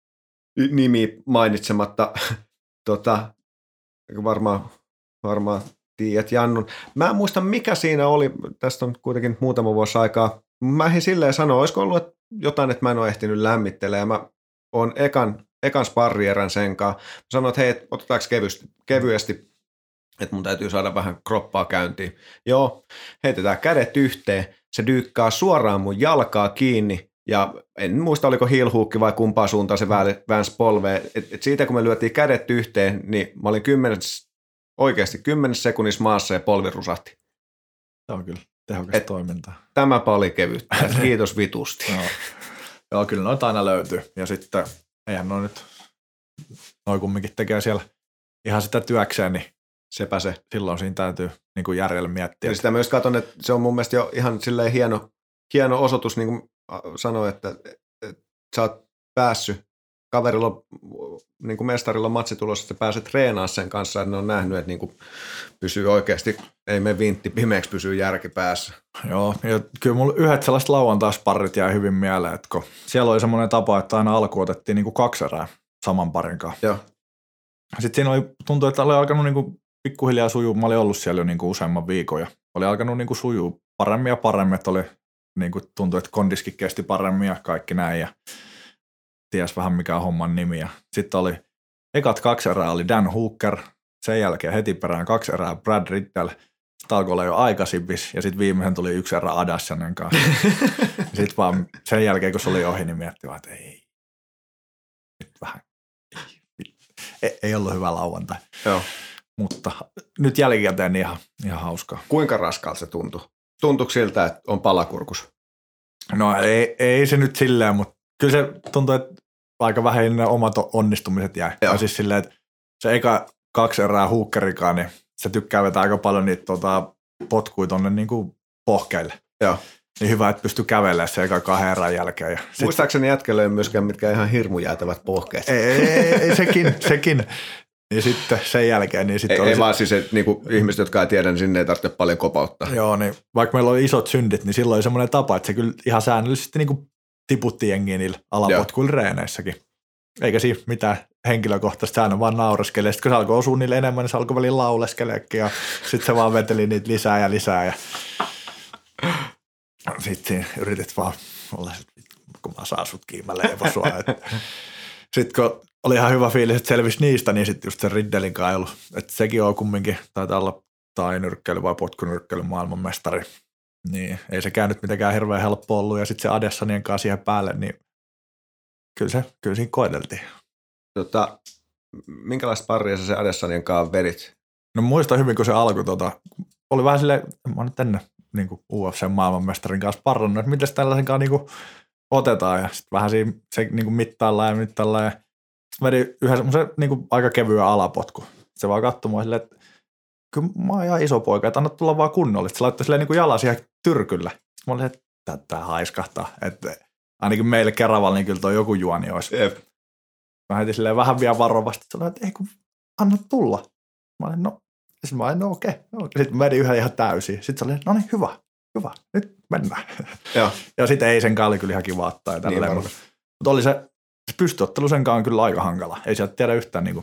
nimi mainitsematta, tota, varmaan, varmaan tiedät Jannun. Mä en muista, mikä siinä oli, tästä on kuitenkin muutama vuosi aikaa. Mä ehdin silleen sanoa, olisiko ollut jotain, että mä en ole ehtinyt lämmittelemään. Mä oon ekan, ekan sparrierän sen kanssa. Mä sanoin, että hei, otetaanko kevyesti, kevyesti, että mun täytyy saada vähän kroppaa käyntiin. Joo, heitetään kädet yhteen. Se dyykkaa suoraan mun jalkaa kiinni. Ja en muista, oliko heel-hookki vai kumpaa suuntaan se väänsi polveen. Et, et siitä, kun me lyötiin kädet yhteen, niin mä olin kymmenes, oikeasti kymmenes sekunnissa maassa ja polvi rusahti. Se on kyllä tehokas toiminta. Tämäpä oli kevyttä. Kiitos vitusti. Joo. Joo, kyllä noita aina löytyy. Ja sitten, eihän noin nyt, noin kumminkin tekee siellä ihan sitä työkseen, niin sepä se. Silloin siinä täytyy niin kuin järjellä miettiä. Ja sitä myös katson, että se on mun mielestä jo ihan silleen hieno, hieno osoitus, niin kuin sanoin, että, että sä oot päässyt, kaverilla, niin kuin mestarilla on matsi tulossa, että sä pääset treenaamaan sen kanssa, että ne on nähnyt, että niin kuin pysyy oikeasti, ei mene vintti pimeäksi, pysyy järki päässä. Joo, ja kyllä mulla yhdet sellaiset lauantaisparrit jäi hyvin mieleen, että kun siellä oli semmoinen tapa, että aina alkuun otettiin niin kuin kaksi erää saman parin kanssa. Joo. Sitten siinä oli, tuntui, että oli alkanut niin kuin pikkuhiljaa sujuu. Mä olin ollut siellä jo niin kuin useamman viikon ja oli alkanut niin kuin sujuu paremmin ja paremmin, että oli niin kuin tuntui, että kondiskin kesti paremmin ja kaikki näin ja ties vähän mikä on homman nimi. Ja sitten oli ekat kaksi erää oli Dan Hooker, sen jälkeen heti perään kaksi erää Brad Riddell, sitten alkoi olla jo aikaisinpis ja sitten viimeisen tuli yksi erä Adesanian kanssa. Sitten vaan sen jälkeen, kun se oli ohi, niin miettii vaan, että ei, nyt vähän, ei, ei ollut hyvä lauantai. Joo. Mutta nyt jälkikäteen ihan, ihan hauskaa. Kuinka raskaalta se tuntui? Tuntuiko siltä, että on palakurkus? No ei, ei se nyt silleen, mutta kyllä se tuntuu, että aika vähän ne omat onnistumiset jäi. Ja siis silleen, että se eka kaksi erää huukkerikaan, niin se tykkää vetää aika paljon niitä tota, potkuja tonne niin kuin pohkeille. Joo. Niin hyvä, että pystyy kävelemään se eka kahden erän jälkeen. Ja muistaakseni jätkellä ei myöskään mitkään ihan hirmujäätävät pohkeet. Ei, ei, ei, ei sekin, sekin. Ja sitten sen jälkeen... Niin sitten ei, oli ei se, vaan siis, että niinku, ihmiset, jotka ei tiedä, niin sinne ei tarvitse paljon kopauttaa. Joo, niin vaikka meillä oli isot syndit, niin silloin oli semmoinen tapa, että se kyllä ihan säännöllisesti niinku tiputti jengiä niillä alapotkuilla reeneissäkin. Eikä siinä mitään henkilökohtaista säännö, vaan naureskeli. Sitten kun se alkoi osua niille enemmän, niin se alkoi väliin lauleskeleekin ja sitten se vaan veteli niitä lisää ja lisää. Ja sitten yritit vaan olla, kun mä saan sut kiinni, mä leivon sua. Sitten kun oli ihan hyvä fiilis, että selvisi niistä, niin sitten just se Riddellin kanssa ei ollut. Että sekin on kumminkin, taitaa olla tai nyrkkeily vai potkunyrkkeily maailmanmestari. Niin ei se käynyt mitenkään hirveän helppo ollut. Ja sitten se Adesanien kanssa siihen päälle, niin kyllä, se, kyllä siinä koeteltiin. Tota, minkälaista parria sä se Adesanien kanssa vedit? No muistan hyvin, kun se alkoi. Tota, oli vähän silleen, mä oon nyt ennen niin U F C maailmanmestarin kanssa parrannut, että mitäs tällaisen kanssa niin kuin otetaan. Ja sitten vähän siinä se niin kuin mittaillaan ja mittaillaan. Ja sitten vedin yhden semmoisen niin kuin aika kevyen alapotku. Se vaan katsoi mua silleen, että kyllä mä oon ihan iso poika, että anna tulla vaan kunnollisesti. Se laittoi silleen niin kuin jalan siihen tyrkyllä. Sitten mä olin, että tätä haiskahtaa. Että ainakin meille Keravalla niin kyllä toi joku juoni olisi. Jep. Mä heitin silleen vähän vielä varovasti. Sanoin, että ei kun anna tulla. Mä olin, no Sitten mä olin, no okei. Okay. No. Sitten mä menin yhden ihan täysin. Sitten se oli, no niin, hyvä, hyvä, nyt mennään. Ja, ja sitten ei senkaan oli kyllä ihan kiva ottaa. Ja niin mutta, mutta oli se, se pystyottelu senkaan on kyllä aika hankala. Ei sieltä tiedä yhtään niin kuin,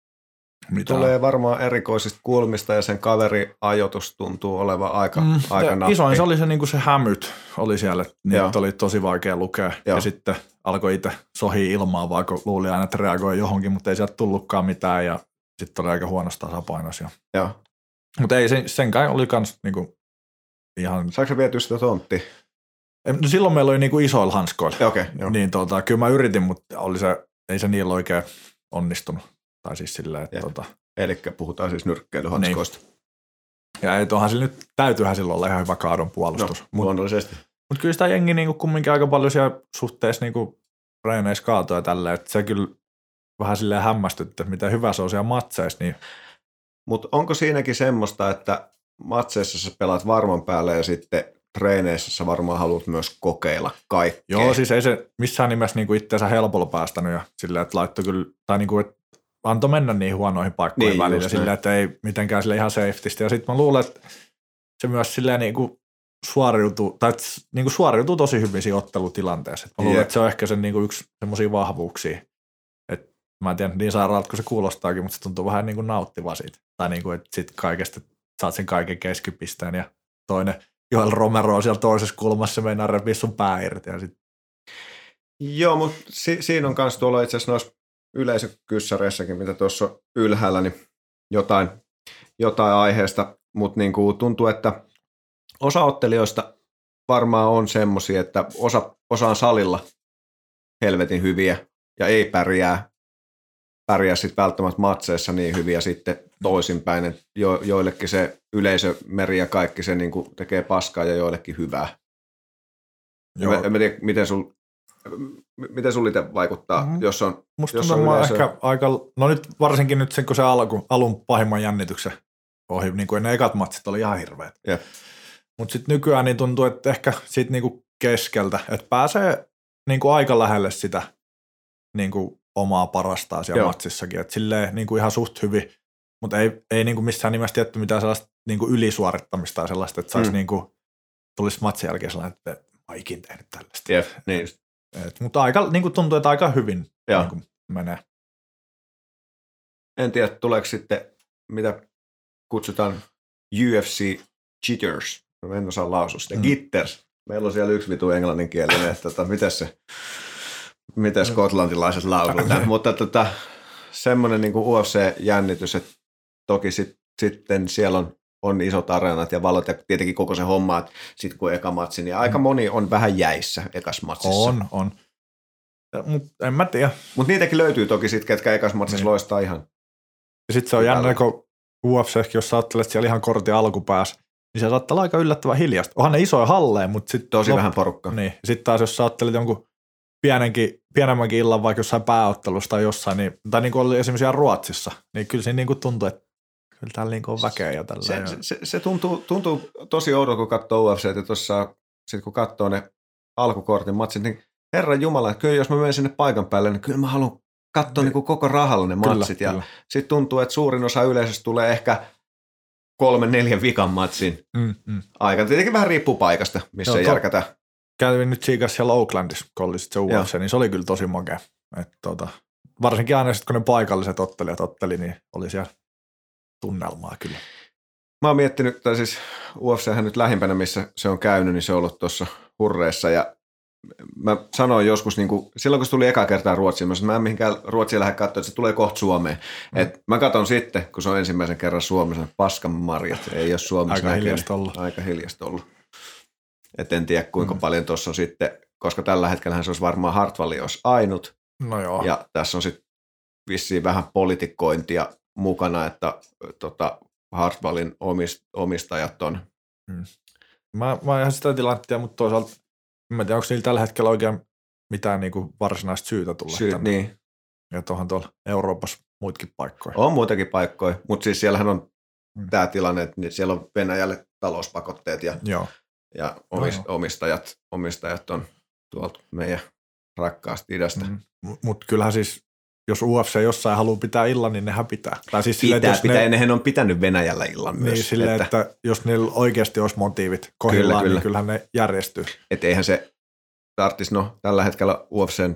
mitä tulee on. varmaan erikoisista kulmista ja sen kaveri ajoitus tuntuu olevan aika, mm, aika nappi. Isoin se oli se, niin kuin se hämyt oli siellä, niitä oli tosi vaikea lukea. Joo. Ja sitten alkoi itse sohia ilmaa, vaikka luuli aina, että reagoi johonkin, mutta ei sieltä tullutkaan mitään ja sitten oli aika huonosta tasapainoisia. Mutta ei sen, senkään oli kans niinku ihan... Saatko sä vietyä sitä tonttia? No silloin meillä oli niinku isoilla hanskoilla. Okay, niin tota, kyllä mä yritin, mutta oli se, ei se niillä oikein onnistunut. Tai siis silleen, että... Tota... Eli puhutaan siis nyrkkeilyhanskoista. Niin. Ja et onhan sillä nyt, täytyyhän silloin olla ihan hyvä kaadon puolustus. No, luonnollisesti. Mutta kyllä sitä jengi niinku kumminkin aika paljon siellä suhteessa niinku reeneissä kaatoa ja tälleen, että se kyllä vähän silleen hämmästytti, että mitä hyvä se on siellä matseissa. Niin... Mutta onko siinäkin semmoista, että matseissa sä pelaat varman päälle ja sitten treeneissä sä varmaan haluat myös kokeilla kaikkea? Joo, siis ei se missään nimessä niinku itseänsä helpolla päästänyt ja silleen, että laittoi kyllä, tai niinku, että antoi mennä niin huonoihin paikkoihin niin, välillä silleen, että ei mitenkään sille ihan safetysti. Ja sitten mä luulen, että se myös silleen niinku suoriutuu, tai niinku suoriutuu tosi hyvin siinä ottelutilanteessa. Mä luulen, yeah. että se on ehkä sen niinku yksi semmoisia vahvuuksia. Et mä en tiedä niin sairaalta kuin se kuulostaakin, mutta se tuntuu vähän niin kuin nauttivaa siitä. Tai niin kuin, että sit kaikesta saat sen kaiken keskipisteen ja toinen Joel Romero on siellä toisessa kulmassa, meinaa repiä sun pää irti. Ja sit... Joo, mutta si- siinä on myös tuolla itse asiassa noissa yleisökyssäreissäkin, mitä tuossa on ylhäällä, niin jotain, jotain aiheesta, mutta niin kuin tuntuu, että osa ottelijoista varmaan on semmoisia, että osa, osa on salilla helvetin hyviä ja ei pärjää, pärjää sitten välttämättä matseissa niin hyvin ja sitten toisinpäin, että jo, joillekin se yleisömeri ja kaikki se niin kuin tekee paskaa ja joillekin hyvää. Joo. En, en tiedä, miten sul, miten sul itse vaikuttaa, mm-hmm. jos on Musta jos on yleisö... ehkä aika, no nyt varsinkin nyt sen, kun se alku, alun pahimman jännityksen ohi, niin kuin ne ekat matsit oli ihan hirveät. Yep. Mutta sitten nykyään niin tuntuu, että ehkä siitä niinku keskeltä, että pääsee niinku aika lähelle sitä niinku omaa parastaan siellä Joo. matsissakin. Että silleen niinku ihan suht hyvin, mutta ei, ei niinku missään nimessä tietty mitään sellaista niinku ylisuorittamista tai sellaista, että saisi mm. niinku, tulisi matsin jälkeen sellainen, että mä oon ikin tehnyt tällaista. Jep, niin. Et, mutta aika, niinku tuntuu, että aika hyvin niinku menee. En tiedä, tuleeko sitten, mitä kutsutaan U F C jitters. Mä en osaa lausua sitä. Mm. Gitters. Meillä on siellä yksi vitu englanninkielinen, että tota, miten se, miten skotlantilaiset lausuu tämän. Mutta tota, semmoinen niin kuin U F C-jännitys, että toki sit, sitten siellä on, on isot areenat ja valot ja tietenkin koko se homma, että sitten kun eka matsi, niin aika moni on vähän jäissä ekas matsissa. On, on. Mutta en mä tiedä. Mutta niitäkin löytyy toki sitten, ketkä ekas matsissa niin. loistaa ihan. Ja sitten se on jännä, kun U F C, jos sä ajattelet siellä ihan kortin alkupäässä, niin se saattaa olla aika yllättävän hiljasta. Onhan ne isoja halleja, mutta sitten... Tosi lop... vähän porukkaa. Niin. Sitten taas, jos sä ajattelet jonkun pienenkin, pienemmänkin illan vaikka jossain pääottelussa tai jossain, niin, tai niin kuin oli esimerkiksi ihan Ruotsissa, niin kyllä siinä niin kuin tuntuu, että kyllä täällä niin kuin on väkeä ja tällä. Se, ja... se, se, se tuntuu, tuntuu tosi oudolta, kun katsoo U F C, että tuossa, sitten kun katsoo ne alkukortin matsit, niin herran jumala, että kyllä jos mä menen sinne paikan päälle, niin kyllä mä haluan katsoa niin kuin koko rahalla ne matsit. Kyllä, ja sitten tuntuu, että suurin osa yleisöstä tulee ehkä kolmen, neljän vikan matsin mm, mm. aikana. Tietenkin vähän riippuu paikasta, missä Joo, järkätään. Kävin nyt Chiikassa siellä Oaklandissa, kun oli se U F C, niin se oli kyllä tosi makea. Et, tota, varsinkin aina sitten, kun ne paikalliset ottelijat otteli, niin oli siellä tunnelmaa kyllä. Mä oon miettinyt, tai siis U F Chän nyt lähimpänä, missä se on käynyt, niin se on ollut tuossa Hurreessa, ja mä sanoin joskus, niin kuin, silloin kun se tuli eka kertaa Ruotsiin, mä sanoin, mä en mihinkään Ruotsiin lähde katsoa, että se tulee kohta Suomeen. Mm. Et mä katson sitten, kun se on ensimmäisen kerran Suomessa, paskan marjat, ei ole Suomessa Aika hiljasta ollut. Aika hiljasta ollut. Et en tiedä, kuinka mm. paljon tuossa on sitten, koska tällä hetkellä se olisi varmaan Hartwall olisi ainut. No joo. Ja tässä on sitten vissiin vähän politikointia mukana, että tota, Hartwallin omist, omistajat on. Mm. Mä, mä ihan sitä tilannetta, mutta toisaalta en tiedä, onko niillä tällä hetkellä oikein mitään niin kuin varsinaista syytä tulla Syy, tänne. Niin. Ja tuohon tuolla Euroopassa muitakin paikkoja. On muitakin paikkoja, mutta siis siellähän on mm. tämä tilanne, että siellä on Venäjälle talouspakotteet ja, Joo. ja omist, no, omistajat, omistajat on tuolta meidän rakkaasta idästä. Mm. Mutta kyllähän siis, jos U F C jossain haluaa pitää illan, niin nehän pitää. Tai siis pitää, silleen, pitää, ne, ja nehän on pitänyt Venäjällä illan niin, myös. Niin silleen, että, että jos niillä oikeasti olisi motiivit kohdillaan, kyllä, kyllä. niin kyllähän ne järjestyy. Että eihän se tarvitsisi, no tällä hetkellä U F C:n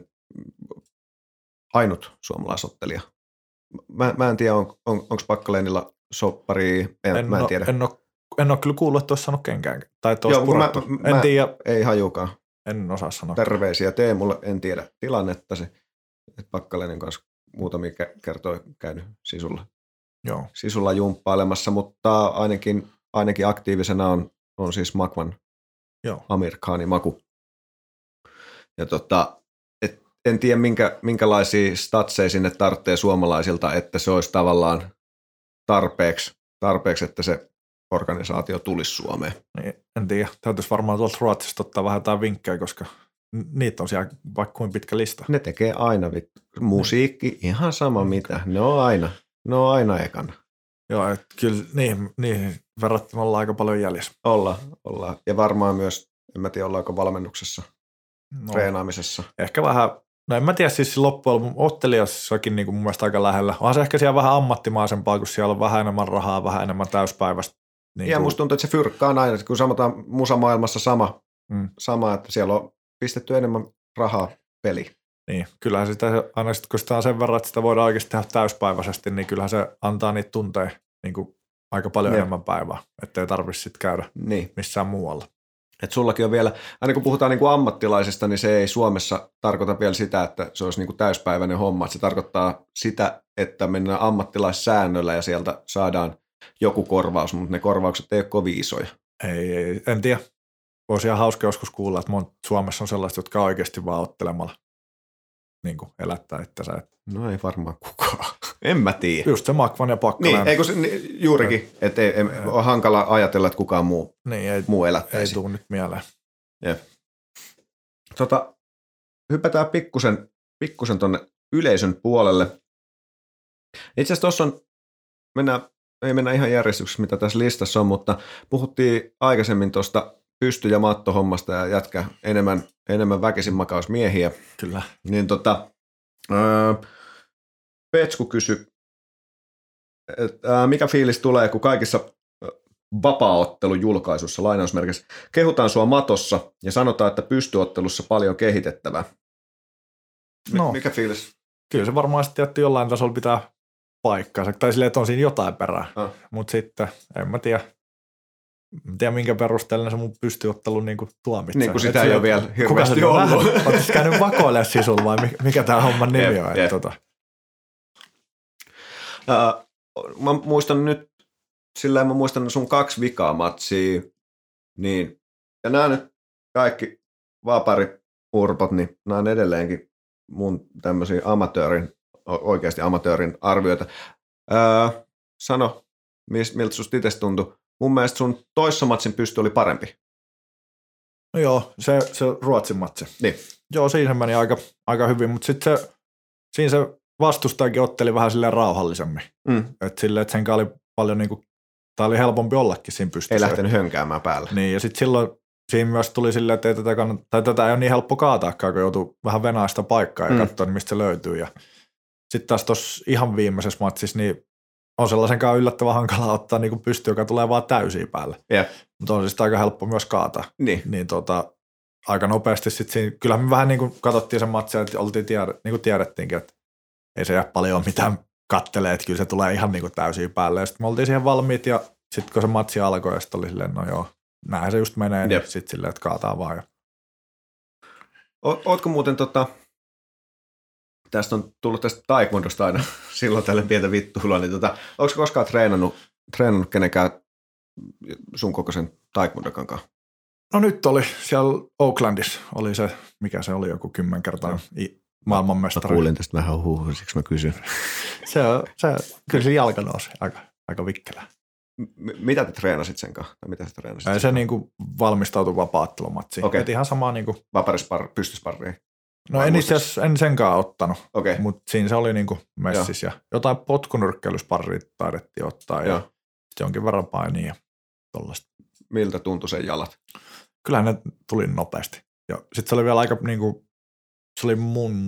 ainut suomalaisottelija. Mä, mä en tiedä, on, on, onko Packalenilla sopparia, en, en mä en no, tiedä. En ole, en ole kyllä kuullut, että olisi sanonut kenkään. Tai että olisi Joo, purattu. Mä, en mä, tiedä. Ei hajukaan. En osaa sanoa. Terveisiä Teemulle, en tiedä tilannetta. Se, että Pakkalenin kanssa muutamia kertoi käynyt sisulla, Joo. sisulla jumppailemassa, mutta ainakin, ainakin aktiivisena on, on siis Makvan Joo. Amir Khanin Maku. Ja tota, et, en tiedä minkä, minkälaisia statseja sinne tarvitsee suomalaisilta, että se olisi tavallaan tarpeeksi, tarpeeksi että se organisaatio tulisi Suomeen. Niin, en tiedä. Täytyisi varmaan tuolta Ruotsista ottaa vähän jotain vinkkejä, koska niitä on siellä vaikka kuin pitkä lista. Ne tekee aina vittu. Musiikki, ihan sama mm. mitä. Ne on aina, ne on aina ekana. Joo, että kyllä niin, niin verrattuna ollaan aika paljon jäljessä. Ollaan, ollaan. Ja varmaan myös, en mä tiedä ollaanko valmennuksessa, no, treenaamisessa. Ehkä vähän, no en mä tiedä siis loppujen ottelijassakin niin kuin mun mielestä aika lähellä. Onhan se ehkä siellä vähän ammattimaisempaa, kun siellä on vähän enemmän rahaa, vähän enemmän täyspäivästä. Niin ja kuin musta tuntuu, että se fyrkkaa on aina, kun sanotaan musamaailmassa sama, mm. sama, että siellä on pistetty enemmän rahaa peliin. Niin, kyllähän sitä aina sitten, kun sitä on sen verran, että sitä voidaan oikeasti tehdä täyspäiväisesti, niin kyllähän se antaa niitä tunteja niin kuin aika paljon ne. enemmän päivää, ettei tarvitse sitten käydä niin. missään muualla. Et sullakin on vielä, aina kun puhutaan niin kuin ammattilaisista, niin se ei Suomessa tarkoita vielä sitä, että se olisi niin kuin täyspäiväinen homma. Et se tarkoittaa sitä, että mennään ammattilaissäännöllä ja sieltä saadaan joku korvaus, mutta ne korvaukset ei ole kovin isoja. Ei, ei en tiedä. Voisi ihan hauska joskus kuulla, että Suomessa on sellaiset, jotka oikeasti vaan ottelemalla niin kuin elättää itsensä. No ei varmaan kukaan. En mä tiedä. Just se Makvan ja Pakkalen. Niin, eikö se, niin, juurikin, että ei, ei, on hankala ajatella, että kukaan muu, niin, ei, muu elättäisi. Ei tule nyt mieleen. Jep. Tota, hypätään pikkusen, pikkusen tuonne yleisön puolelle. Itse asiassa tuossa on, mennään, ei mennä ihan järjestyksessä, mitä tässä listassa on, mutta puhuttiin aikaisemmin tuosta pysty- ja mattohommasta ja jätkä enemmän, enemmän väkisin makausmiehiä. Kyllä. Niin tota, öö, Petsku kysyi, että mikä fiilis tulee, kun kaikissa vapaa-ottelun julkaisussa lainausmerkissä kehutaan sua matossa ja sanotaan, että pystyottelussa paljon kehitettävää. M- no, mikä fiilis? Kyllä se varmaan sitten jätti jollain tasolla pitää paikkaansa. Tai silleen, että on siinä jotain perää. Ah. Mutta sitten, en mä tiedä. En tiedä, minkä perusteella se mun pystyottelu niin tuomitsee. Niin kuin sitä ei ole vielä hirveästi ollut. Oletko käynyt vakoilemaan sisulla vai mikä tämä homman nimi on? Yep, tota. uh, mä muistan nyt, sillä mä muistan sun kaksi vikaa matsia, niin, ja nämä nyt kaikki vapari-urpot, niin nämä on edelleenkin mun tämmöisiä amatöörin, oikeasti amatöörin arvioita. Uh, sano, miltä susta itse tuntui? Mun mielestä sun toissa matsin pysty oli parempi. No joo, se, se Ruotsin matsi. Niin. Joo, siinä meni aika, aika hyvin, mutta sitten se, siinä se vastustajakin otteli vähän silleen rauhallisemmin. Mm. Että silleen, että sen oli paljon niinku, tää oli helpompi ollakin siinä pystyssä. Ei lähtenyt hönkäämään päällä. Niin, ja sitten silloin siinä myös tuli silleen, että ei tätä, kannata, tai tätä ei ole niin helppo kaataakaan, kun joutuu vähän venaa sitä paikkaa ja mm. katsoa, mistä se löytyy. Ja sitten taas tuossa ihan viimeisessä matsissa, niin on sellaisenkaan yllättävän hankala ottaa niin pysty, joka tulee vaan täysiä päälle. Yeah. Mutta on siis aika helppo myös kaataa. Niin. Niin tota, aika nopeasti sitten siinä, kyllähän me vähän niin kuin katsottiin sen matsia, että oltiin tiedä, niin kuin tiedettiinkin, että ei se jää paljon mitään kattelee, että kyllä se tulee ihan niin kuin täysiä päälle. Ja sitten me oltiin siihen valmiit ja sitten kun se matsi alkoi ja sitten oli silleen, no joo, näin se just menee, niin sitten silleen, että kaataa vaan. O- ootko muuten tota, tästä on tullut tästä taekwondosta aina silloin tälle pientä vittuilua, niin tota, onko koskaan treenannut, treenannut kenenkään sun kokoisen taekwondokankaan? No nyt oli siellä Oaklandissa, oli se, mikä se oli, joku kymmenkertainen maailmanmestari. Mä kuulin tästä vähän huuhua, siksi mä kysyn. se on, se, kyllä se jalka nousi aika, aika vikkelä. M- mitä te treenasit sen kanssa? Tai mitä sä treenasit? Ei se niinku valmistautui vapaa-ottelumatsiin. Okay. Et ihan samaa niinku. Vaparispar, pystysparria? No en itse asiassa en senkaan ottanut, okay. mutta siinä se oli niinku messissä. Ja jotain potkunyrkkeilysparria taidettiin ottaa ja, ja jonkin verran painia ja tollaista. Miltä tuntui sen jalat? Kyllähän ne tuli nopeasti. Ja sitten se oli vielä aika niinku, se oli mun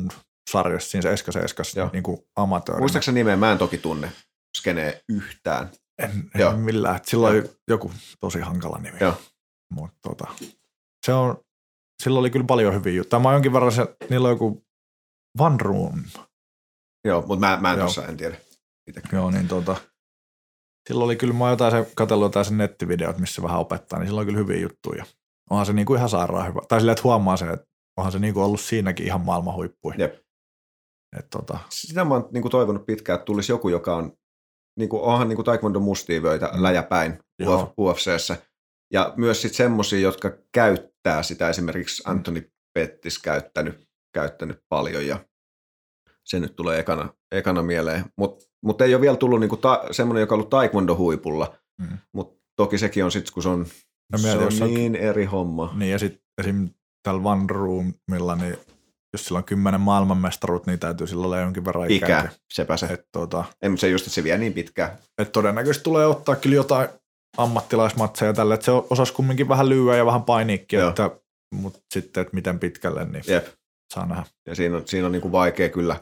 sarjassa, siinä se Eska Seiskas niin kuin amatöörinä. Muistaaksä nimeä? Mä en toki tunne skenee yhtään. En, en millään. Sillä oli joku tosi hankala nimi. Mutta tota, se on, sillä oli kyllä paljon hyviä juttuja. Mä jonkin verran se, niillä on joku One Room. Joo, mutta mä, mä en tossa en tiedä. Itekään. Joo, niin tota, sillä oli kyllä, mä oon jotain se, katsellut jotain sen nettivideot, missä vähän opettaa, niin sillä on kyllä hyviä juttuja. Onhan se niinku ihan sairaan hyvä. Tai silleen, että huomaa se, että onhan se niinku ollut siinäkin ihan maailman huippuja. Jep. Et tota. Sitä mä oon niinku toivonut pitkään, että tulisi joku, joka on, niinku, onhan niinku taekwondo mustiivöitä mm. läjäpäin U F C:ssä. Ja myös sitten semmosia, jotka käyttää sitä, esimerkiksi Anthony Pettis käyttänyt, käyttänyt paljon ja se nyt tulee ekana, ekana mieleen. Mutta mut ei ole vielä tullut niinku ta, semmoinen, joka on ollut taekwondo-huipulla, mm. mutta toki sekin on sitten, kun se on, no, se on niin on, eri homma. Niin ja sitten esim. Tällä One Roomilla, niin jos sillä on kymmenen maailmanmestaruut, niin täytyy sillä olla jonkin verran ikää. Ikä, sepä se. Et, tuota, ei, mutta se just, että se vie niin pitkään. Että todennäköisesti tulee ottaa kyllä jotain ammattilaismatseja tälle, että se osasi kumminkin vähän lyöä ja vähän painiikkiä, mutta sitten, että miten pitkälle, niin Jep. saa nähdä. Ja siinä on, siinä on niinku vaikea kyllä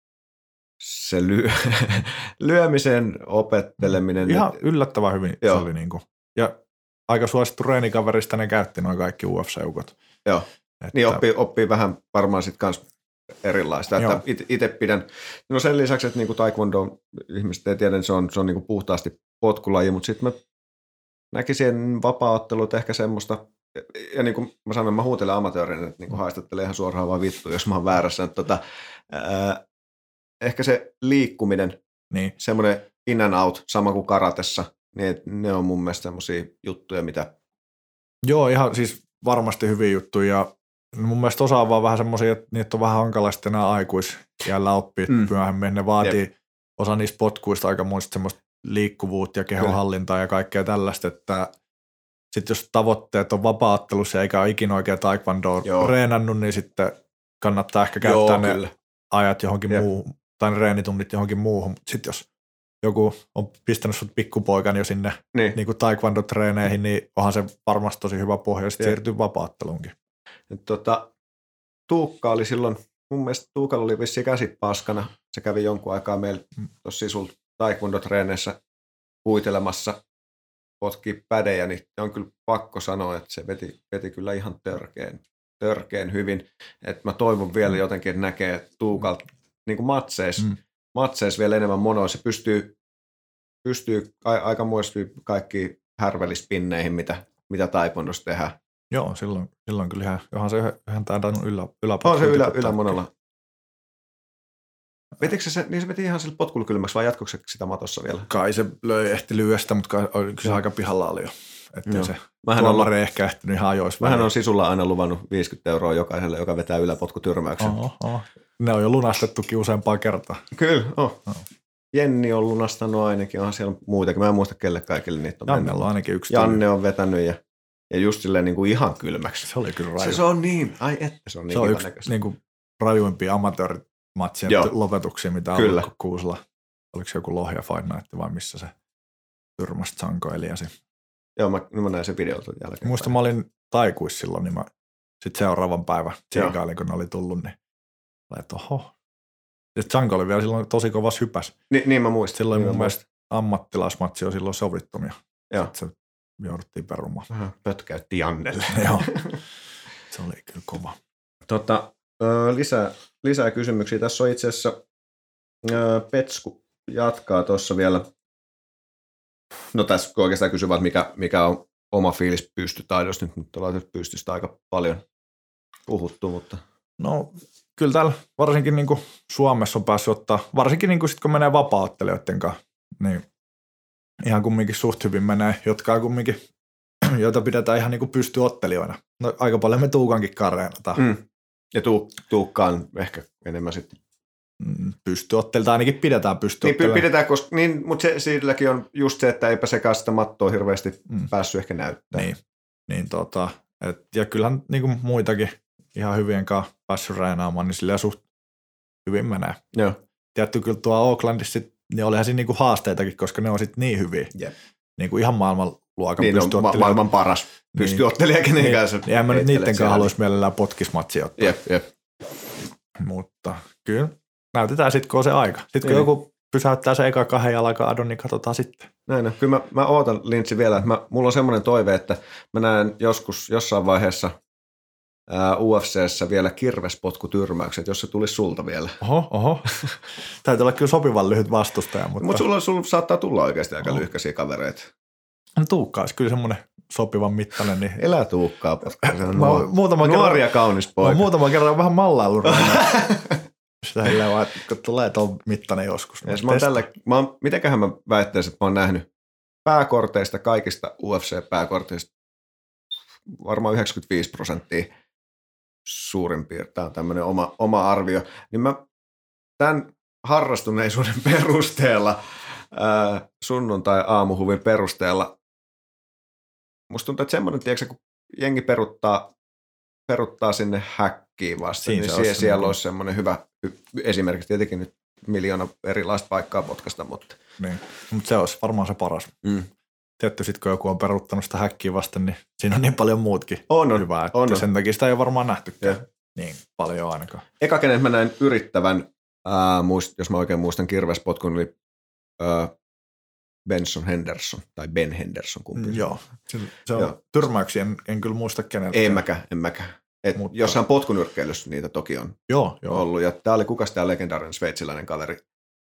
se lyö, lyömisen opetteleminen. Ihan yllättävän hyvin se oli niinku. Ja aika suosittu reenikaverista ne käytti noin kaikki U F C-ukot. Joo, että, niin oppii, oppii vähän varmaan sitten kans erilaista. Että itse pidän, no sen lisäksi, että niinku taekwondo ihmiset ei tiedä, niin se on, se on niinku puhtaasti potkulaji, mutta sitten mä näkisin vapaa-ottelut ehkä semmoista, ja niin kuin mä sanoin, mä huutelen amatöörinä, että niin haistattelen ihan suoraan vaan vittu, jos mä oon väärässä. Että, tota, ää, ehkä se liikkuminen, niin. Semmoinen in and out, sama kuin karatessa, niin ne on mun mielestä semmoisia juttuja, mitä... Joo, ihan siis varmasti hyviä juttuja, ja mun mielestä osa on vaan vähän semmoisia, että niitä on vähän hankala sitten nämä aikuisjällä oppia mm. myöhemmin. Ne vaatii Jep. osa niistä potkuista aika muista semmoista liikkuvuutta ja kehonhallintaa ja kaikkea tällaista, että sitten jos tavoitteet on vapaa-ottelussa eikä ole ikinä oikein taekwondoa reenannut, niin sitten kannattaa ehkä käyttää Joo, ne kyllä. ajat johonkin Jep. muuhun, tai ne reenitunnit johonkin muuhun. Sitten jos joku on pistänyt sut pikkupoikan jo sinne niin. Niin kuin taekwondo-treeneihin, niin onhan se varmasti tosi hyvä pohja, ja sitten siirtyy vapaa-otteluunkin. Tota, Tuukka oli silloin, mun mielestä Tuukalla oli vissiin käsit paskana. Se kävi jonkun aikaa meillä tuossa sisulta taekwondo-treeneissä huitelemassa, potki pädejä, niin on kyllä pakko sanoa, että se veti, veti kyllä ihan törkeen, törkeen hyvin. Että mä toivon vielä jotenkin, että näkee Tuukalta niin kuin matseissa, mm. matseissa vielä enemmän monoa. Se pystyy, pystyy a, aika muistiin kaikkiin härvelispinneihin, mitä, mitä taekwondossa tehdään. Joo, silloin, silloin kyllä ihan, johon se ihan tainnut ylä, yläpotku. On se ylä, ylämonolla. Vetikö se, niin se veti ihan sille potkulukylmäksi vai jatkoiko se sitä matossa vielä? Kai se löi ehti lyöstä, mutta kyllä se aika pihalla oli jo. Että se tuomari ei ehkä ehtinyt ihan ajoissa. Mähän on sisulla aina luvannut viisikymmentä euroa jokaiselle, joka vetää yläpotkutyrmäyksen. Oho, oho. Ne on jo lunastettukin useampaa kertaa. Kyllä, oh. oh. Jenni on lunastanut ainakin, onhan siellä muitakin. Mä en muista kelle kaikille niitä on Jannella on ainakin yksi. Janne on vetänyt ja, ja just silleen niin kuin ihan kylmäksi. Se oli kyllä raju. Se, se on niin, ai että se on niin se on yksi niin kuin rajuimpia amatöörit. Matsien Joo. lopetuksia, mitä on ollut Kuusla. Oliko se joku Lohja Fight Night vai missä se tyrmäsi Sanko Eliasi? Joo, mä, mä näin sen videolta jälkeen. Muista mä olin taikuis silloin, niin mä sitten seuraavan päivän tsiikailin, kun ne oli tullut, niin että oho. Sitten Sanko oli vielä silloin tosi kovas hypäs. Ni, niin mä muistin. Silloin niin mun mielestä ammattilaismatsi on silloin sovittomia. Joo. Sitten se jouduttiin perumaan. Vähän pötkäytti Jannelle. Joo, se oli kyllä kova. Tota, ö, lisää, lisää kysymyksiä. Tässä on itse asiassa ö, Petsku jatkaa tuossa vielä. No tässä oikeastaan kysyvät, että mikä, mikä on oma fiilis pystytaidosta. Nyt ollaan pystystä aika paljon puhuttu, mutta... No kyllä täällä varsinkin niin kuin Suomessa on päässyt ottaa, varsinkin niin kuin sit, kun menee vapaa-ottelijoiden kanssa, niin ihan kumminkin suht hyvin menee, jotka on kumminkin, joita pidetään ihan niin kuin pystyottelijoina. No aika paljon me Tuukankin kareenataan. Mm. Ja tu, Tuukka on ehkä enemmän sitten pystyottelijoita, ainakin pidetään pystyottelijoina. Niin pidetään, koska, niin, mutta se, silläkin on just se, että eipä sekään sitä mattoa hirveästi mm. päässyt ehkä näyttämään. Niin, niin tota, et, ja kyllähän niin kuin muitakin ihan hyvien kanssa päässyt reenaamaan, niin silleen suht hyvin menee. Joo. Tietty kyllä tuolla Oaklandissa niin olihan siinä niinku haasteitakin, koska ne on sitten niin hyviä. Jep. Niinku ihan maailmanluokan niin pystyottelija. Ma- maailman paras pystyottelija, kenen niin, kanssa. Niin en mä nyt niiden kanssa haluaisi mielellään potkismatsia ottaa. Jep, jep. Mutta kyllä näytetään sitten, kun on se aika. Sitten kun niin. joku pysäyttää se eka kahden jalan kaadon, niin katsotaan sitten. Näin, no. Kyllä mä, mä ootan Lynchi vielä, että mä, mulla on semmoinen toive, että mä näen joskus jossain vaiheessa ää, U F C:ssä vielä kirvespotkutyrmäykset, jos se tulisi sulta vielä. Oho, oho. Täytyy olla kyllä sopivan lyhyt vastustaja. Mutta Mut sulla, sulla saattaa tulla oikeasti aika oho. lyhkäisiä kavereita. No Tuukka olisi kyllä semmoinen sopivan mittainen. Niin... Elää Tuukkaa potkaa, se on nuor- nuori kerran, ja kaunis poika. Mä muutaman kerran vähän mallaillut. Sitä hilleen vaan, kun tulee tuon mittainen joskus. Yes, mä tällä, mä oon, mitenköhän mä väittäisin, että mä oon nähnyt pääkorteista, kaikista U F C-pääkorteista varmaan yhdeksänkymmentäviisi prosenttia suurin piirtein. Tämä on tämmöinen oma, oma arvio. Niin mä tämän harrastuneisuuden perusteella, ää, sunnuntai-aamuhuvin perusteella, musta tuntuu, että semmoinen, tiedätkö, kun jengi peruttaa, peruttaa sinne häkkiin vasta, Siin niin siellä, siellä olisi semmoinen hyvä, esimerkiksi tietenkin nyt miljoona erilaista paikkaa potkasta, mutta... Niin, mutta se olisi varmaan se paras. Mm. Tietty sitten, kun joku on peruttanut sitä häkkiä vasten, niin siinä on niin paljon muutkin on, on, hyvää, että on, sen takia sitä ei ole varmaan nähtykään ja. niin paljon ainakaan. Eka kenen mä näin yrittävän, ää, muist, jos mä oikein muistan kirvespotkun, oli ää, Benson Henderson, tai Ben Henderson kumpi. Mm, joo, se, se on joo. Tyrmäyksiä, en, en kyllä muista keneltä. En mäkään, en mäkään. Et mutta... Jossain potkunyrkkeilyssä niitä toki on joo, joo. ollut. Ja tää oli, kukas tää legendaarinen sveitsiläinen kaveri?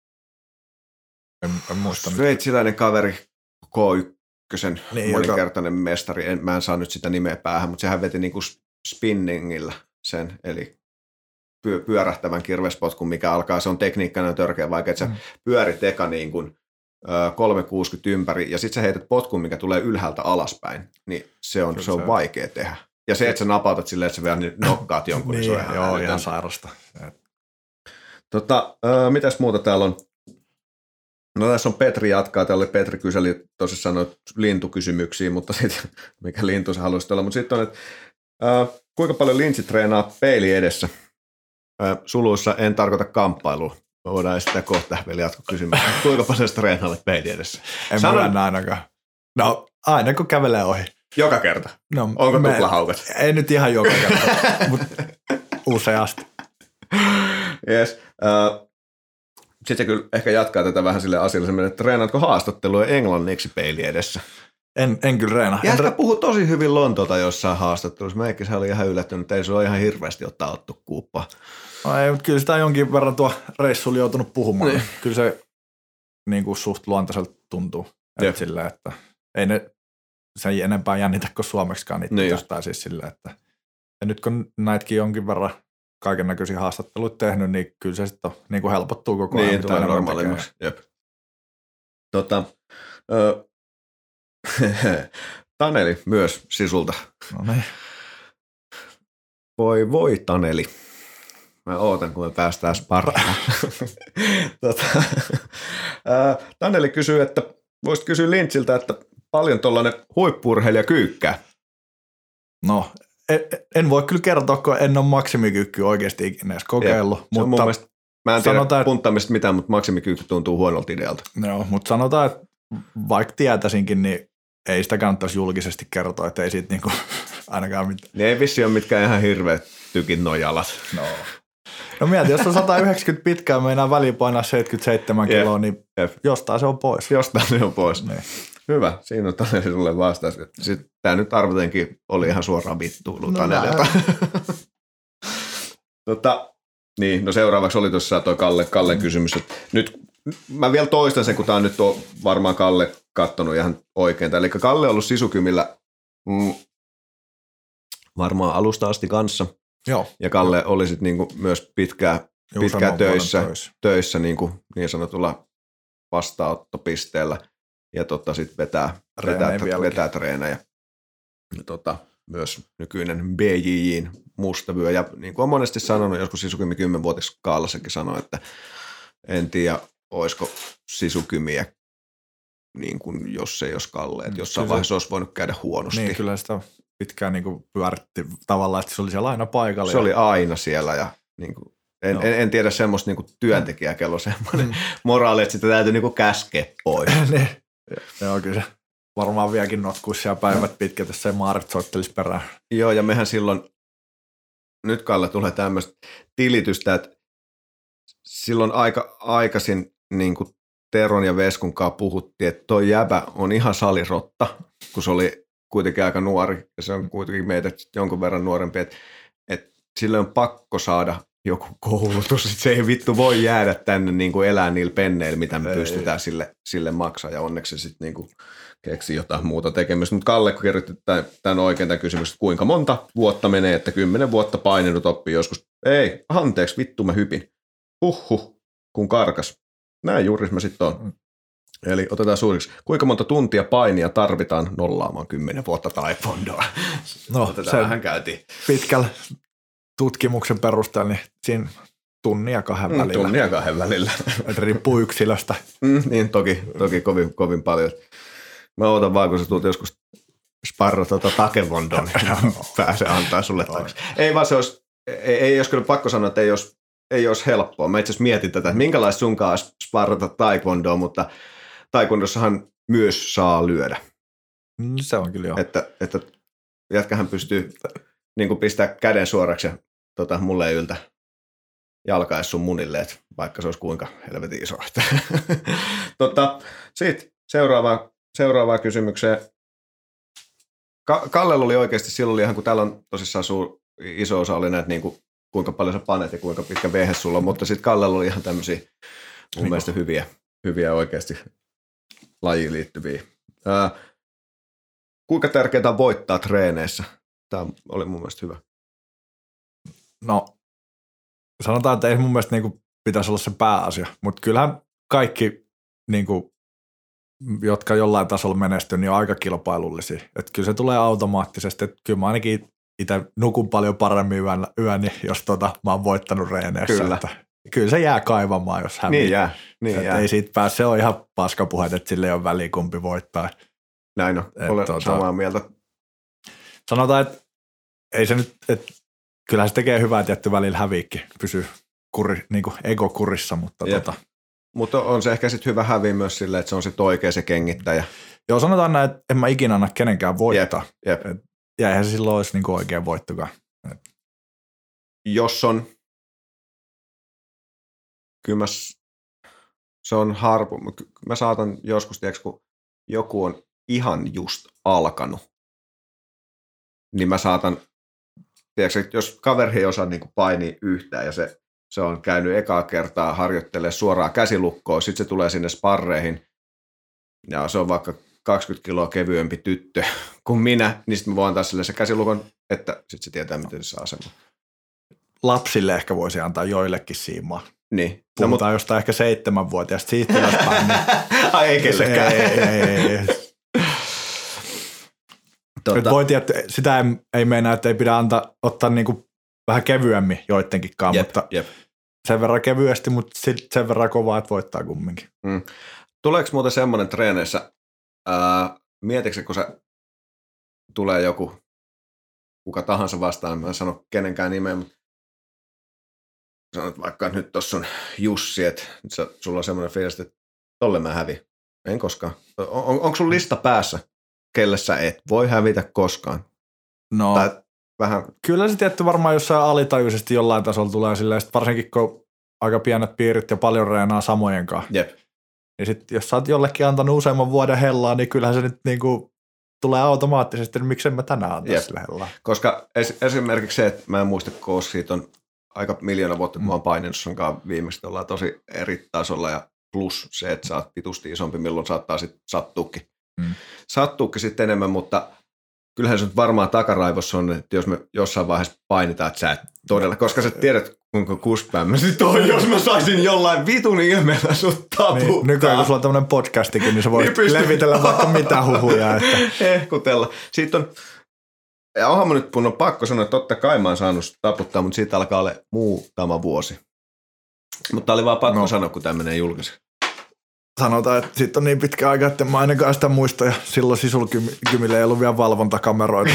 En, en muista. Sveitsiläinen kaveri, K yksi, niin, moninkertainen joka... mestari. En, mä en saa nyt sitä nimeä päähän, mutta sehän veti niinku spinningillä sen, eli py, pyörähtävän kirvespotkun, mikä alkaa, se on tekniikkana törkeä vaikea, että mm. sä pyörit eka niin kuin kolmesataakuusikymmentä ympäri, ja sitten sä heität potkun, mikä tulee ylhäältä alaspäin, niin se on, se on vaikea tehdä. Ja se, että sä napautat silleen, että sä vielä nokkaat jonkun, niin, niin se on ihan, joo, ihan sairasta. Tota, äh, mitäs muuta täällä on? No tässä on Petri jatkaa, täällä oli Petri kyseli tosissaan noita lintukysymyksiä, mutta sitten, mikä lintu sä haluaisit olla, mutta sitten on, että äh, kuinka paljon Lynchi treenaa peili edessä? Äh, suluissa en tarkoita kamppailua. Me voidaan esittää kohta vielä jatkokysymys. Kuinka paljon sä treenailet peili edessä? En Sano... mä ainakaan. No, aina kun kävelee ohi. Joka kerta? No, onko me... tuplahaukat? Ei nyt ihan joka kerta, mutta useasti. Yes. Uh, Sitten se kyllä ehkä jatkaa tätä vähän sille asiallisemmin, että treenaatko haastattelua englanniksi peili edessä? En, en kyllä reena. Ja ehkä puhuu tosi hyvin Lontota jossain haastattelussa. Mäkin se oli ihan yllättynyt, että ei se ole ihan hirveästi ottaa ottu kuuppaa. No ei, mutta kyllä sitä jonkin verran tuo reissu oli joutunut puhumaan. Niin. Kyllä se niin kuin suht luontaiselta tuntuu. Että sillä, että ei ne se ei enempää jännitä kuin suomeksikaan niitä niin jostain siis sillä, että ja nyt kun näitäkin jonkin verran kaiken näköisiä haastatteluita tehnyt, niin kyllä se sitten niin kuin helpottuu koko ajan. Niin, tulee normaalimmaksi. Jep. Tota, ö, Taneli myös sisulta. No niin. Voi voi Taneli. Mä ootan, kun me päästään sparraan. tota, ö, Taneli kysyy, että voisit kysyä Lynchiltä, että paljon tollainen huippu-urheilija kyykkää? No, en, en voi kyllä kertoa, kun en ole maksimikyykkyä oikeasti ikinä edes kokeillut. Mutta mun mielestä, mä en tiedä sanotaan, punttamista mitään, mutta maksimikyykky tuntuu huonolta idealta. Joo, mutta sanotaan, että vaikka tietäisinkin, niin ei sitä kannattaisi julkisesti kertoa, että ei siitä niinku ainakaan mitään. Ne ei vissi ole mitkään ihan hirveät tykin nojalat. No. No mieti, jos on sata yhdeksänkymmentä pitkään, meinaa väliin painaa seitsemänkymmentäseitsemän kiloa, yep. niin yep. jostain se on pois. Jostain se on pois. Niin. Hyvä, siinä on Taneli sulle vastaus. Sitten tämä nyt arvotenkin oli ihan suoraan vittuilu no, Tanelilta. tota, niin, no seuraavaksi oli tuossa toi Kalle, Kallen mm. kysymys. Että nyt mä vielä toistan sen, kun tämä nyt on varmaan Kalle kattonut ihan oikein. Eli Kalle on ollut Sisukymillä mm, varmaan alusta asti kanssa. Joo. Ja Kalle oli sitten niinku myös pitkään, pitkään töissä, töissä niinku niin sanotulla vastaanottopisteellä. Ja tota sitten vetää, vetää, vetää treenejä. Ja tota, myös nykyinen B J J:n mustavyö. Ja niin kuin on monesti sanonut, joskus Sisukymi kymmenvuotias Kaalassakin sanoi, että en tiedä, olisiko Sisukymiä, niin kuin jos ei olisi Kalle. Että jossain kyllä vaiheessa se olisi voinut käydä huonosti. Niin, kyllä sitä pitkään niin kuin pyöritti tavallaan, että se oli siellä aina paikalla. Se ja oli aina siellä ja niin kuin, en, no. en, en tiedä semmoista niin kuin työntekijää, kello on semmoinen mm. moraali, että sitä täytyy niin kuin käskeä pois. niin. Joo, kyllä se varmaan vieläkin notkuisi siellä päivät pitkät, jos se Maarit soittelisi perään. Joo, ja mehän silloin nyt Kalle tulee tämmöistä tilitystä, että silloin aika aikaisin niin kuin Teron ja Veskun kanssa puhuttiin, että toi jäbä on ihan salirotta, kun se oli kuitenkin aika nuori, ja se on kuitenkin meitä jonkun verran nuorempi, että, että sille on pakko saada joku koulutus, että se ei vittu voi jäädä tänne niin kuin elää niillä penneillä, mitä me ei, pystytään sille, sille maksaa, ja onneksi se sitten niin kuin keksi jotain muuta tekemistä. Mutta Kalle, kun kerrotti tämän, tämän oikein tämän kysymyksen, että kuinka monta vuotta menee, että kymmenen vuotta painenut oppii joskus, ei, anteeksi, vittu mä hypin, huhhuh, kun karkas. Näin juuri mä sitten on. Eli otetaan suuriksi. Kuinka monta tuntia painia tarvitaan nollaamaan kymmenen vuotta taekwondoa? No, otetaan se vähän käytiin. Pitkällä tutkimuksen perusteella niin siinä tunnia kahden välillä. Mm, tunnia kahden välillä. Että riippuu yksilöstä. Mm, niin, toki, toki kovin, kovin paljon. Mä ootan vaan, kun sä tulet joskus sparra tuota taekwondoa, niin pääsee antaa sulle takas. Ei vaan se olisi, ei, ei olisi kyllä pakko sanoa, että ei olisi, ei olisi helppoa. Mä itse asiassa mietin tätä, että minkälaista sunkaan sparrata taekwondoa, mutta taekwondossahan myös saa lyödä. Se on kyllä joo. Että, että jätkähän pystyy niin kuin pistää käden suoraksi ja tota, mulle ei yltä jalkaa sun munille, että vaikka se olisi kuinka helvetin iso. tota, Sitten seuraavaan, seuraavaan kysymykseen. Ka- Kallella oli oikeasti silloin ihan, kun täällä on tosissaan suur, iso osa oli näitä, niin kuin, kuinka paljon sä panet ja kuinka pitkä vehe sulla on, mutta sitten Kallella oli ihan tämmöisiä mun niin mielestä hyviä, hyviä oikeasti lajiin liittyviä. Ää, kuinka tärkeää on voittaa treeneissä? Tämä oli mun mielestä hyvä. No, sanotaan, että ei mun mielestä niinku pitäisi olla se pääasia, mutta kyllähän kaikki, niinku, jotka jollain tasolla menestyy, niin on aika kilpailullisia. Että kyllä se tulee automaattisesti. Että kyllä mä ainakin itse nukun paljon paremmin yön, yöni, jos tota, mä oon voittanut reeneissä. Kyllä. Että kyllä se jää kaivamaan, jos häviää. Niin jää. Niin jää. Ei siitä pääse. Se on ihan paskapuheet, että sille ei ole väliä, kumpi voittaa. Näin on. Olen tota, samaa mieltä. Sanotaan, että ei se nyt, että kyllähän se tekee hyvää tietty välillä häviikki. Pysyy kuri, niin kuin ego kurissa, mutta tota. Mutta on se ehkä sitten hyvä häviä myös silleen, että se on sitten oikea se kengittäjä. Joo, sanotaan näin, että en mä ikinä anna kenenkään voittaa. Jep, jep. Ja eihän se silloin olisi niin kuin oikein voittokaan. Jos on, kyllä mä, se on harvo. Mä saatan joskus, tiedätkö, kun joku on ihan just alkanut, niin mä saatan, tiedätkö, jos kaveri ei osaa niin kuin painia yhtään ja se, se on käynyt ekaa kertaa harjoittelemaan suoraan käsilukkoa, sitten se tulee sinne sparreihin ja se on vaikka kaksikymmentä kiloa kevyempi tyttö kuin minä, niin sitten mä voin antaa sille se käsilukon, että sitten se tietää, miten se saa sen. Lapsille ehkä voisi antaa joillekin siimaa. Niin. Puhutaan no, mutta jostain ehkä seitsemänvuotiaasta siitä ylöspäin. Niin ai ei kellekään. Ei, ei, ei, ei. Tuota. Voi tietää, sitä ei, ei meinaa, että ei pidä antaa, ottaa niinku vähän kevyemmin joidenkinkaan, jep, mutta jep. sen verran kevyesti, mutta sen verran kovaa, että voittaa kumminkin. Mm. Tuleeko muuten semmoinen treeneissä, ää, mietitkö, kun se tulee joku, kuka tahansa vastaan, mä en sano kenenkään nimeä, mutta sanot vaikka, että nyt tuossa on Jussi, että sulla on semmoinen fiilis, että tolle mä hävin. En koskaan. On, on, onko sun lista päässä, kelle sä et voi hävitä koskaan? No, tai vähän. Kyllä se tietty varmaan jossain alitajuisesti jollain tasolla tulee silleen, varsinkin kun aika pienet piirit ja paljon reenaa samojen kanssa. Jep. Niin sit jos sä oot jollekin antanut useamman vuoden hellaa, niin kyllähän se nyt niinku tulee automaattisesti, niin miksen mä tänään antaa sille hellaa. Koska es, esimerkiksi se, että mä en muista, koska siitä on aika miljoona vuotta, kun mä oon painanut sunkaan viimeistä, ollaan tosi eri tasolla ja plus se, että sä oot pitusti isompi, milloin saattaa sitten sattuukin. Mm. Sattuukin sitten enemmän, mutta kyllähän se nyt varmaan takaraivossa on, että jos me jossain vaiheessa painitaan, että sä et todella, koska sä tiedät, kuinka kuspää mä sit on, jos mä saisin jollain vitun ilmeellä sut taputtaa. Niin, nykyään kun sulla on tämmönen podcastikin, niin sä voit niin levitellä vaikka mitä huhuja. Että. Hehkutella. Siitä on, ja onhan mä nyt mun on pakko sanoa, että totta kai mä oon saanut taputtaa, mutta siitä alkaa olla muutama vuosi. Mutta oli vaan pakko no. sanoa, kun tämmöinen julkaisi. Sanotaan, että siitä on niin pitkä aika, että mä ainakaan sitä muista, ja silloin sisulkymille ei ollut vielä valvontakameroita.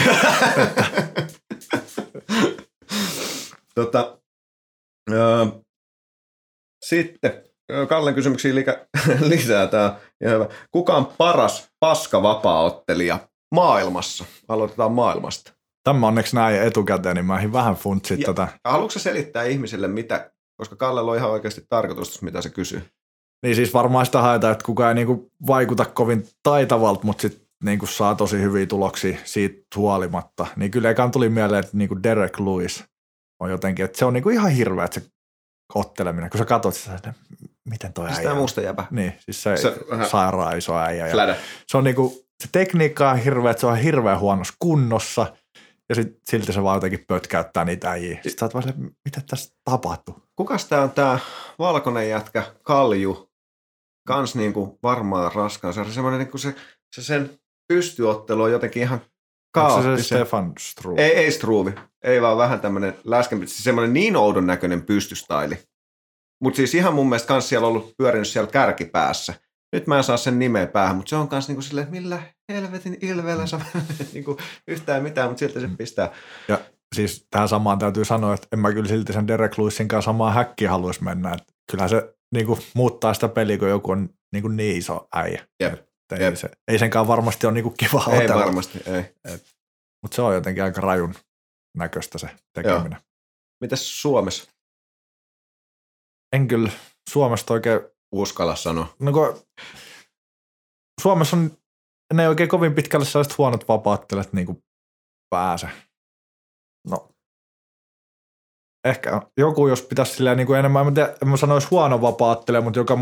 tota, äh, sitten Kallen kysymyksiä lisää. Tää ihan hyvä. Kuka on paras paskavapaa-ottelija maailmassa? Aloitetaan maailmasta. Tämä onneksi näin etukäteen, niin mä ehdin vähän funtsit ja, tätä. Haluatko sä selittää ihmisille, mitä, koska Kallella on ihan oikeasti tarkoitus, mitä se kysyy? Niin siis varmaan sitä haetaan, että kukaan ei niinku vaikuta kovin taitavalta, mutta sitten niinku saa tosi hyviä tuloksia siitä huolimatta. Niin kyllä ekaan tuli mieleen, että niinku Derek Lewis on jotenkin, että se on niinku ihan hirveä, että se otteleminen, kun sä katsot sitä, että miten toi äijä. Sitä musta jäpä. Niin, siis se, se sairaan iso äijä. Ja se on niinku, se tekniikka on hirveä, että se on hirveän huonossa kunnossa ja sit, silti se vaan jotenkin pötkäyttää niitä äijiä. Sitten sä oot vaan silleen, mitä tässä tapahtuu? Kukas tää on tää valkoinen jätkä, Kalju, kans niinku varmaan raskaan. Se on semmoinen niinku se, se sen pystyottelu on jotenkin ihan kaoottisen. Onko se, se Stefan Struve? Ei, ei Struve. Ei vaan vähän tämmönen läskempi. Siis semmoinen niin oudon näköinen pystystaili. Mutta siis ihan mun mielestä kans siellä on ollut pyörinyt siellä kärkipäässä. Nyt mä en saa sen nimeä päähän, mutta se on kans niinku silleen, että millä helvetin ilveellä sä niinku yhtään mitään, mutta silti se pistää. Ja siis tähän samaan täytyy sanoa, että en mä kyllä silti sen Derek Lewisin kanssa samaan häkkiin haluaisi mennä. Että kyllähän se niinku muuttaa sitä peliä, kun joku on niinku niin iso äijä. Jep. Ei, Jep. Se, ei senkaan varmasti ole niinku kiva Ei otella. varmasti, ei. Mutta se on jotenkin aika rajun näköistä se tekeminen. Joo. Mitäs Suomessa? En kyllä Suomesta oikein uskalla sanoa. No kun Suomessa on, ne ei oikein kovin pitkälle sellaiset huonot vapaattelijat niin kuin pääse. No, ehkä joku, jos pitäisi silleen niin kuin enemmän, en, tiedä, en mä sanoisi huono vapaattelija, mutta joka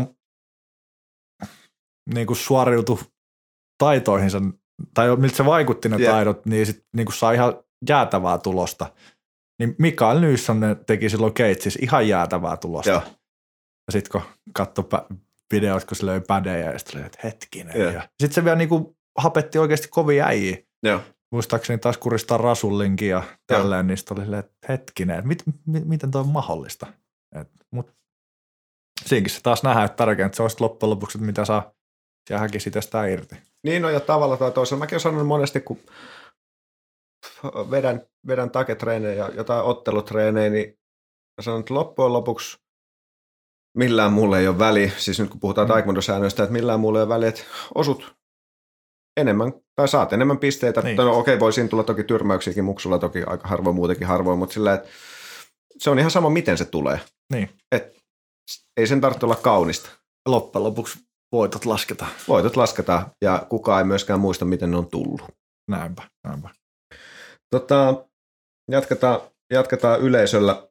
niin kuin suoriutui taitoihinsa, tai miltä se vaikutti ne yeah. taidot, niin sit niin kuin saa ihan jäätävää tulosta. Niin Mikael Nysson teki silloin Keitsissä ihan jäätävää tulosta. Joo. Ja sitten kun katsoi pä- videot, kun se löi pädejä ja sitten oli, että hetkinen. Yeah. Ja sitten se vielä niinku hapetti oikeasti kovia äijiä. Joo. Muistaakseni taas kuristaa Rasullinkin ja tälleen, niin sitten oli silleen, että hetkinen, että mit, mit, miten toi on mahdollista. Et, mut siinkin se taas nähdään, että tärkeää, että se on sitten loppujen lopuksi, että mitä saa siellä häkisi tästä irti. Niin no ja tavalla tai toisella. Mäkin olen sanonut monesti, kun vedän, vedän taketreenejä ja jotain ottelutreenejä, niin mä sanon, että loppujen lopuksi millään mulle ei ole väliä, siis nyt kun puhutaan mm. taekwondo-säännöistä, että millään mulle ei ole väliä, että osut enemmän, tai saat enemmän pisteitä. Niin. No okei, okay, voi siinä tulla toki tyrmäyksiäkin, muksulla toki aika harvoin muutenkin harvoin, mutta sillä, että se on ihan sama, miten se tulee. Niin. Et ei sen tarvitse olla kaunista. Loppujen lopuksi voitot lasketaan. Voitot lasketaan, ja kukaan ei myöskään muista, miten ne on tullut. Näinpä, näinpä. Tota, jatketaan, jatketaan yleisöllä.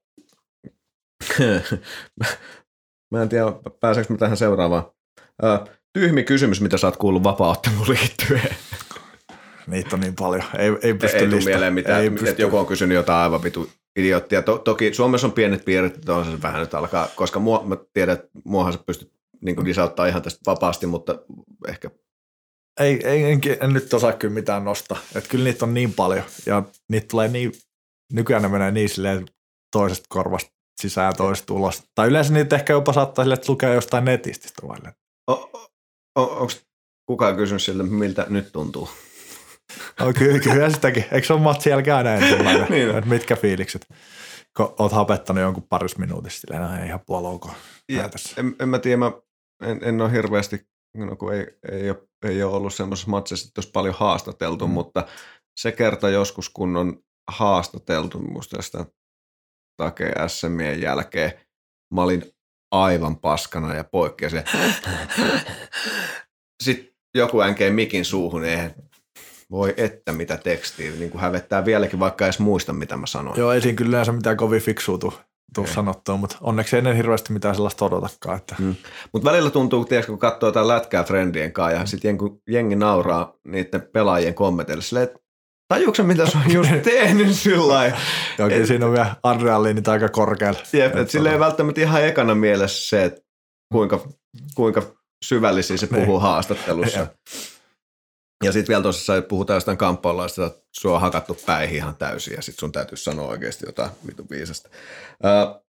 Mä en tiedä, pääseekö mä tähän seuraavaan. Tyhmi kysymys, mitä sä oot kuullut vapaa-otteluun liittyen. Niitä on niin paljon. Ei, ei pysty ei tule mieleen mitään, että pysty. Joku on kysynyt jotain aivan vitu idioottia. To, toki Suomessa on pienet piirret, että on se vähän nyt alkaa, koska mua, mä tiedän, että muahan sä pystyt niin lisäyttää ihan tästä vapaasti, mutta ehkä... Ei, ei en, en nyt osaa kyllä mitään nostaa. Että kyllä niitä on niin paljon ja niitä tulee niin, nykyään ne menee niin silleen toisesta korvasta sisään toisesta ulos. Tai yleensä niitä ehkä jopa saattaa sille, että lukee jostain netistä. O, o, Onko kukaan kysynyt siltä, miltä nyt tuntuu? No, kyllä, kyllä sitäkin. Eikö se ole matsi jälkeen aina ensimmäinen? Niin että mitkä fiilikset? Kun oot hapettanut jonkun paris minuutissa, silleen, no, ei ihan puolouko. En, en mä tiedä, mä en, en ole hirveästi, no, kun ei, ei, ole, ei ole ollut semmoisessa matsissa, että olisi paljon haastateltu, mm. mutta se kerta joskus, kun on haastateltu, musta sitä Take S M:ien jälkeen, mä olin aivan paskana ja poikkeasi. Sitten joku änkee mikin suuhun, eihän voi että mitä tekstiä, niin kuin hävettää vieläkin, vaikka edes muista, mitä mä sanoin. Joo, ei siinä kyllä yleensä mitään kovin fiksua tuu, tuu sanottua, mutta onneksi ei hirveästi mitään sellaista odotakaan. Että... Mm. Mutta välillä tuntuu, tiedätkö, kun katsoo jotain lätkää friendien kanssa ja sitten jengi, jengi nauraa niiden pelaajien kommenteille silleen, että tajuuksä, mitä sä on just tehnyt sillä Joo, kyllä siinä on vielä adrenaliinit aika korkealla. Jep, että sillä ei välttämättä ihan ekana mielessä se, että kuinka, kuinka syvällisiä se puhuu haastattelussa. Ja sitten vielä tuossa puhutaan jostain kamppailulaista, että sua on hakattu päihin ihan täysin ja sitten sun täytyy sanoa oikeasti jotain vitun viisasta. Uh,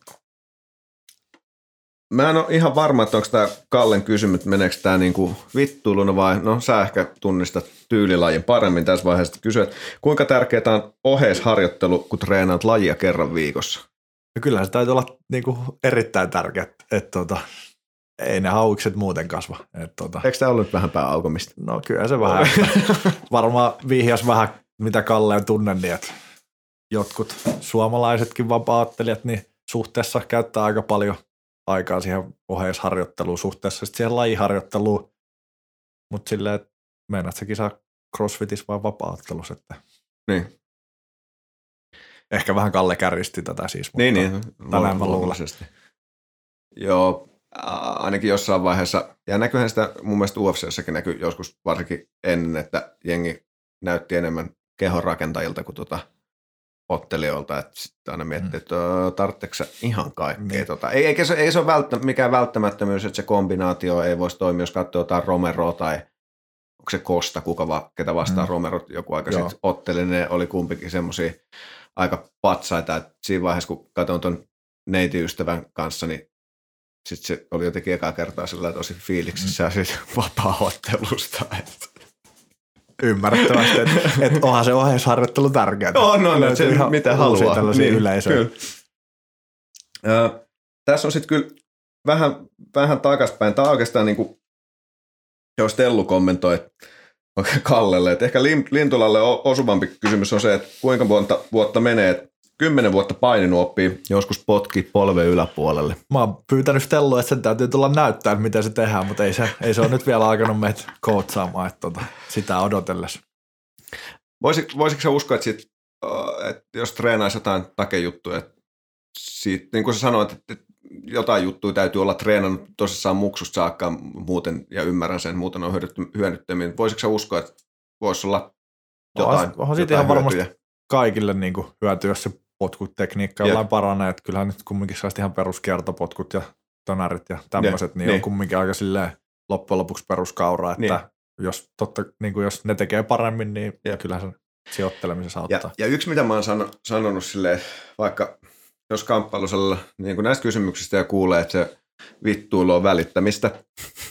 mä en ole ihan varma, että onko tämä Kallen kysymys, meneekö tämä niinku vittuiluna vai, no sä ehkä tunnistat tyylilajin paremmin tässä vaiheessa kysyä, että kuinka tärkeää on oheisharjoittelu, kun treenaat lajia kerran viikossa? Ja kyllähän se täytyy olla niinku erittäin tärkeää, että et, tota, ei ne hauikset muuten kasva. Et, tota, Eikö tämä ollut vähän pääaukomista? No kyllä se vähän. Varmaan vihjas vähän mitä Kalleen tunnen, niin että jotkut suomalaisetkin vapaa-ottelijat niin suhteessa käyttää aika paljon aikaa siihen oheisharjoitteluun suhteessa sitten siihen lajiharjoitteluun, mutta silleen, että meinaat se kisa crossfitissä vai vapaa-ottelussa, että niin. Ehkä vähän Kalle kärjisti tätä siis, mutta niin, niin. tänään mä luulen. Joo, ainakin jossain vaiheessa, ja näkyyhän sitä mun mielestä U F C:ssäkin näkyy joskus varsinkin ennen, että jengi näytti enemmän kehonrakentajilta kuin tuota ottelijoilta, että sitten aina miettii, että tarvitseeko sä ihan kaikkea. Mm. Tota. Ei, eikä se, ei se ole välttä, mikään välttämättömyys, että se kombinaatio ei voisi toimia, jos katsoo jotain Romeroa tai onko se Kosta, kuka va, ketä vastaan mm. Romerot joku aika sitten otteli, ne oli kumpikin semmoisia aika patsaita, että siinä vaiheessa, kun katson tuon neitiystävän kanssa, niin sitten se oli jotenkin ekaa kertaa sillä tosi fiiliksissä mm. siitä vapaa-ottelusta. Ymmärrettävästi, että et onhan se oheisharjoittelu tärkeää. On, no, no, se mitä haluaa. Tällaisia niin, yleisöjä. Ö, tässä on sitten kyllä vähän, vähän takaspäin. Tämä on oikeastaan niin kuin, jos Tellu kommentoi Kallelle, että ehkä Lintulalle osuvampi kysymys on se, että kuinka monta vuotta menee, että kymmenen vuotta paininut oppii, joskus potkii polven yläpuolelle. Mä oon pyytänyt Tellua, että sen täytyy tulla näyttää, miten se tehdään, mutta ei se, ei se ole nyt vielä alkanut meitä kootsaamaan, että tota, sitä odotellessa. Voisitko, voisitko sä uskoa, että, sit, että jos treenaisi jotain takejuttuja, että siitä, niin kuin sä sanoit, että jotain juttuja täytyy olla treenannut tosissaan muksusta saakka muuten, ja ymmärrän sen, muuten on hyödyttömiin. Voisitko sä uskoa, että voisi olla jotain, onhan, onhan jotain ihan hyötyjä? Varmasti kaikille niin kuin hyötyä, jos se potkutekniikka jollain paranee, että kyllähän nyt kumminkin saisi ihan peruskiertopotkut ja tonarit ja tämmöiset, yeah. niin, niin on kumminkin aika silleen loppujen lopuksi peruskauraa, että niin. jos, totta, niin kuin jos ne tekee paremmin, niin yeah. kyllähän se sijoittelemisessa auttaa. Ja, ja yksi, mitä mä oon sano, sanonut silleen, vaikka jos kamppailusella niin kuin näistä kysymyksistä ja kuulee, että se vittuilu on välittämistä,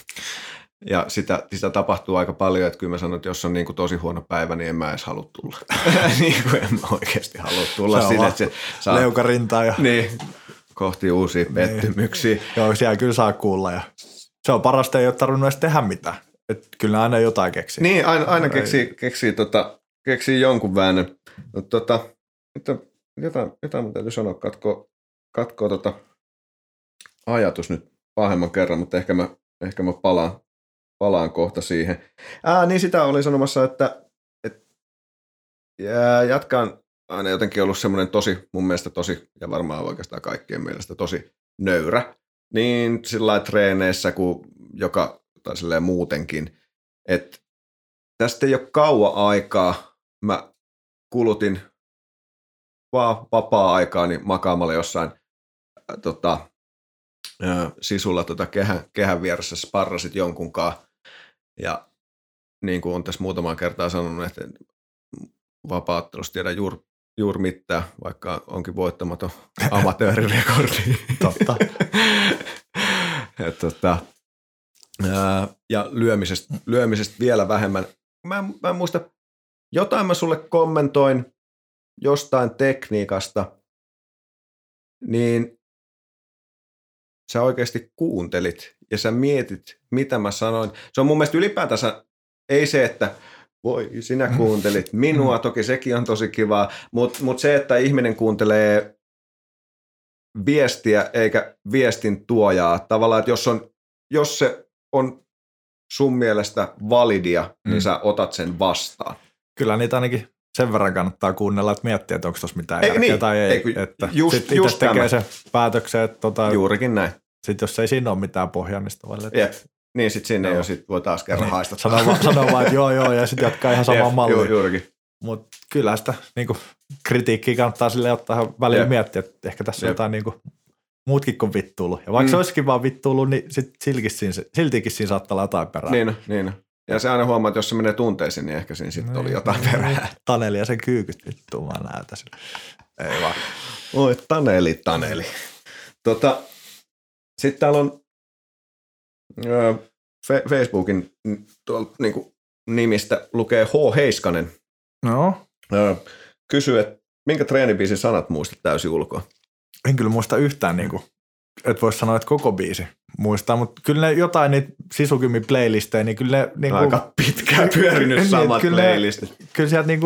ja sitä, sitä tapahtuu aika paljon, että kyllä mä sanon, että jos on niin kuin tosi huono päivä, niin en mä edes halua tulla. niin kuin en mä oikeasti halua tulla se sinne, että se saa leukarintaa ja niin, kohti uusia niin. pettymyksiä. Joo, siellä kyllä saa kuulla ja se on parasta, ei ole tarvinnut edes tehdä mitään. Että kyllä aina jotain keksii. Niin, aina, aina keksii, keksii, tota, keksii jonkun väännön. No, tota, jotain, jotain mun täytyy sanoa, katko, katko tota ajatus nyt pahemman kerran, mutta ehkä mä, ehkä mä palaan. Palaan kohta siihen. Ää, niin sitä olin sanomassa, että, että Jatka on aina jotenkin ollut semmoinen tosi, mun mielestä tosi, ja varmaan oikeastaan kaikkien mielestä tosi nöyrä, niin sillä lailla treeneissä kuin joka, tai silleen muutenkin, että tästä ei ole kauan aikaa, mä kulutin vaan vapaa-aikaani makaamalla jossain ää, tota, ää, sisulla tota kehän, kehän vieressä sparrasit jonkunkaan. Ja niin kuin on tässä muutamaan kertaa sanonut, että vapaa-ottelusta tiedä juuri juur mitään, vaikka onkin voittamaton amatöörirekordi. Totta. ja, tota, ää, ja lyömisestä, lyömisestä vielä vähemmän. Mä, mä en muista, jotain mä sulle kommentoin jostain tekniikasta, niin sä oikeasti kuuntelit ja sä mietit, mitä mä sanoin. Se on mun mielestä ylipäätänsä, ei se, että voi, sinä kuuntelit minua, toki sekin on tosi kivaa, mutta mut se, että ihminen kuuntelee viestiä eikä viestin tuojaa. Tavallaan, että jos, on, jos se on sun mielestä validia, mm. niin sä otat sen vastaan. Kyllä niitä ainakin sen verran kannattaa kuunnella, että miettiä, että onko tuossa mitään ei, järkeä niin, tai ei. ei että just, sitten just itse tekee tämä. se päätöksen, että tota, juurikin näin. Sitten jos ei siinä ole mitään pohjaa, niin sitten voi Jep. Niin sitten sinne no. jo sit voi taas kerran niin. haistata. Sanoo vaan, sano vaan, että joo joo, ja sitten jatkaa ihan samaan malliin. Ju, juurikin. Mutta kyllä sitä niin kuin, kritiikkiä kannattaa sille ottaa välillä Jep. miettiä, että ehkä tässä on jotain niin kuin, muutkin kuin vittuulu. Ja vaikka mm. se olisikin vaan vittuulu, niin sit siltikin siinä saattaa olla jotain perää. Niin on, niin on. Ja se aina huomaa, että jos se menee tunteisiin, niin ehkä siinä sitten no, oli jotain no, perää. Taneli ja sen kyykyt vittu, mä näytän sille. Ei vaan. Oi, Taneli, Taneli. Tota, sitten täällä on ö, Facebookin tuolla, niin kuin, nimistä lukee H. Heiskanen. No. Ö, kysyy, että minkä treenibiisin sanat muistat täysin ulkoa? En kyllä muista yhtään, niin kuin, et voisi sanoa, että koko biisi muistaa, mutta kyllä ne jotain niitä Sisukimi playlistejä, niin kyllä ne... Niin kuin, aika pitkään pyörinyt niin, samat kyllä playlistit. Ne, kyllä sieltä niin kuin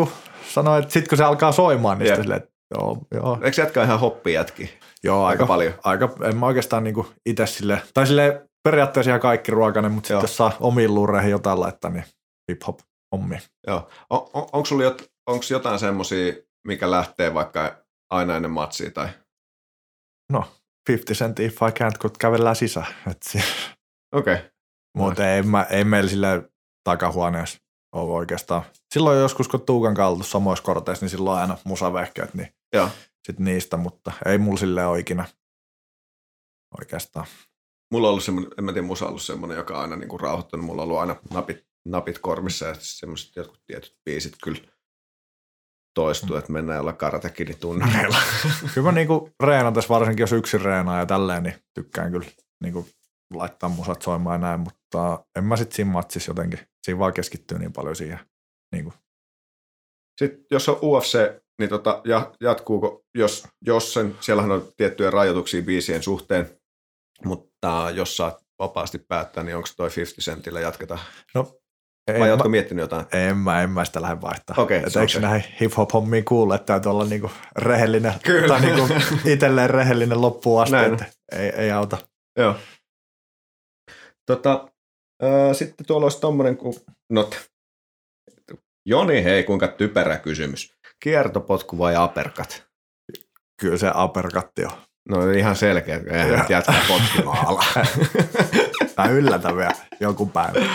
sanoi, että sit kun se alkaa soimaan, niin sitten silleen, että joo, joo. Eikö jätkä ihan hoppi jätki? Joo, aika, aika paljon. Aika, en mä oikeastaan niinku itse silleen, tai silleen periaatteessa ihan kaikki ruokainen, mutta sitten jos saa omiin luureihin jotain laittaa, niin hip-hop hommi. Joo. On, on, onko sulla jot, onks jotain semmosia, mikä lähtee vaikka aina ennen matsia? Tai? No, fifty cent if I can't, kun kävellään sisään. Okei. Okay. Mutta ei, ei meillä silleen takahuoneessa ole oikeastaan. Silloin joskus, kun Tuukan kaltu samoissa korteissa, niin silloin aina musavehkeet, niin sitten niistä, mutta ei mulla silleen ole ikinä oikeastaan. Mulla on ollut semmoinen, en mä tiedä, musa on ollut semmoinen, joka on aina niinku rauhoittanut. Mulla on ollut aina napit, napit korvissa ja semmoiset jotkut tietyt biisit kyllä toistuu, mm. että mennään jollain karatekini-tunnareilla. Kyllä mä niinku reenates, varsinkin jos yksin reenaa ja tälleen, niin tykkään kyllä niinku laittaa musat soimaan ja näin, mutta en mä sit siinä matsissa jotenkin. Siinä vaan keskittyy niin paljon siihen. Niinku. Sitten jos on U F C, niin tota, jatkuuko, jos, jos sen, siellähän on tiettyjä rajoituksia biisien suhteen, mutta jos saat vapaasti päättää, niin onko toi fifty centillä jatketa? No, vai ootko miettinyt jotain? En mä, en mä sitä lähde vaihtaa. Okay, eikö okay. näihin hip-hop-hommiin kuulu, että täytyy olla niinku rehellinen, Kyllä. tai niinku itselleen rehellinen loppuun asti, että ei, ei auta. Joo. Tota, äh, sitten tuolla olisi tommonen kuin, no, Joni, hei, kuinka typerä kysymys. Kiertopotku vai aperkat? Kyllä se aperkatti on. No ihan selkeä, eihän jätkää potkimaalla. Tai yllätä vielä joku päivä.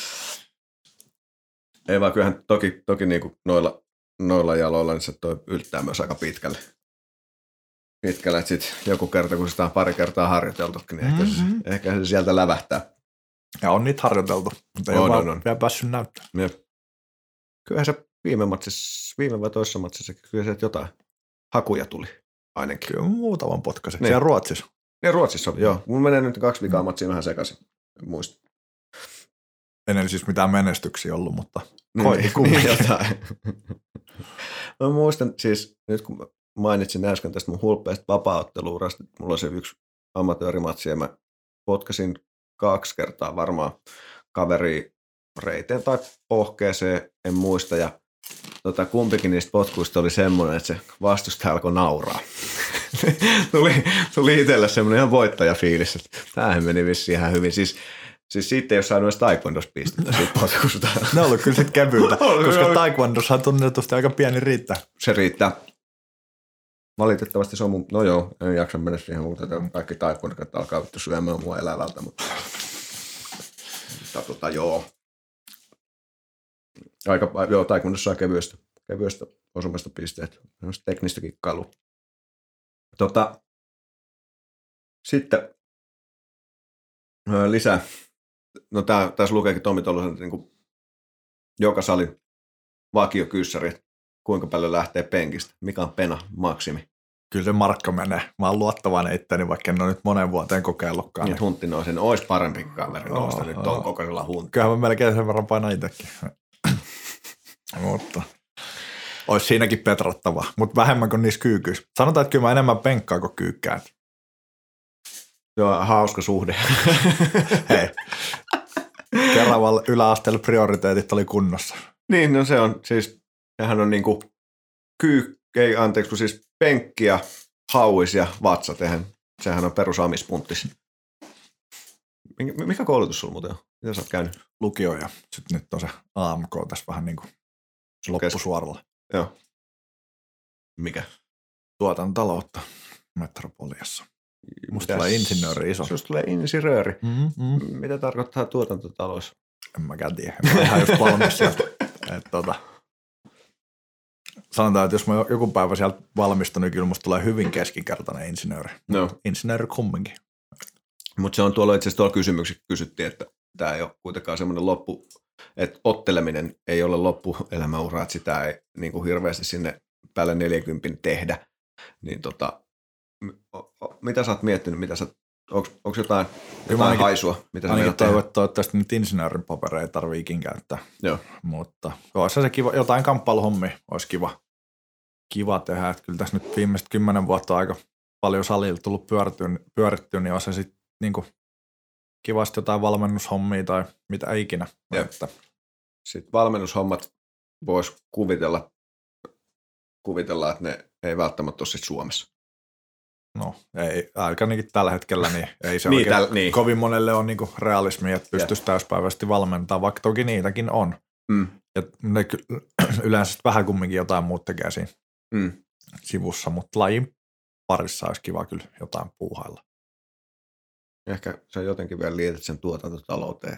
Ei vaan kyllähän toki, toki niinku noilla, noilla jaloilla niin se toi yltää myös aika pitkälle. Pitkälle, että sitten joku kerta, kun sitä on pari kertaa harjoiteltukin, niin mm-hmm. ehkä, se, ehkä se sieltä lävähtää. Ja on niitä harjoiteltu, mutta ei on, ole on, on. vielä päässyt näyttämään. Jep. Kyllähän se viime matsissa, viime vai toisessa matsissa, kyllä se jotain hakuja tuli ainakin. Kyllä muutaman potkaisen. Niin. Siellä Ruotsissa. Niin Ruotsissa on, joo. Mun menee nyt kaksi vikaa matsia vähän sekaisin, muista. En siis mitään menestyksiä ollut, mutta niin, koitin niin, kumminkin. jotain. Mä muistan siis, nyt kun mainitsin äsken tästä mun hulppeasta vapaa-otteluurasta, mulla on se yksi amatöörimatsi ja mä potkasin kaksi kertaa varmaan kaveri reiteen tai pohkeeseen, en muista. Ja tota, kumpikin niistä potkuista oli semmoinen, että se vastustaja alkoi nauraa. tuli, tuli itselle semmoinen ihan voittajafiilis, että tämähän meni vissiin ihan hyvin. Siis, siis siitä ei ole saanut edes taekwondossa pistettä siitä potkusta. Ne on ollut kyllä sitten kevyitä, koska taekwondossa on tunnetusti aika pieni riittää. Se riittää. Valitettavasti se on mun, no joo, en jaksa mennä siihen muuta, että kaikki taekwondot alkaa vittu syömään mua elävältä, mutta, mutta tota, joo. Aika, joo, taekwondossa saa kevyestä, kevyestä osumasta pisteet, teknistä kikkailua. Tota, sitten lisää, no tää, tässä lukeekin Tommi Tollosen niin kuin joka salin vakiokyssäri, kuinka paljon lähtee penkistä, mikä on pena, maksimi. Kyllä se markka menee. Mä oon luottavainen itteni, vaikka en ole nyt monen vuoteen kokeillutkaan. Niin, huntti noisen, olisi parempi kaveri nousta nyt ton kokoisella huntti. Kyllähän mä melkein sen verran painaa itsekin. Mutta olisi siinäkin petrattavaa, mutta vähemmän kuin niissä kyykyis. Sanotaan, että kyllä mä enemmän penkkaa kuin kyykkään. Joo, hauska suhde. Hei, Keravalla yläasteella prioriteetit oli kunnossa. Niin, no se on siis, sehän on niinku kyy, ei anteeksi, kun siis penkki ja hauis ja vatsat, eihän, sehän on perus amispunttis. Mikä koulutus sulla muuten on? Mitä sä oot käynyt? Lukio ja sitten nyt on se A M K tässä vähän niin kuin loppusuoralla. Joo. Mikä? Tuotantotaloutta Metropoliassa. Musta tulee insinööri iso. Susta tulee insinööri. Mm-hmm. Mitä tarkoittaa tuotantotalous? En mäkään tiedä. Mä oon ihan just valmis sieltä. Et, tota, sanotaan, että jos mä joku päivä sieltä valmistun, niin kyllä musta tulee hyvin keskinkertainen insinööri. No. Insinööri kumminkin. Mutta se on tuolla itse asiassa tuolla kysymyksessä kysyttiin, että tämä ei ole kuitenkaan semmoinen loppu, että otteleminen ei ole loppuelämäura, että sitä ei niin kuin hirveästi sinne päälle neljäkympin tehdä. Niin tota, mitä sä oot miettinyt, mitä sä, onko, onko jotain, jotain ainakin, haisua? Mitä sä ainakin toivon, että toivottavasti nyt insinöörin papereja ei tarvitse ikin käyttää. Joo. Mutta olisi se kiva, jotain kamppailuhommia olisi kiva, kiva tehdä. Että kyllä tässä nyt viimeiset kymmenen vuotta aika paljon salilla tullut pyörittyä, pyörittyä niin olisi se sitten niin kuin kivasti jotain valmennushommia tai mitä ikinä. Että. Sitten valmennushommat voisi kuvitella kuvitellaan, että ne ei välttämättä ole sit Suomessa. No, ei, ainakin tällä hetkellä niin ei se niin, oikein täl, niin. kovin monelle on niinku realismi, että pystyisi täyspäiväisesti valmentamaan, vaikka toki niitäkin on. Mm. Ja ne yleensä vähän kumminkin jotain muuta tekee siinä mm. sivussa, mutta lajin parissa olisi kiva kyllä jotain puuhailla. Ehkä sä jotenkin vielä liität sen tuotantotalouteen.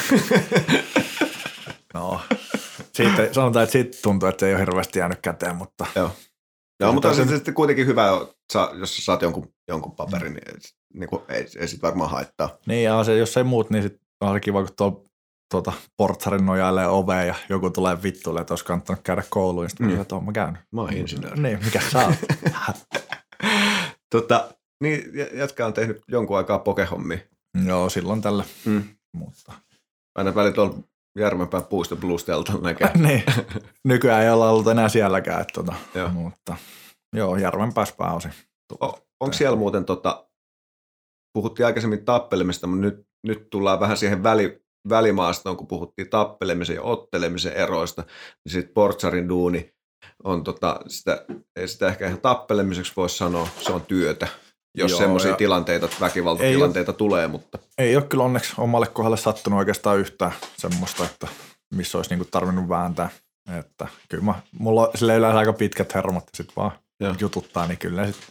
No, siitä, sanotaan, että siitä tuntuu, että ei ole hirveästi jäänyt käteen, mutta... Joo, Joo mutta se sitten kuitenkin hyvä, jos sä saat jonkun, jonkun paperin, niin, niin kuin, ei, ei sit varmaan haittaa. Niin, ja se, jos ei muut, niin sit on se kiva, kun tuo tuota, portsarin nojailee oveen ja joku tulee vittuille, että olisi kannattanut käydä kouluun, ja sitten mm. että olen mä käynyt. Mä oon insinööri. Niin, mikä sä oot? tota, niin, jätkä on tehnyt jonkun aikaa pokehommia. Joo, silloin tällä. Mm. Mutta. Aina väli tuolla Järvenpään puisto Blues-teltalla näkee. Niin, nykyään ei olla ollut enää sielläkään, että tota, joo. Mutta joo, Järvenpäässä pääosin. O, onko siellä muuten, tota, puhuttiin aikaisemmin tappelemista, mutta nyt, nyt tullaan vähän siihen väli, välimaastoon, kun puhuttiin tappelemisen ja ottelemisen eroista, niin sitten portsarin duuni on, tota, sitä, ei sitä ehkä ihan tappelemiseksi voi sanoa, se on työtä. Jos semmoisia tilanteita, väkivaltatilanteita ole, tulee, mutta... Ei ole kyllä onneksi omalle kohdalle sattunut oikeastaan yhtään semmoista, että missä olisi niinku tarvinnut vääntää. Että kyllä mä, mulla on sille yleensä aika pitkät hermot ja sit vaan Joo. jututtaa, niin kyllä sit...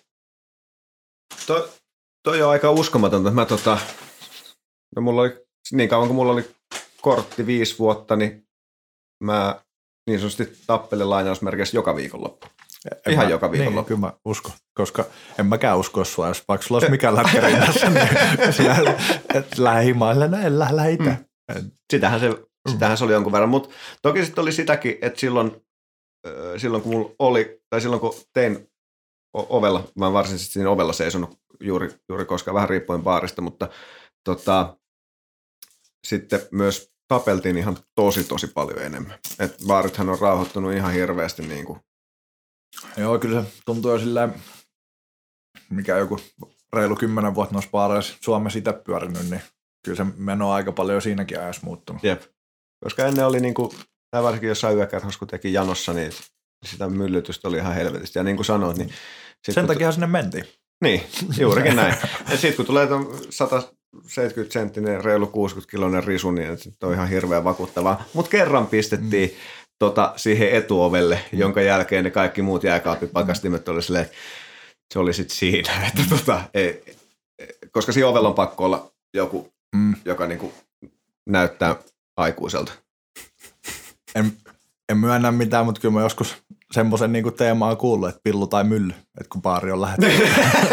To, toi on aika uskomatonta. Mä tota... No mulla oli, niin kauan kuin mulla oli kortti viisi vuotta, niin mä niin sanotusti tappelin lainausmerkeissä joka viikonloppu. En Ihan mä, joka viikolla. Niin, kyllä mä uskon, koska en mäkään usko sua, jos vaikka sulla olisi mikään läpkäri tässä, niin siellä, että lähde himaille, no en lähde itse. Mm. Sitähän, se, sitähän se oli jonkun verran, mutta toki sitten oli sitäkin, että silloin, silloin kun mulla oli, tai silloin kun tein ovella, mä en varsinaisesti siinä ovella seisonut juuri, juuri koskaan, vähän riippuen baarista, mutta tota, sitten myös tapeltiin ihan tosi tosi paljon enemmän. Et baarithan on rauhoittunut ihan hirveästi niin kuin. Joo, kyllä se tuntuu jo silleen, mikä joku reilu kymmenen vuotta noissa baareissa Suomessa itse pyörinyt, niin kyllä se meno aika paljon siinäkin ajassa muuttunut. Jep. Koska ennen oli, niin kuin, varsinkin jossain yökerhossa, kun teki janossa, niin sitä myllytystä oli ihan helvetistä. Ja niin kuin sanoit, niin... Sen takia sinne mentiin. Niin, juurikin näin. Ja sitten kun tulee sata seitsemänkymmentä senttinen, reilu kuusikymmentä kiloinen risu, niin se on ihan hirveän vakuuttavaa. Mutta kerran pistettiin... Mm. Tota, siihen etuovelle, mm. jonka jälkeen ne kaikki muut jääkaappipakastimet oli silleen, se oli sitten siinä, että tota, ei, koska siinä ovella on pakko olla joku, mm. joka niinku näyttää aikuiselta. En, en myönnä mitään, mutta kyllä mä joskus semmoisen niinku teemaa kuullut, että pillu tai mylly, että kun baari on lähetty.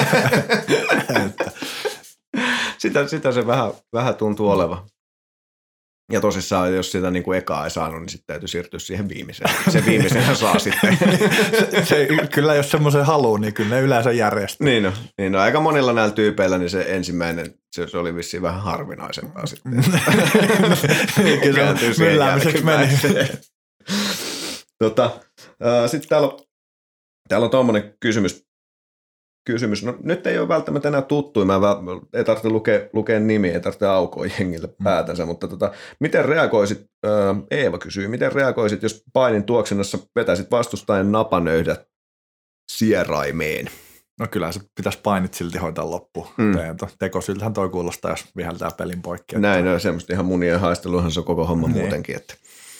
sitä, sitä se vähän, vähän tuntuu mm. olevan. Ja tosissaan, jos sitä niin kuin ekaa ei saanut, niin sitten täytyy siirtyä siihen viimeiseen. Se viimeisenhän saa sitten. se, se, kyllä jos semmoisen haluaa, niin kyllä ne yleensä järjestää. Niin no, niin no, aika monilla näillä tyypeillä niin se ensimmäinen, se, se oli vissiin vähän harvinaisempaa sitten. Kyllä se mylläämiseksi meni. tota, äh, sitten täällä on, täällä on tommoinen kysymys. Kysymys. No, nyt ei ole välttämättä enää tuttu, mä ei tarvitse lukea, lukea nimiä, ei tarvitse aukoa jengille päätänsä, mm. mutta tota, miten reagoisit, äh, Eeva kysyy, miten reagoisit, jos painin tuoksinnassa vetäisit vastustajan napanöydät sieraimeen? No kyllä se pitäisi painit silti hoitaa loppuun. Mm. Tekosiltähän toi kuulostaa, jos viheltää pelin poikki. Näin, no, semmoista ihan munien haisteluhan se on koko homma niin. Muutenkin. Että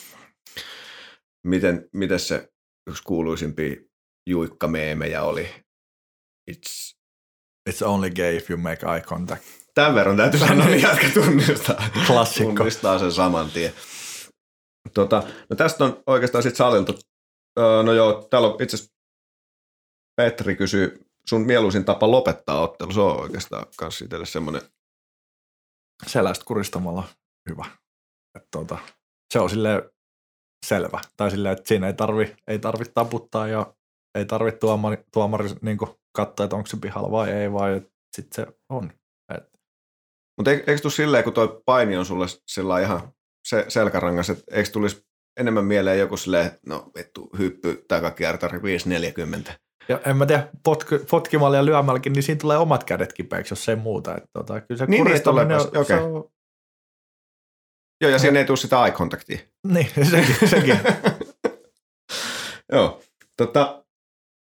miten, miten se yksi kuuluisimpia juikkameemejä oli? It's, It's only gay if you make eye contact. Tämän verran täytyy sanoa, niin jatka tunnistaa. Klassikko. Tunnistaa sen saman tien. Tota, no tästä on oikeastaan sitten saliltu. Öö, no joo, täällä on itse asiassa Petri kysyy, sun mieluisin tapa lopettaa ottelu. Se on oikeastaan kans itselle semmoinen. Selästä kuristamalla hyvä. Et tuota, se on silleen selvä. Tai silleen, että siinä ei tarvi, ei tarvi taputtaa ja ei tarvitse tuomari, tuomari niin katsoa, että onko se pihalla vai ei, vai sitten se on. Mutta eikö tule silleen, kun tuo paini on sulle sillä ihan se, selkärangas, että eikö tulisi enemmän mieleen joku silleen, no vittu, hyppy takakiertari viisi neljäkymmentä. Ja en mä tiedä, potk- potkimalla ja lyömälläkin, niin siinä tulee omat kädet kipeäksi, jos ei muuta. Että tota, kyllä se niin, niistä tulee on, okay. on... Joo, ja siinä ei tule sitä eye contactia. Niin, sekin. sekin. Joo, tota...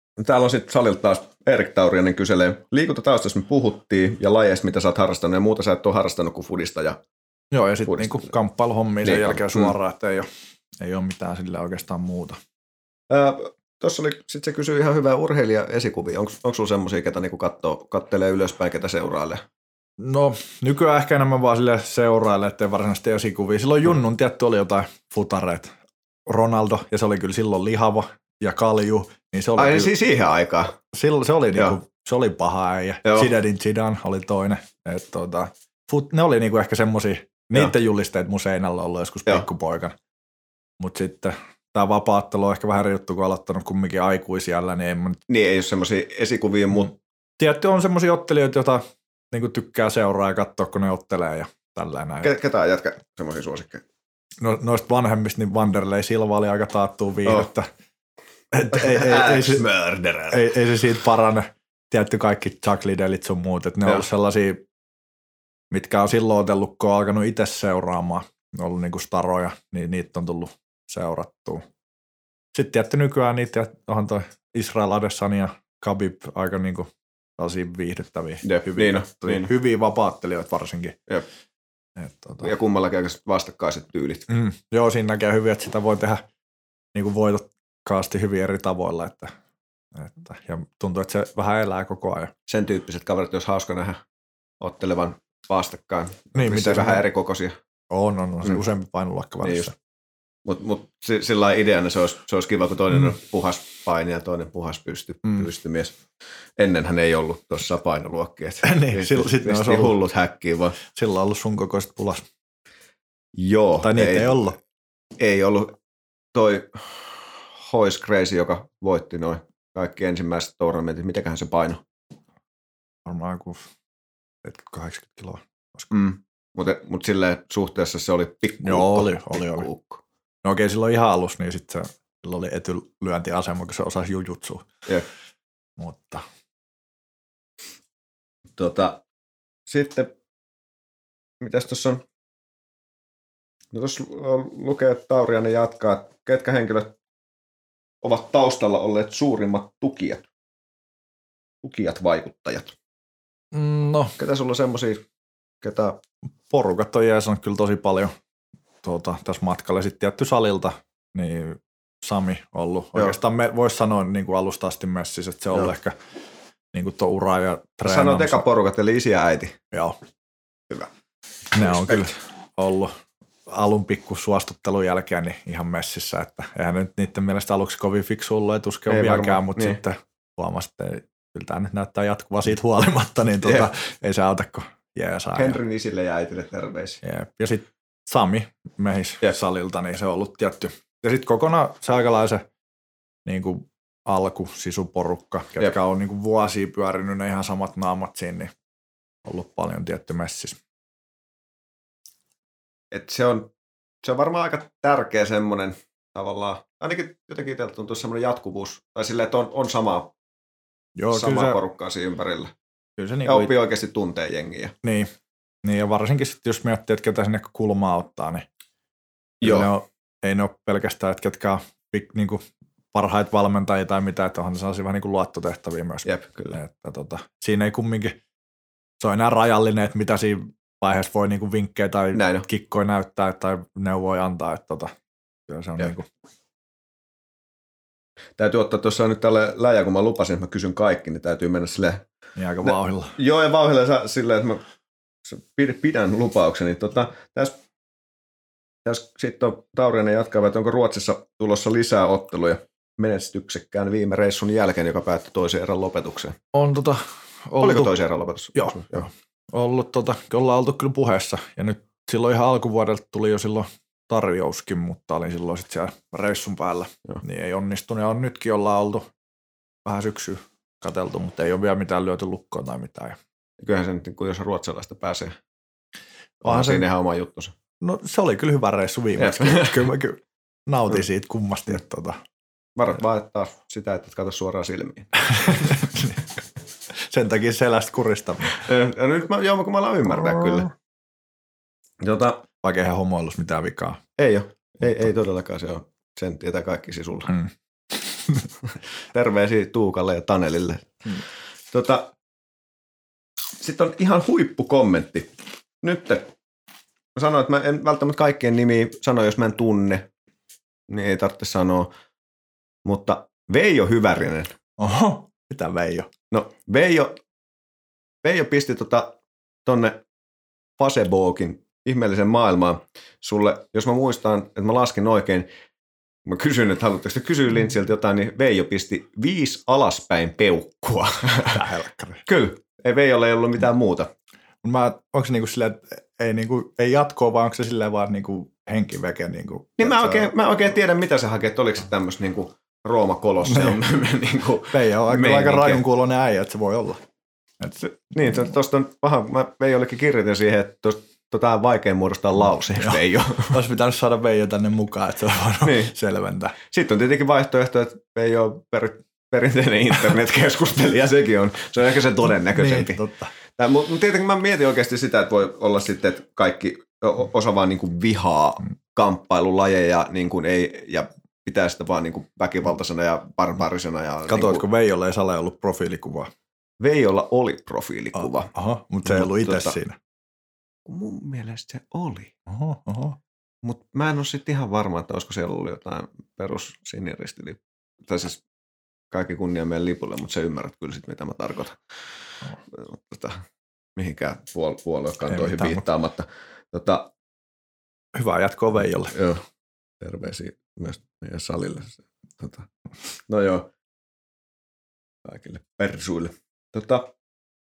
Täällä on sitten salilta taas Erik Taurianen kyselee. Liikuntataustasta me puhuttiin ja lajeista, mitä sä oot harrastanut ja muuta sä et ole harrastanut kuin fudista. Ja Joo, ja sitten niinku kamppailuhommia sen niin, jälkeen suoraan, mm. että ei ole, ei ole mitään sillä oikeastaan muuta. Ää, Tuossa oli, sitten se kysyy ihan hyvää urheilija-esikuvia. Onko sulla semmoisia, ketä niinku kattoo, kattelee ylöspäin, ketä seurailee? No nykyään ehkä enemmän vaan sille seurailee, ettei varsinaisesti esikuvia. Silloin Junnun tietty oli jotain futareita. Ronaldo, ja se oli kyllä silloin lihava ja kalju. Niin se oli Ai kyllä, siis siihen aikaan? Silloin, se, oli niinku, se oli paha äijä. Zinedine Zidane oli toinen. Et, tota, fut, ne oli niinku ehkä semmosia, niiden julisteet mun seinällä ollut joskus pikkupoikana. Mutta sitten tämä vapaattelu on ehkä vähän eri juttu, kun aloittanut kumminkin aikuisiällä. Niin ei, mä... niin ei ole semmoisia esikuvia, mutta... Tietty on semmoisia ottelijoita, joita niinku tykkää seuraa ja katsoa, kun ne ottelee ja tällainen. Ketä on jätkä semmoisia suosikkeja? No, noista vanhemmista, niin Wanderlei Silva oli aika taattua viihdettä. Oh. Ei, ei, ei, se, ei, ei se siitä parane. Tietty kaikki Chuck Liddellit sun muut. Et ne on ollut sellaisia, mitkä on silloin otellut, kun on alkanut itse seuraamaan. Ne on ollut niinku staroja, niin niitä on tullut seurattua. Sitten tietty nykyään niitä, onhan toi Israel Adesanya ja Khabib aika niinku sellaisia viihdyttäviä. Jep, hyviä, niin on, niin. hyviä vapaattelijoita varsinkin. Jep. Et, tota. Ja kummallakin aika vastakkaiset tyylit. Mm, joo, siinä näkee hyvin, että sitä voi tehdä niin kuin voitokkaasti hyvin eri tavoilla. Että, että, ja tuntuu, että se vähän elää koko ajan. Sen tyyppiset kaverit, jos hauska nähdä ottelevan vastakkain. Niin, miten vähän eri kokoisia. On, on, on se mm. useampi painoluokka välissä. Niin Mutta mut, sillä lailla ideana se olisi, se olisi kiva, kun toinen mm. on puhas paini ja toinen puhas pysty, mm. pystymies. Ennenhän ei ollut tuossa painoluokkia. niin, sitten ne on hullut häkkiin vaan. Sillä on ollut sun kokoiset pulas. Joo. Tai niitä ei, ei ollut. Ei ollut toi Hoist Crazy, joka voitti noin kaikki ensimmäiset tournamentit. Mitäköhän se paino? Varmaan joku kahdeksankymmentä kiloa. Mm. Mutta mut silleen suhteessa se oli pikku. Joo, oli, oli, oli. No okei, silloin ihan alussa, niin sitten se sillä oli etylyöntiasema, kun se osasi jujutsua. Jep. Mutta. Tota, sitten, mitäs tuossa on? No tuossa lukee, että Taurianen jatkaa, että ketkä henkilöt ovat taustalla olleet suurimmat tukijat, tukijat vaikuttajat? No. Ketä sulla on semmosia, ketä... Porukat on jeesannut kyllä tosi paljon tuota, tässä matkalla. Sitten tietty salilta, niin Sami ollut. Joo. Oikeastaan voisi sanoa niin kuin alusta asti messissä, että se on ollut ehkä niin kuin tuo ura ja treenaamassa. Sanoit eka porukat, eli isi ja äiti. Joo. Hyvä. Ne Respect. On kyllä ollut alun pikku suostuttelun jälkeen niin ihan messissä, että eihän nyt niiden mielestä aluksi kovin fiksu ollut, ei tuske ole vieläkään, mutta niin. Sitten huomasi, että kyllä tämä nyt näyttää jatkuvaa siitä huolimatta, niin tuota, yeah. ei se auta, kun jeesaa. Henryn isille ja äitille terveisiä. Yep. Ja sitten Sami mehis yep. salilta, niin se on ollut tietty. Ja sitten kokonaan se aikalaisen niin kuin alkusisuporukka, ketkä yep. on niin kuin vuosia pyörinyt ne ihan samat naamat siinä, niin on ollut paljon tietty messissä. Et se, on, se on varmaan aika tärkeä semmoinen tavallaan, ainakin jotenkin itsellä tuntuu semmoinen jatkuvuus, tai silleen, että on, on sama, Joo, samaa se, porukkaa siinä ympärillä. Kyllä se niin ja oppii oikeasti tuntee jengiä. Niin. niin, ja varsinkin sitten, jos miettii, että ketä sinne kulmaa ottaa, niin Joo. Ne on, ei ne ole pelkästään, että ketkä on niin kuin parhaita valmentajia tai mitä, että onhan ne sellaisia vähän niin kuin luottotehtäviä myös. Jep, kyllä. Että, tota, siinä ei kumminkin, se on enää rajallinen, että mitä siinä vaiheessa voi niinku vinkkejä tai kikkoja näyttää tai neuvoja antaa. Että tota, se on niinku. Täytyy ottaa tuossa nyt tälle läjä, kun mä lupasin, että mä kysyn kaikki, niin täytyy mennä silleen. Niin aika vauhdilla. Ne, joo, ja vauhdilla silleen, että mä pidän lupaukseni. Tota, tässä täs sitten on Taurianen jatkaa, että onko Ruotsissa tulossa lisää otteluja menestyksekkään viime reissun jälkeen, joka päättyi toisen erän lopetukseen? On tota... Oltu, Oliko toisen erän lopetus? Joo, joo. Ollut tota, ollaan oltu kyllä puheessa, ja nyt silloin ihan alkuvuodelta tuli jo silloin tarjouskin, mutta olin silloin sitten siellä reissun päällä, joo. Niin ei onnistunut, ja on nytkin ollaan oltu vähän syksyä katseltu, mutta ei ole vielä mitään lyöty lukkoon tai mitään. Ja kyllähän se nyt, kun jos ruotsalaista pääsee, onhan siinä ihan oma juttunsa. No se oli kyllä hyvä reissu viimeksi, kyllä mä kyllä nautin siitä kummasti. Että tota. Varat vaan taas sitä, että et katso suoraan silmiin. Sen takia selästä kuristaminen. Ja nyt mä, joo, kun mä alan ymmärtää oh. kyllä. Jota, Vaikka eihän homoilus mitään vikaa. Ei ole. Ei, ei todellakaan se ole. Sen tietää kaikki sisulla. Mm. Terveisiä Tuukalle ja Tanelille. Hmm. Tota, sitten on ihan huippukommentti. Nyt mä sanoin, että mä en välttämättä kaikkien nimiä sano, jos mä en tunne, niin ei tarvitse sanoa. Mutta Veijo Hyvärinen. Oho, mitä Veijo? No Veijo, Veijo pisti tota, tonne Facebookin ihmeellisen maailmaan sulle, jos mä muistan, että mä laskin oikein, mä kysyin, että haluatteko te kysyä Lintsiltä jotain, niin Veijo pisti viisi alaspäin peukkua. Kyllä, ei Veijolla ei ollut mitään muuta. Mä, onko se niinku silleen, että ei, niinku, ei jatkoa, vaan onko se silleen vaan niinku henkiveke? Niinku, niin mä oikein, mä oikein tiedän, mitä sä hakee, että oliko se tämmöistä niinku Rooma Kolosseum. niinku Veijo on aika, aika rajun kuuloinen äijä, että se voi olla. Et se, niin, tuosta on paha, mä Veijollekin kirjoitin siihen, että tota on vaikea muodostaa lauseeksi Veijo. Olisi pitänyt saada Veijo tänne mukaan, että se on voinut niin selventää. Sitten on tietenkin vaihtoehto, että Veijo on per, perinteinen internetkeskustelija, sekin on. Se on ehkä se todennäköisempi. Niin, totta. Mutta tietenkin mä mietin oikeasti sitä, että voi olla sitten, että kaikki osa vaan niinku vihaa kamppailulajeja niinku ei, ja pitää sitä vaan niinku väkivaltaisena ja barbaarisena. Ja katoitko, niinku, Veijolla ei sale ollut profiilikuvaa? Veijolla oli profiilikuva. Aha, mutta se ei ollut itse tota, siinä. Mun mielestä se oli. Oho, oho. Mutta mä en ole sitten ihan varma, että olisiko siellä ollut jotain perus siniristilippua. Tai siis kaikki kunnia meidän lipulle, mutta sä ymmärrät kyllä sitten, mitä mä tarkoitan. Oh. Tota, mihinkään puol- puoluekantoihin viittaamatta. Tota, hyvää jatkoa Veijolle. Joo, terveisiä myös meidän salille. Tota, no joo, kaikille persuille. Tota,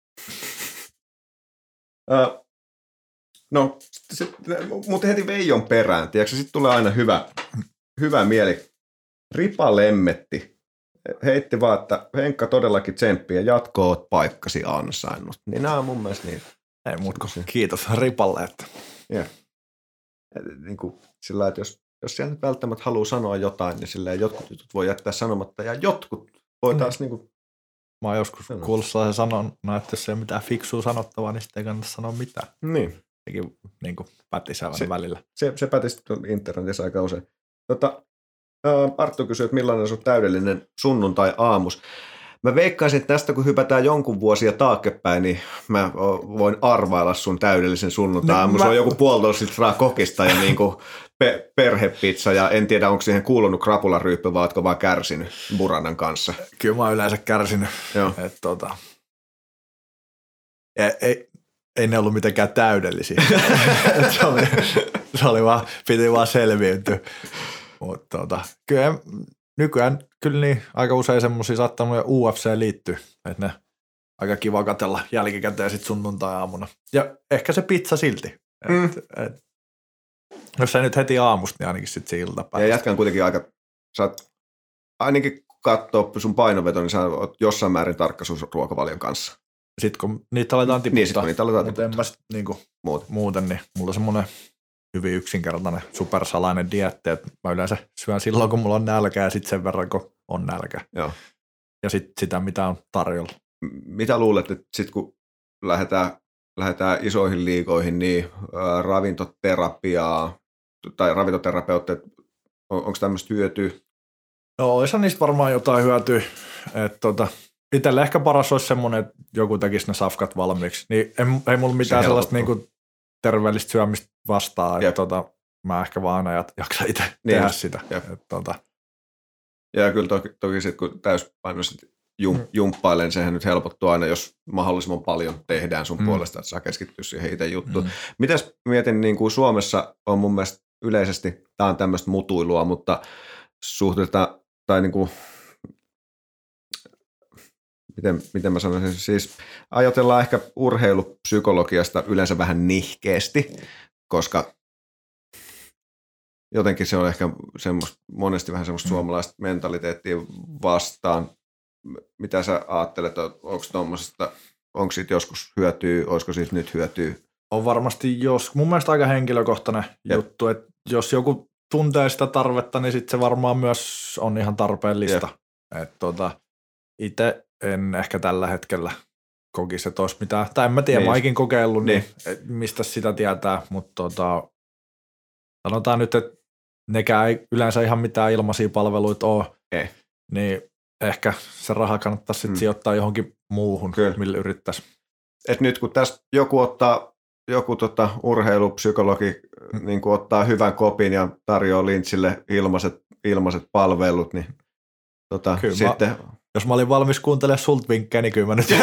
ää, no, mutta heti Veijon perään, tiedätkö, sitten tulee aina hyvä, hyvä mieli. Ripa Lemmetti heitti vaan, että Henkka todellakin tsemppi ja jatko oot paikkasi ansainnut. Niin nämä on mun mielestä niin. Ei muut kuin kiitos Ripalle. Että. Yeah. Niin kuin sillä, että jos, jos siellä nyt välttämättä haluaa sanoa jotain, niin sillä jotkut jutut voi jättää sanomatta ja jotkut voi taas niin kuin. Mä oon joskus kuullut sellaisen sanon, no, että jos ei ole mitään fiksua sanottavaa, niin sitten ei kannata sanoa mitään. Niin. Sekin niin kuin pätisevän välillä. Se, se pätisi internetissä aika usein. Tota, Arttu kysyy, että millainen on sun täydellinen sunnuntai-aamus. Mä veikkaisin, että tästä kun hypätään jonkun vuosia taaksepäin, niin mä voin arvailla sun täydellisen sunnuntai-aamu. Se on joku puolitoista litraa kokista ja niinku pe- perhepizza ja en tiedä, onko siihen kuulunut krapularyyppy vai ootko vaan kärsinyt buranan kanssa. Kyllä mä oon yleensä kärsinyt. Että tota, ei, ei, ei ne ollut mitenkään täydellisiä. se, oli, se oli vaan, piti vaan selviytyä. Mutta tota, kyllä nykyään kyllä niin aika usein semmoisia saattanut ja U F C liittyy, että ne aika kiva katsella jälkikäteen sitten sunnuntai-aamuna. Ja ehkä se pizza silti. Et, mm. et, jos sä nyt heti aamusta, niin ainakin sitten se iltapäivä. Ja jätkän kuitenkin aika, saat ainakin katsoa sun painoveto, niin sä oot jossain määrin tarkka sun ruokavalion kanssa. Sitten kun niitä aletaan tiputtaa. Niin, sitten kun niitä aletaan tiputtaa. Mutta en mä sit, niin muuten. muuten, niin mulla on semmoinen hyvin yksinkertainen supersalainen dieetti, että mä yleensä syön silloin, kun mulla on nälkä ja sitten sen verran, kun on nälkä. Joo. Ja sitten sitä, mitä on tarjolla. Mitä luulet, että sitten kun lähdetään, lähdetään isoihin liikoihin, niin ää, ravintoterapiaa tai ravintoterapeutteet, on, onko tämmöistä hyötyä? No olisihan niistä varmaan jotain hyötyä. Tota, itselle ehkä paras olisi semmoinen, että joku tekisi ne safkat valmiiksi. Niin ei, ei mulla mitään se sellaista niinku terveellistä syömistä vastaan, että tota, mä ehkä vaan aina jaksa itse niin tehdä sitä. Et, tota. Ja kyllä toki, toki sitten kun täyspainoisesti jum, mm. jumppailen, sehän nyt helpottuu aina, jos mahdollisimman paljon tehdään sun mm. puolesta, että saa keskittyä siihen itse juttuun. Mm. Mitäs mietin, niin kuin Suomessa on mun mielestä yleisesti, tämä on tämmöistä mutuilua, mutta suhteelta, tai niin kuin, miten, miten mä sanoisin, siis ajatellaan ehkä urheilupsykologiasta yleensä vähän nihkeästi, koska jotenkin se on ehkä semmoista, monesti vähän semmoista suomalaista mentaliteettia vastaan. Mitä sä ajattelet, onko tuommoisesta, onko siitä joskus hyötyä, olisiko siitä nyt hyötyä? On varmasti jos, mun mielestä aika henkilökohtainen Jep. juttu, että jos joku tuntee sitä tarvetta, niin sitten se varmaan myös on ihan tarpeellista. Että tota, itse en ehkä tällä hetkellä kokisi, että olisi mitään, tai en mä tiedä, niin. Mä oikin kokeillut, niin, niin mistä sitä tietää, mutta tota, sanotaan nyt, että nekään ei yleensä ihan mitään ilmaisia palveluita ole, ei. Niin ehkä se raha kannattaisi sitten mm. sijoittaa johonkin muuhun, Kyllä. millä yrittäisi. Et nyt kun tästä joku ottaa, joku tota urheilupsykologi mm. niin kun ottaa hyvän kopin ja tarjoaa Lynchille ilmaiset, ilmaiset palvelut, niin tota, sitten... Mä, jos mä olin valmis kuuntelemaan sulta vinkkejä, niin kyllä mä nyt...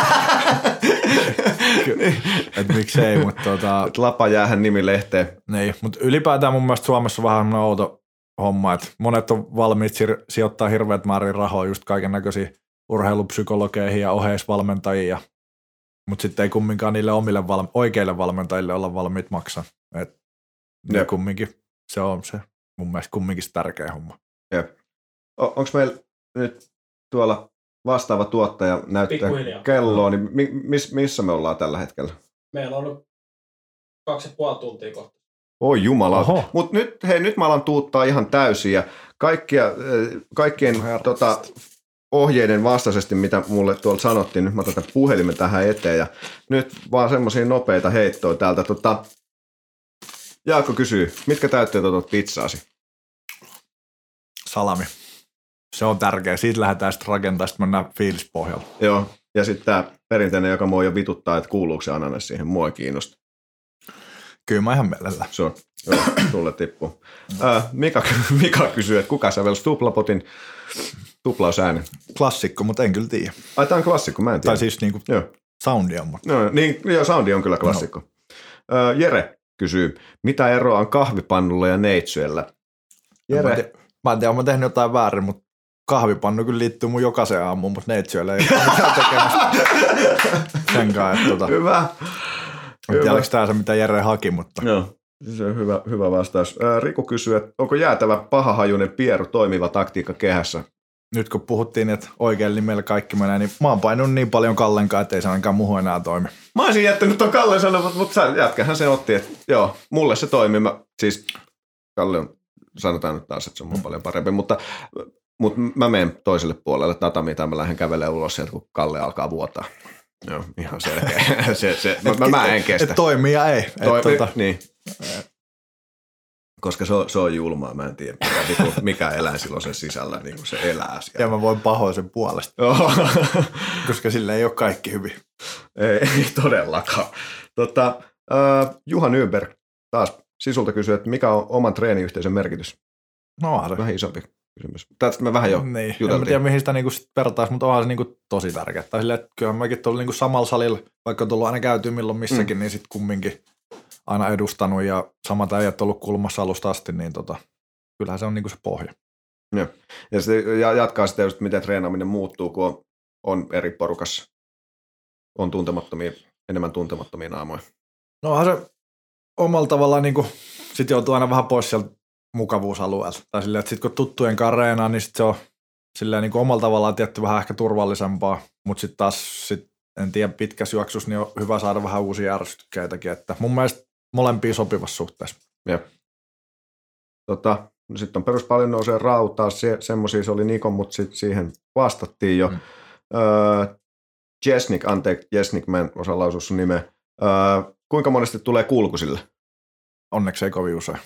Että miksei, mutta tota... Et lapa jäähän nimi lehteen. Niin, mutta ylipäätään mun mielestä Suomessa on vähän outo homma, että monet on valmiit sir- sijoittaa hirveät määrin rahoja just kaiken näköisiä urheilupsykologeihin ja oheisvalmentajia, mutta sitten ei kumminkaan niille omille val- oikeille valmentajille olla valmiit maksaa. Et ja kumminkin se on se mun mielestä kumminkin se tärkeä homma. Jep. O- Onko meillä nyt tuolla vastaava tuottaja näyttää kelloa, niin mi- miss, missä me ollaan tällä hetkellä? Meillä on kaksi ja puoli tuntia kohta. Oi jumala. Mutta nyt, hei, nyt mä alan tuuttaa ihan täysin ja kaikkia, kaikkien tota, ohjeiden vastaisesti, mitä mulle tuolta sanottiin, nyt mä otan puhelimen tähän eteen ja nyt vaan semmoisia nopeita heittoja täältä. Tota, Jaakko kysyy, mitkä täytteet otat pizzaasi? Salami. Se on tärkeä. Siitä lähdetään sitten rakentamaan, sitten mennään fiilispohjalla. Joo, ja sitten tämä perinteinen, joka mua jo vituttaa, että kuuluuko se ananas siihen, mua ei kiinnosta. Kyllä mä ihan mielellä. Se on, joo, sulle tippuu. Äh, Mika, Mika kysyy, että kuka sävelsi tuplapotin tuplausäänen? Klassikko, mutta en kyllä tiedä. Ai, tämä on klassikko, mä en tiedä. Tai siis niinku soundi on. Mutta... No, niin, joo, soundi on kyllä klassikko. No. Äh, Jere kysyy, mitä eroa on kahvipannulla ja neitsyellä? Jere. Mä en tiedä, mä en tiedä, olen tehnyt jotain väärin, mutta kahvipannu kyllä liittyy mun jokaiseen aamuun, mutta neitsyellä ei ole mitään tekemistä senkaan. Että, tota, hyvä. En tiedä, oliko tämä se, mitä Jere haki, mutta... Joo, se on hyvä, hyvä vastaus. Riku kysyy, että onko jäätävä pahahajuinen pieru toimiva taktiikka kehässä? Nyt kun puhuttiin, että oikein nimellä kaikki menee, niin mä oon painunut niin paljon Kallenkaan, ettei se ainakaan muuhun enää toimi. Mä olisin jättänyt ton Kallen sanovat, mutta jätkähän se otti, että joo, mulle se toimii. Mä, siis Kalle on, sanotaan nyt taas, että se on mun paljon parempi, mutta, mutta mä menen toiselle puolelle tatamiin tai mä lähden kävelemään ulos sieltä, kun Kalle alkaa vuotaa. Joo, ihan selkeä. se, se, mä, mä, mä en kestä. Et toimii ja ei. Toi, et, tuota. Niin. Koska se on, se on julmaa, mä en tiedä, mikä, mikä eläin silloin sen sisällä, niin kuin se elää siellä. Ja mä voin pahoin sen puolesta, koska sillä ei ole kaikki hyvin. Ei, ei todellakaan. Tota, uh, Juha Nyberg taas sisulta kysyy, että mikä on oman treeniyhteisön merkitys? No onhan se. Vähän isompi kysymys. Tästä me vähän jo niin. juteltiin. En tiedä, mihin sitä niinku vertaisi, mutta onhan se niinku tosi tärkeää. Tai silleen, että kyllähän mäkin tullut niinku samalla salilla, vaikka on tullut aina käytyä milloin missäkin, mm. niin sitten kumminkin aina edustanut ja samat äijät ollut kulmassa alusta asti, niin tota, kyllähän se on niinku se pohja. Ja, ja sitten jatkaa sitä just, miten treenaaminen muuttuu, kun on, on eri porukassa, on tuntemattomia, enemmän tuntemattomia naamoja. No onhan se omalla tavallaan niinku, sit joutuu aina vähän pois sieltä mukavuusalueelta. Tai silleen, että sitten kun tuttujen kareenaa, niin sit se on silleen niin kuin omalla tavallaan tietty vähän ehkä turvallisempaa, mutta sitten taas, sit, en tiedä, pitkässä juoksussa, niin on hyvä saada vähän uusia ärsytykkeitäkin, että mun mielestä molempia sopivassa suhteessa. Jep. Tota, no sitten on peruspaljon nousee rautaa, se, semmoisia se oli Nikon, mutta sit siihen vastattiin jo. Mm. Öö, Jesnik, anteeksi, Jesnik, mä en osaa lausua sun nimeä. Öö, kuinka monesti tulee kulkusille? Onneksi ei kovin usein.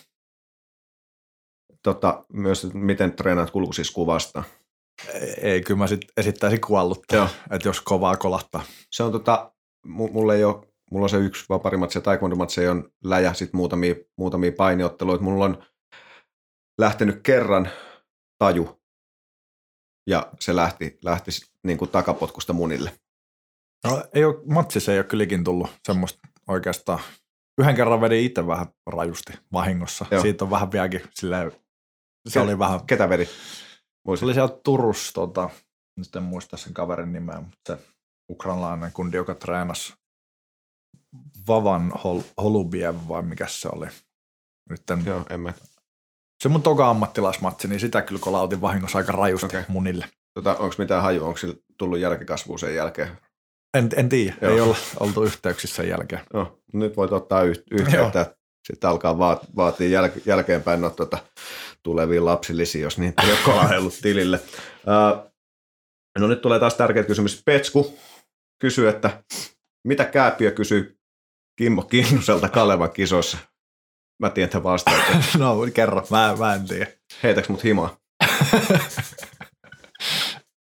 Tota, myös, miten treenaat kulkusiskua vastaan? Ei, ei kyllä mä sitten esittäisin kuollutta, että jos kovaa kolahtaa. Se on tota, mulla ei ole, mulla on se yksi vaparimatsi ja taekwondomatsi on läjä, sit muutamia, muutamia painiotteluita. Mulla on lähtenyt kerran taju ja se lähti, lähti niin kuin takapotkusta munille. No, ei ole, matsissa ei ole kylläkin tullut semmoista oikeastaan. Yhden kerran vedin itse vähän rajusti vahingossa. Joo. Siitä on vähän vieläkin silleen, se Ket, oli vähän... Ketä vedi? Muistin. Se oli siellä Turussa, tota, nyt en muista sen kaverin nimeä, mutta se ukrainalainen kundi, joka treenasi Vavan Hol, Holubiev vai mikä se oli. Nyt en, Joo, en mä. Se mun toka ammattilaismatsi, niin sitä kyllä kolautin vahingossa aika rajusti okay. munille. Tota, onko mitään hajua, onko sillä tullut jälkikasvua sen jälkeen? En, en tiedä, Joo. ei olla oltu yhteyksissä sen jälkeen. No, nyt voit ottaa yh- yhteyttä, että sitten alkaa vaat, vaatia jäl- jälkeenpäin no, tuota, tulevia lapsillisia, jos niitä ei ole kolahdellut tilille. Uh, no nyt tulee taas tärkeä kysymys. Petsku kysyy, että mitä Kääpiö kysyy Kimmo Kinnuselta Kalevan kisoissa? Mä tiedän, että vastaat. No kerro, mä, mä en tiedä. Heitäks mut himaa?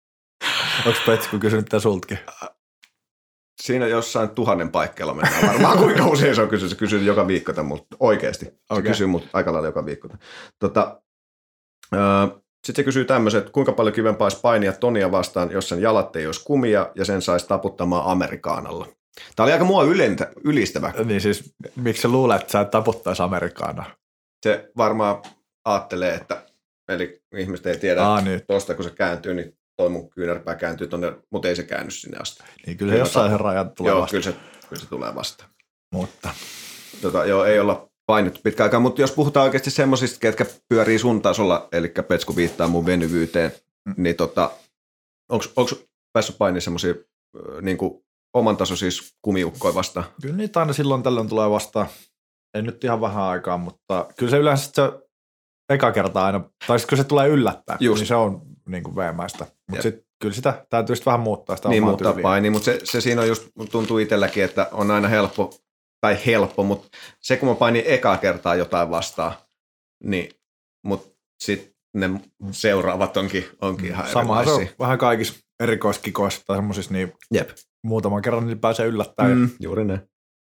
Onko Petsku kysynyt tämän sultakin? Siinä jossain tuhannen paikkeilla mennään varmaan, kuinka usein se on kysynyt. Se kysyy joka viikko tämän, mutta oikeasti. Se okay. kysyy mut aika lailla joka viikko. Tota, äh, Sitten se kysyy tämmöisen, että kuinka paljon kivempaa olisi painia Tonia vastaan, jos sen jalat ei olisi kumia ja sen saisi taputtamaan amerikaanalla. Tämä oli aika mua ylentä, ylistävä. Niin siis, miksi sä luulet, että sä et taputtaisi amerikaana? Se varmaan ajattelee, että eli ihmiset ei tiedä, Aa, että tuosta kun se kääntyy, niin toi mun kyynärpää kääntyy tuonne, mutta ei se käänny sinne asti. Niin kyllä se jossain sen rajat tulee joo, vastaan. Kyllä se, kyllä se tulee vastaan. Mutta. Tota, joo, ei olla painettu pitkä aikaa, mutta jos puhutaan oikeasti semmoisista, ketkä pyörii sun tasolla, eli Petsku viittaa mun venyvyyteen, mm. niin tota, onko päässyt painiin semmoisia niin oman taso siis kumiukkoja vastaan? Kyllä niitä aina silloin tällöin tulee vastaan. Ei nyt ihan vähän aikaa, mutta kyllä se yleensä se eka kerta aina, tai sitten kun se tulee yllättää, Just. niin se on niin kuin veemäistä. Mutta sitten kyllä sitä täytyy sitten vähän muuttaa sitä niin, omaa muuttaa painia, mutta se, se siinä on just, tuntuu itselläkin, että on aina helppo, tai helppo, mutta se kun mä painin ekaa kertaa jotain vastaan, niin, mutta sitten ne seuraavat onkin, onkin ihan Sama erilaisia. Se on vähän kaikissa erikoiskikoissa tai semmoisissa, niin Jep. muutaman kerran niin pääsee yllättämään. Mm, juuri näin.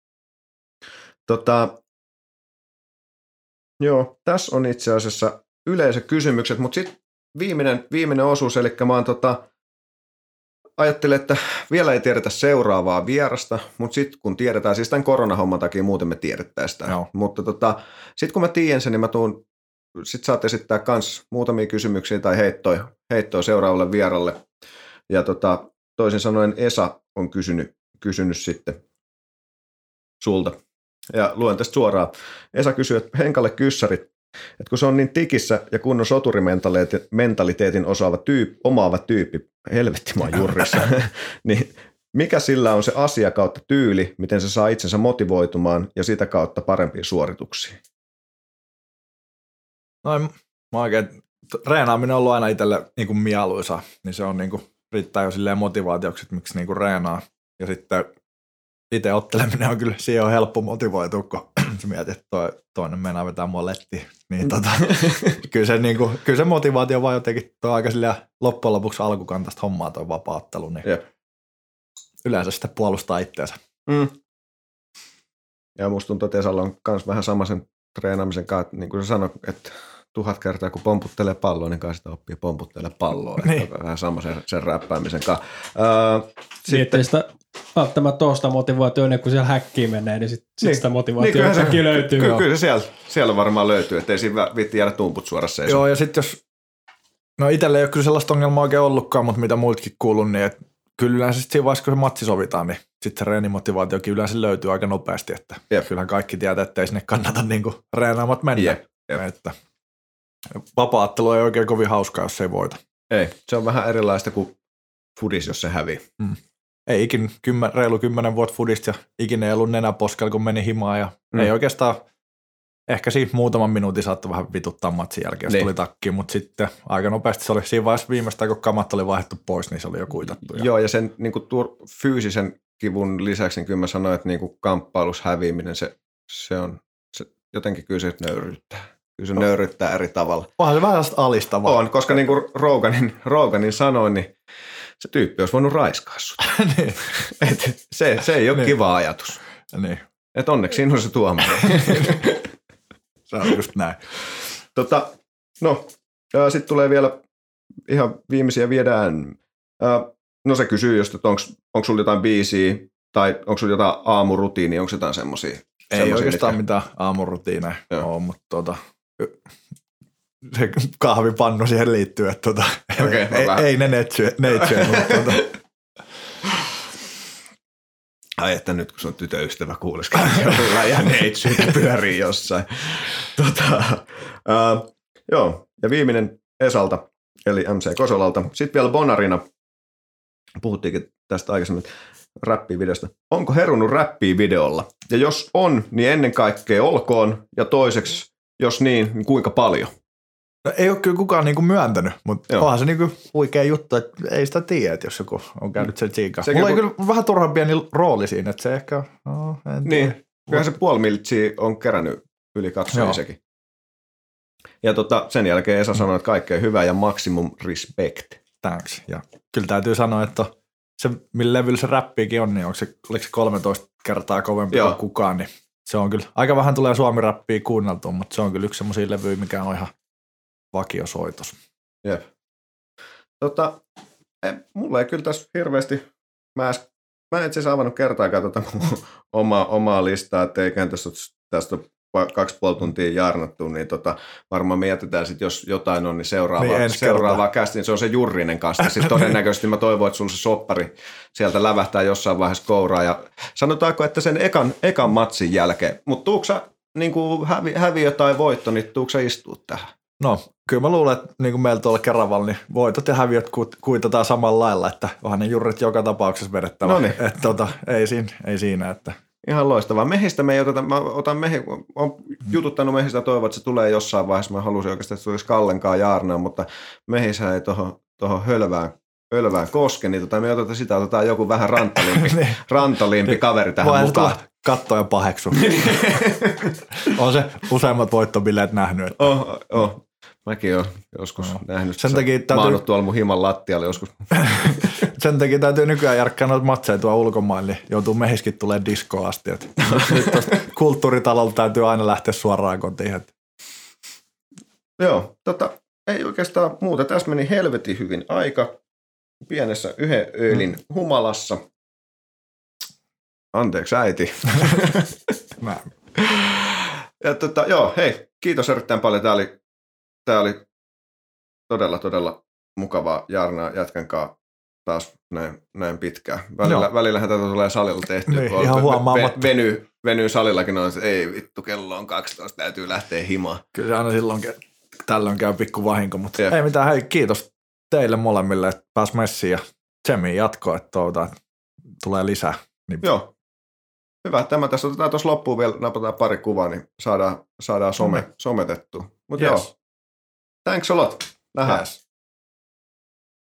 Tota, joo, tässä on itse asiassa yleisökysymykset, mutta sitten viimeinen, viimeinen osuus, eli mä oon tota, ajattelin, että vielä ei tiedetä seuraavaa vierasta, mutta sitten kun tiedetään, siis tämän koronahomman takia muuten me tiedettäisiin sitä, no. mutta tota, sitten kun mä tiedän sen, niin mä tuun, sitten saat esittää myös muutamia kysymyksiä tai heittoja, heittoja seuraavalle vieralle, ja tota, toisin sanoen Esa on kysynyt, kysynyt sitten sulta. Ja luen tästä suoraan. Esa kysyy, että Henkalle kyssärit, että kun se on niin tikissä ja kunnon soturimentaliteetin osaava tyyppi, omaava tyyppi, helvetti mä oon jurrissa, niin mikä sillä on se asia kautta tyyli, miten se saa itsensä motivoitumaan ja sitä kautta parempiin suorituksiin? No mä oikein, reenaaminen on ollut aina itselle niin kuin mieluisa, niin se on niin kuin, riittää jo silleen motivaatioksi, että miksi niin kuin reenaa. Ja sitten itse otteleminen on kyllä, siihen on helppo motivoitua, kun sä mietit, että toi, toinen meinaa vetää mua lettiin. Niin tota, kyllä, se, niin kuin, kyllä se motivaatio vaan jotenkin, toi aika silleen loppujen lopuksi alkukantaista hommaa toi vapaattelu, niin Jep. yleensä sitä puolustaa itseensä. Mm. Ja musta tuntuu, että Esalla on myös vähän sama sen treenaamisen kanssa, niin kuin sä sanoit, että tuhat kertaa kun pomputtelee palloa, niin kai sitä oppii pomputtelemaan palloa. Niin. Vähän sama sen, sen räppäämisen kanssa. Uh, niin, ettei sitä välttämättä ole sitä motivaatioa ennen kuin siellä häkkiin menee, niin sitten niin. sitä motivaatiota niin, se, löytyy. Kyllä, kyllä se siellä, siellä varmaan löytyy, ettei siinä viitti jäädä tumput suorassa seisoo. Joo, ja sitten jos, no itselle ei ole kyllä sellaista ongelmaa oikein ollutkaan, mutta mitä muutkin kuullut, niin että kyllä yleensä sitten siinä vaiheessa, kun se matsi sovitaan, niin sitten se reenimotivaatiokin yleensä löytyy aika nopeasti, että Jep. kyllähän kaikki tietää, että ei sinne kannata niinku reenaamat mennä. Jep. Jep. Että vapaattelu ei oikein kovin hauskaa, jos se ei voita. Ei, se on vähän erilaista kuin fudis, jos se hävii. Mm. Ei ikin, kymmen, reilu kymmenen vuotta fudista ja ikinä ei ollut nenäposkella, kun meni himaan ja mm. ei oikeastaan, ehkä siinä muutaman minuutin saattoi vähän vituttaa matsin jälkeen, jos niin. tuli takkiin, mutta sitten aika nopeasti se oli siinä vaiheessa viimeistään, kun kamat oli vaihdettu pois, niin se oli jo kuitattu. Joo, ja sen niin kuin tuo fyysisen kivun lisäksi, niin kyllä mä sanoin, että niin kuin kamppailus häviäminen, se, se on se, jotenkin kyllä se nöyryyttää. Kyllä se no. nöyryttää eri tavalla. Onhan se vähän sellaista alistavaa. On, koska niin kuin Roganin, Roganin sanoi, niin se tyyppi olisi voinut raiskaa sut. niin. Et se, se ei ole niin. kiva ajatus. Niin. Et onneksi siinä on se tuomari. Se on just näin. Tota, no, sitten tulee vielä ihan viimeisiä viedään. No se kysyy just, että onko sulla jotain biisiä tai onko sulla jotain aamurutiinia, onko jotain semmoisia? Ei oikeastaan mitkä... mitään aamurutiineja ole, mutta tuota, se kahvipannu siihen liittyy, että tuota, okay, ei, ei, ei ne neitsyä, neitsyä mutta tuota. Ai että nyt kun sun tytöystävä kuulisikin, jolla ihan neitsyitä pyörii jossain. Tota, uh, joo, ja viimeinen Esalta, eli M C Kosolalta. Sitten vielä Bonarina, puhuttiinkin tästä aikaisemmin, räppivideosta. Onko herunut räppiä videolla? Ja jos on, niin ennen kaikkea olkoon. Ja toiseksi, jos niin, niin kuinka paljon? No, ei ole kyllä kukaan niinku myöntänyt, mutta Joo. onhan se niinku huikea juttu, että ei sitä tiedä, että jos joku on käynyt sen tsiikaa. Mulla on kun... kyllä vähän turhan pieni rooli siinä, että se ehkä, no, en Niin, tiedä. Kyllähän se puoli miltsiä on kerännyt yli katsojia sekin. Ja tota, sen jälkeen Esa sanoi, että kaikkea hyvää ja maximum respect. Thanks. Ja kyllä täytyy sanoa, että se, millä levyllä se räppiikin on, niin onko se, oliko se kolmetoista kertaa kovempi kuin kukaan, niin se on kyllä, aika vähän tulee suomi-räppiä kuunneltua, mutta se on kyllä yksi semmoisia levyjä, mikä on ihan vakiosoitos. Jep. Tota, ei, mulla ei kyllä tässä hirveästi, mä, äs, mä en itse asiassa avannut kertaakaan tota omaa, omaa listaa, että eiköhän tästä, tästä kaksi puoli tuntia jaarnattu, niin tota, varmaan mietitään sitten, jos jotain on, niin seuraavaa, niin seuraavaa kästi, niin se on se Jurrinen kasta. Sitten todennäköisesti mä toivon, että sulla se soppari sieltä lävähtää jossain vaiheessa kouraa. Ja sanotaanko, että sen ekan, ekan matsin jälkeen, mutta tuutko sä niin kuin hävi, häviö tai voitto, niin tuutko sä istua tähän? No, kyllä mä luulen, että niin kuin meillä tuolla Keravalla, niin voitot ja häviöt kuitataan samalla lailla, että onhan ne jurrit joka tapauksessa vedettävä. No niin. Että tota, ei, siinä, ei siinä, että... Ihan loistavaa. Mehistä me ei oteta, mä otan mehi, olen jututtanut mehistä, toivon, että se tulee jossain vaiheessa. Mä halusin oikeastaan, että se tulisi Kallenkaan jaarnaa, mutta mehissä ei tuohon toho hölvään, hölvään koske, niin tota, me otetaan sitä, otetaan joku vähän rantalimpi, rantalimpi kaveri tähän Voihan mukaan. Katso ja paheksu. On se useimmat voittobileet nähnyt. Että... Oh, oh. Mäkin olen joskus no. nähnyt, sen takia täytyy... maannut tuolla mun himan lattialle joskus. Sen takia täytyy nykyään järkkää noita matseja tuolla ulkomailla, niin joutuu mehiskin tulee diskoon asti. Nyt tuosta kulttuuritalolta täytyy aina lähteä suoraan kotiin. Joo, tota, ei oikeastaan muuta. Tässä meni helvetin hyvin aika pienessä yhden öölin humalassa. Anteeksi äiti. Mä. Ja tota, joo, hei, kiitos erittäin paljon. Tämä oli, tämä oli todella, todella mukavaa Jaarnaa jätkän kanssa taas näin, näin pitkään. Välillä, välillähän tätä tulee salilla tehtyä. Niin, ihan huomaamatta. Venyy, venyy salillakin on, että ei vittu, kello on kaksitoista, täytyy lähteä himaan. Kyllä se aina silloin tällöin käy pikku vahinko, mutta yeah. Ei mitään, hei kiitos teille molemmille, että pääs messiin ja Tsemiin jatkoa, että toivotaan, että tulee lisää. Niin. Joo. Hyvä, tämä tässä otetaan tuossa loppuun vielä, napataan pari kuvaa, niin saadaan, saadaan some, mm. sometettua. Mutta yes. Joo, thanks a lot. Nähdään. Yes.